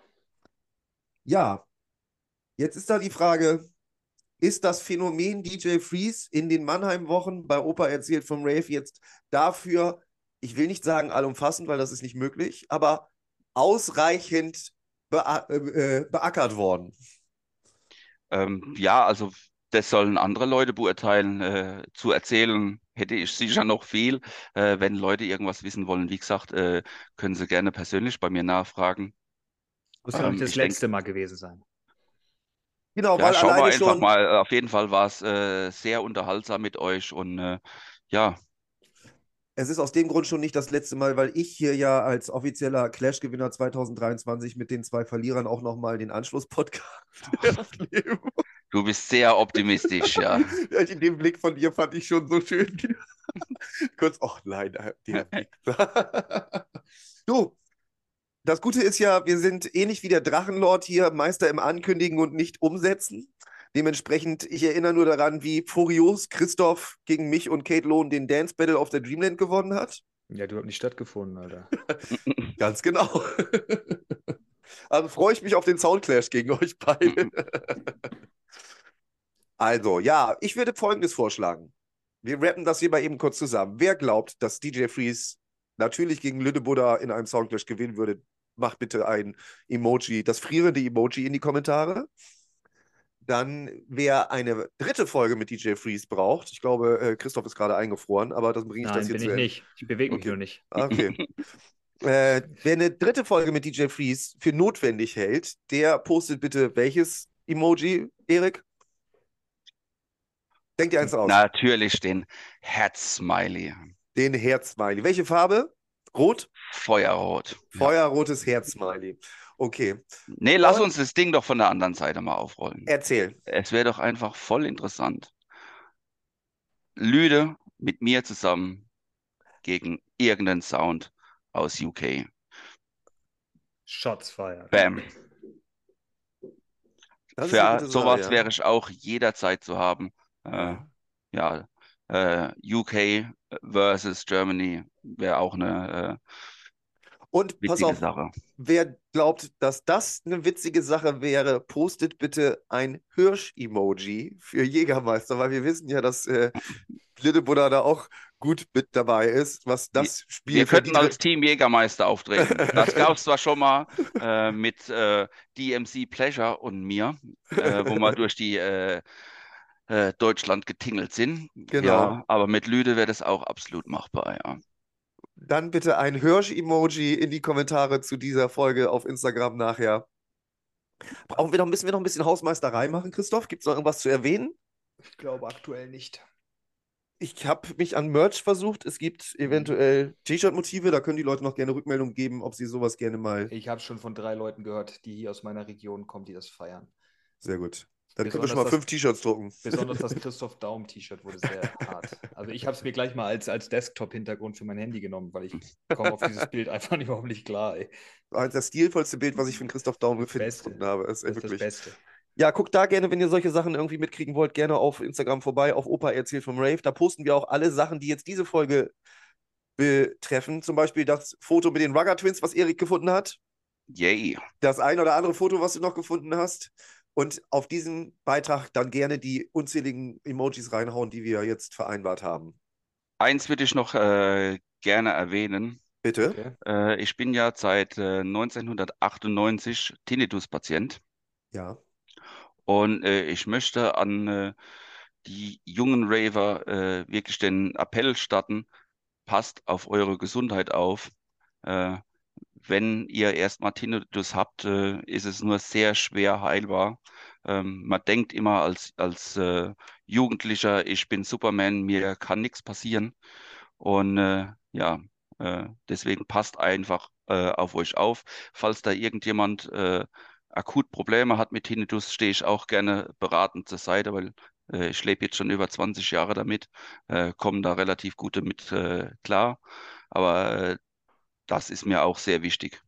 Ja, jetzt ist da die Frage, ist das Phänomen DJ Freeze in den Mannheim-Wochen bei Opa erzählt vom Rave jetzt dafür, ich will nicht sagen allumfassend, weil das ist nicht möglich, aber ausreichend beackert worden? Ja, also das sollen andere Leute beurteilen. Zu erzählen hätte ich sicher noch viel. Wenn Leute irgendwas wissen wollen, wie gesagt, können sie gerne persönlich bei mir nachfragen. Muss ja auch nicht das Ich denke, letzte Mal gewesen sein. Genau, ja, weil schauen wir alleine einfach schon, mal. Auf jeden Fall war es sehr unterhaltsam mit euch und ja, es ist aus dem Grund schon nicht das letzte Mal, weil ich hier ja als offizieller Clash-Gewinner 2023 mit den zwei Verlierern auch nochmal den Anschluss-Podcast aufnehme. du bist sehr optimistisch, ja. In dem Blick von dir fand ich schon so schön. Kurz, nein, der Du, das Gute ist ja, wir sind ähnlich wie der Drachenlord hier, Meister im Ankündigen und nicht umsetzen. Dementsprechend, ich erinnere nur daran, wie furios Christoph gegen mich und Kate Lohn den Dance Battle auf der Dreamland gewonnen hat. Ja, du hast nicht stattgefunden, Alter. Ganz genau. Also freue ich mich auf den Soundclash gegen euch beide. Also, ja, ich würde Folgendes vorschlagen. Wir rappen das hier mal eben kurz zusammen. Wer glaubt, dass DJ Freeze natürlich gegen Lüdebuddha in einem Soundclash gewinnen würde, macht bitte ein Emoji, das frierende Emoji in die Kommentare. Dann, wer eine dritte Folge mit DJ Freeze braucht, ich glaube, Christoph ist gerade eingefroren, aber das bringe ich das Nein, jetzt bin ich nicht. Ich bewege mich nur nicht. Okay. Wer eine dritte Folge mit DJ Freeze für notwendig hält, der postet bitte welches Emoji, Erik? Denk dir eins aus. Natürlich den Herz-Smiley. Den Herz-Smiley. Welche Farbe? Rot? Feuerrot. Feuerrotes Herz-Smiley. Okay. Nee, lass uns das Ding doch von der anderen Seite mal aufrollen. Erzähl. Es wäre doch einfach voll interessant. Lüde mit mir zusammen gegen irgendeinen Sound aus UK. Shots fired. Bam. Das ist eine Für gute sowas Sache, ja. wäre ich auch jederzeit zu haben. UK versus Germany wäre auch eine Und pass witzige auf, Sache. wer glaubt, dass das eine witzige Sache wäre, postet bitte ein Hirsch-Emoji für Jägermeister, weil wir wissen ja, dass Lüdebuddha da auch gut mit dabei ist, was das Spiel Wir könnten verdient. als Team Jägermeister auftreten. Das gab es zwar schon mal mit DMC Pleasure und mir, wo wir durch die Deutschland getingelt sind. Genau. Ja, aber mit Lüde wäre das auch absolut machbar, ja. Dann bitte ein Hirsch-Emoji in die Kommentare zu dieser Folge auf Instagram nachher. Müssen wir noch ein bisschen Hausmeisterei machen, Christoph? Gibt es noch irgendwas zu erwähnen? Ich glaube aktuell nicht. Ich habe mich an Merch versucht. Es gibt eventuell T-Shirt-Motive. Da können die Leute noch gerne Rückmeldung geben, ob sie sowas gerne mal. Ich habe schon von 3 Leuten gehört, die hier aus meiner Region kommen, die das feiern. Sehr gut. Dann können wir Besonders schon mal das- 5 T-Shirts drucken. Besonders das Christoph Daum-T-Shirt wurde sehr hart. Also ich habe es mir gleich mal als Desktop-Hintergrund für mein Handy genommen, weil ich komme auf dieses Bild einfach überhaupt nicht klar. Ey. Das stilvollste Bild, was ich von Christoph Daum Beste. gefunden habe. Ist Das ist das wirklich. Beste. Ja, guckt da gerne, wenn ihr solche Sachen irgendwie mitkriegen wollt, gerne auf Instagram vorbei, auf Opa erzählt vom Rave. Da posten wir auch alle Sachen, die jetzt diese Folge betreffen. Zum Beispiel das Foto mit den Rugger Twins, was Erik gefunden hat. Yay. Das ein oder andere Foto, was du noch gefunden hast. Und auf diesen Beitrag dann gerne die unzähligen Emojis reinhauen, die wir jetzt vereinbart haben. Eins würde ich noch gerne erwähnen. Bitte? Okay. Ich bin ja seit 1998 Tinnitus-Patient. Ja. Und ich möchte an die jungen Raver wirklich den Appell starten, passt auf eure Gesundheit auf. Wenn ihr erstmal Tinnitus habt, ist es nur sehr schwer heilbar. Man denkt immer als Jugendlicher, ich bin Superman, mir kann nichts passieren. Und deswegen passt einfach auf euch auf. Falls da irgendjemand akut Probleme hat mit Tinnitus, stehe ich auch gerne beratend zur Seite, weil ich lebe jetzt schon über 20 Jahre damit, komme da relativ gut damit klar. Aber das ist mir auch sehr wichtig.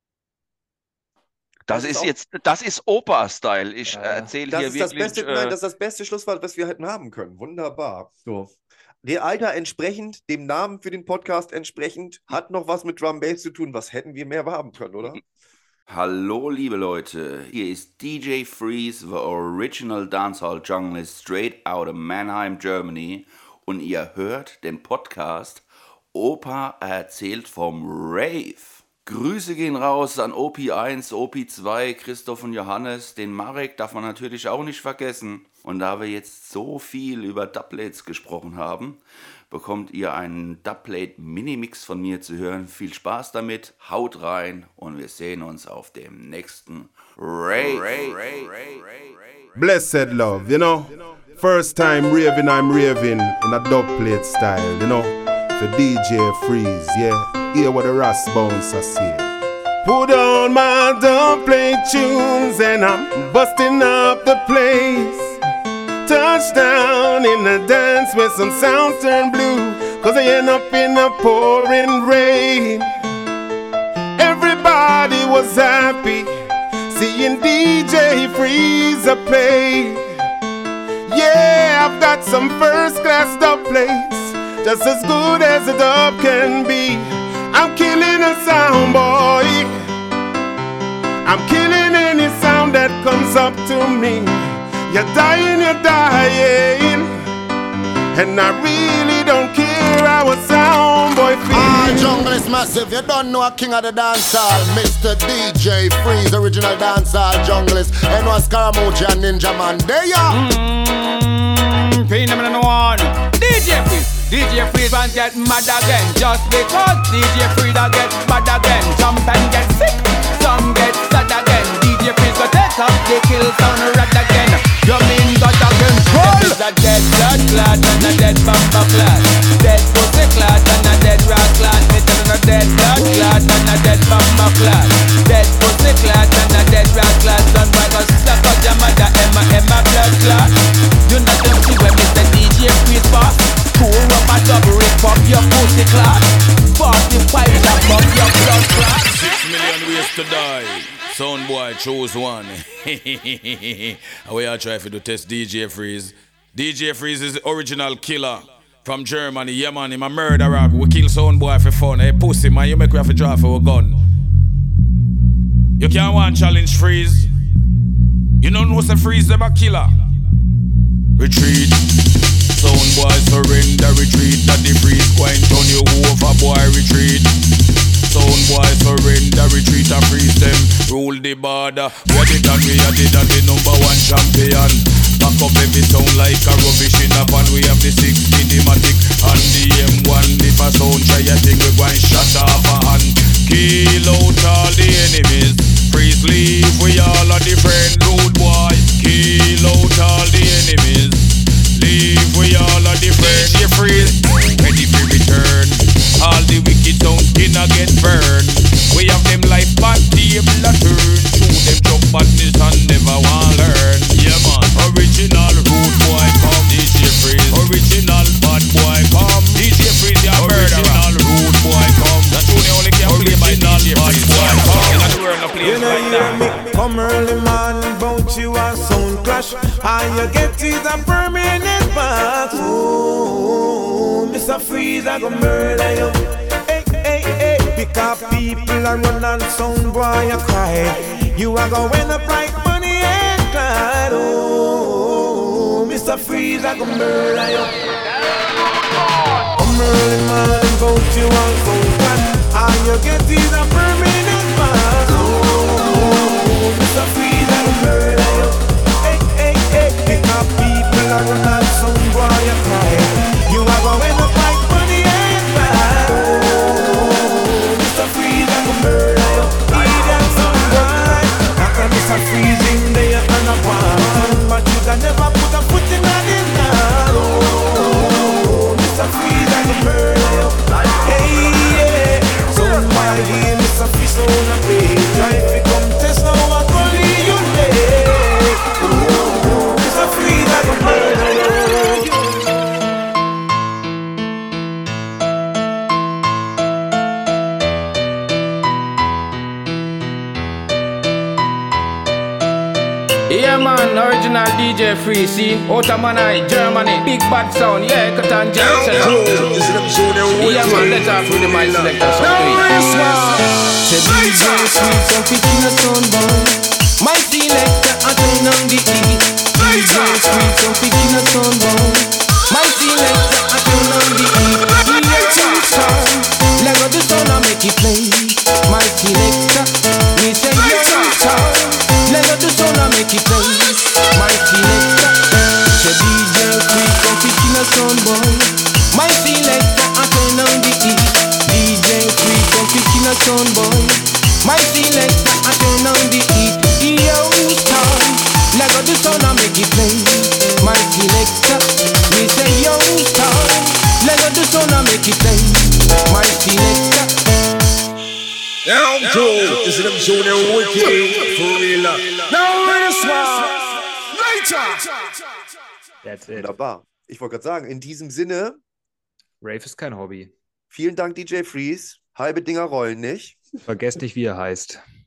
Das ist Opa-Style. Ich erzähle Das hier ist das wirklich. beste, nein, das ist das beste Schlusswort, was wir hätten haben können. Wunderbar. So. Der Alter entsprechend, dem Namen für den Podcast entsprechend, hat noch was mit Drum Bass zu tun. Was hätten wir mehr haben können, oder? Hallo liebe Leute, hier ist DJ Freeze, the original dancehall junglist straight out of Mannheim, Germany und ihr hört den Podcast Opa erzählt vom Rave. Grüße gehen raus an OP1, OP2, Christoph und Johannes, den Marek darf man natürlich auch nicht vergessen. Und da wir jetzt so viel über Dubplates gesprochen haben, bekommt ihr einen Dubplate Minimix von mir zu hören. Viel Spaß damit, haut rein und wir sehen uns auf dem nächsten Rave. Blessed love, you know. First time raving, I'm raving in a dubplate style, you know. For DJ Freeze, yeah. Hear what the Ras Bouncer say. Put on my dubplate tunes and I'm busting up the place. Touchdown in the dance with some sound turn blue. 'cause I end up in a pouring rain. Everybody was happy seeing DJ Freeze play. Yeah, I've got some first class dub plates, just as good as a dub can be. I'm killing a sound, boy. I'm killing any sound that comes up to me. You're dying, and I really don't care how a sound boy feels. Jungle is massive, you don't know a king of the dancehall. Mr. DJ Freeze, original dancehall junglist. And was Scaramucci and Ninja Man. There you are. Phenomenon one. DJ Freeze. DJ Freeze and get mad again. Just because DJ Freeze get mad again. Some and get sick, some get sad again. DJ Freeze go take up the kill sound rat again. You mean got a control? It's a dead blood clot and a dead bumper clot. Dead pussy clot and a dead rock clot. It's a dead blood clot and a dead bumper clot. Dead pussy clot and a dead rock clot. Done by a suck out your mother, Emma blood clot. You not them see when Mr. DJ Freeze boss. Pour up a double rip up your pussy clot. 45 up up your blood clot. 6 million ways to die. Sound boy, choose one. We are trying to test DJ Freeze. DJ Freeze is the original killer from Germany. Yeah, man, him a murderer. We kill sound boy for fun. Hey, pussy, man, you make we have to draw for a gun. You can't want challenge Freeze. You don't know what's a Freeze, them a killer. Retreat. Sound boy, surrender, retreat. That the Freeze going turn you over, boy, retreat. Sound boy, surrender, retreat and freeze them. Rule the border. We are the number one champion. Back up every sound like a rubbish in a pan. We have the 6 Kinematic and the M1. If a sound try a thing, we go and shut off a hand. Kill out all the enemies. Freeze leave, we all are the friend. Rude boy, kill out all the enemies. Leave, we all are the friend. You freeze, ready for return. All the wicked sounds gonna get burned. We have them life bad table a turn. Show them job badness and never want learn. Yeah man, original rude boy come. DJ Freeze, original bad boy come. DJ Freeze, ya murderer. Original rude boy come. That's only can play by DJ Freeze. Bad boy come. In the world of place right now. Come early morning, bout you a sound clash. All you get is a permanent back. Ooh, Mr. Freeze, I go murder you. Hey, hey, hey. Pick up people and run on sound boy, you cry. You are go end up like money and Clyde. Oh, Mr. Freeze, I go murder you. Come early morning, bout you a sound clash. All you get is a permanent back. Oh, Mr. Freeze, I go murder you. Hey, hey, hey. Pick up people and run on sound boy, you cry. You are go end up like money and Clyde. Oh, Mr. Freeze, I go murder you. Idiot sound boy. After Mr. Freeze in there and a one, but you can never put a foot in a dinner. Oh, Mr. Freeze, I go murder you. Hey, yeah. So why here, Mr. Freeze on a page? Try to come test now, I go leave you there. Oh, Mr. Freeze, I go murder you. Yeah man, original DJ Freeze, see, Otamanai, Germany, big bad sound, yeah, Cotton Jackson. Yeah man, let off with the mic selector, so Say DJ Freeze, some picking a sound boy. My selector, I turn on the E. DJ Freeze, some picking a sound boy. My selector, I turn on the E. Reaction sound, let go the sound and make it play. My selector, me say young sound, let go the sound and make it play. My selector, say DJ Freeze, some picking a sound boy. My selector, I turn on the E. DJ Freeze, some picking a sound boy. My selector, I turn on the E. Yo, sound, let go the sound and make it play. My selector, me say yo, sound, let go the sound and make it play. My selector. Now, Joe, is it them show them wicked for real? Now, this one, later. That's it. Wunderbar. Ich wollte gerade sagen, in diesem Sinne, Rave ist kein Hobby. Vielen Dank, DJ Freeze. Halbe Dinger rollen nicht. Vergesst nicht, wie er heißt.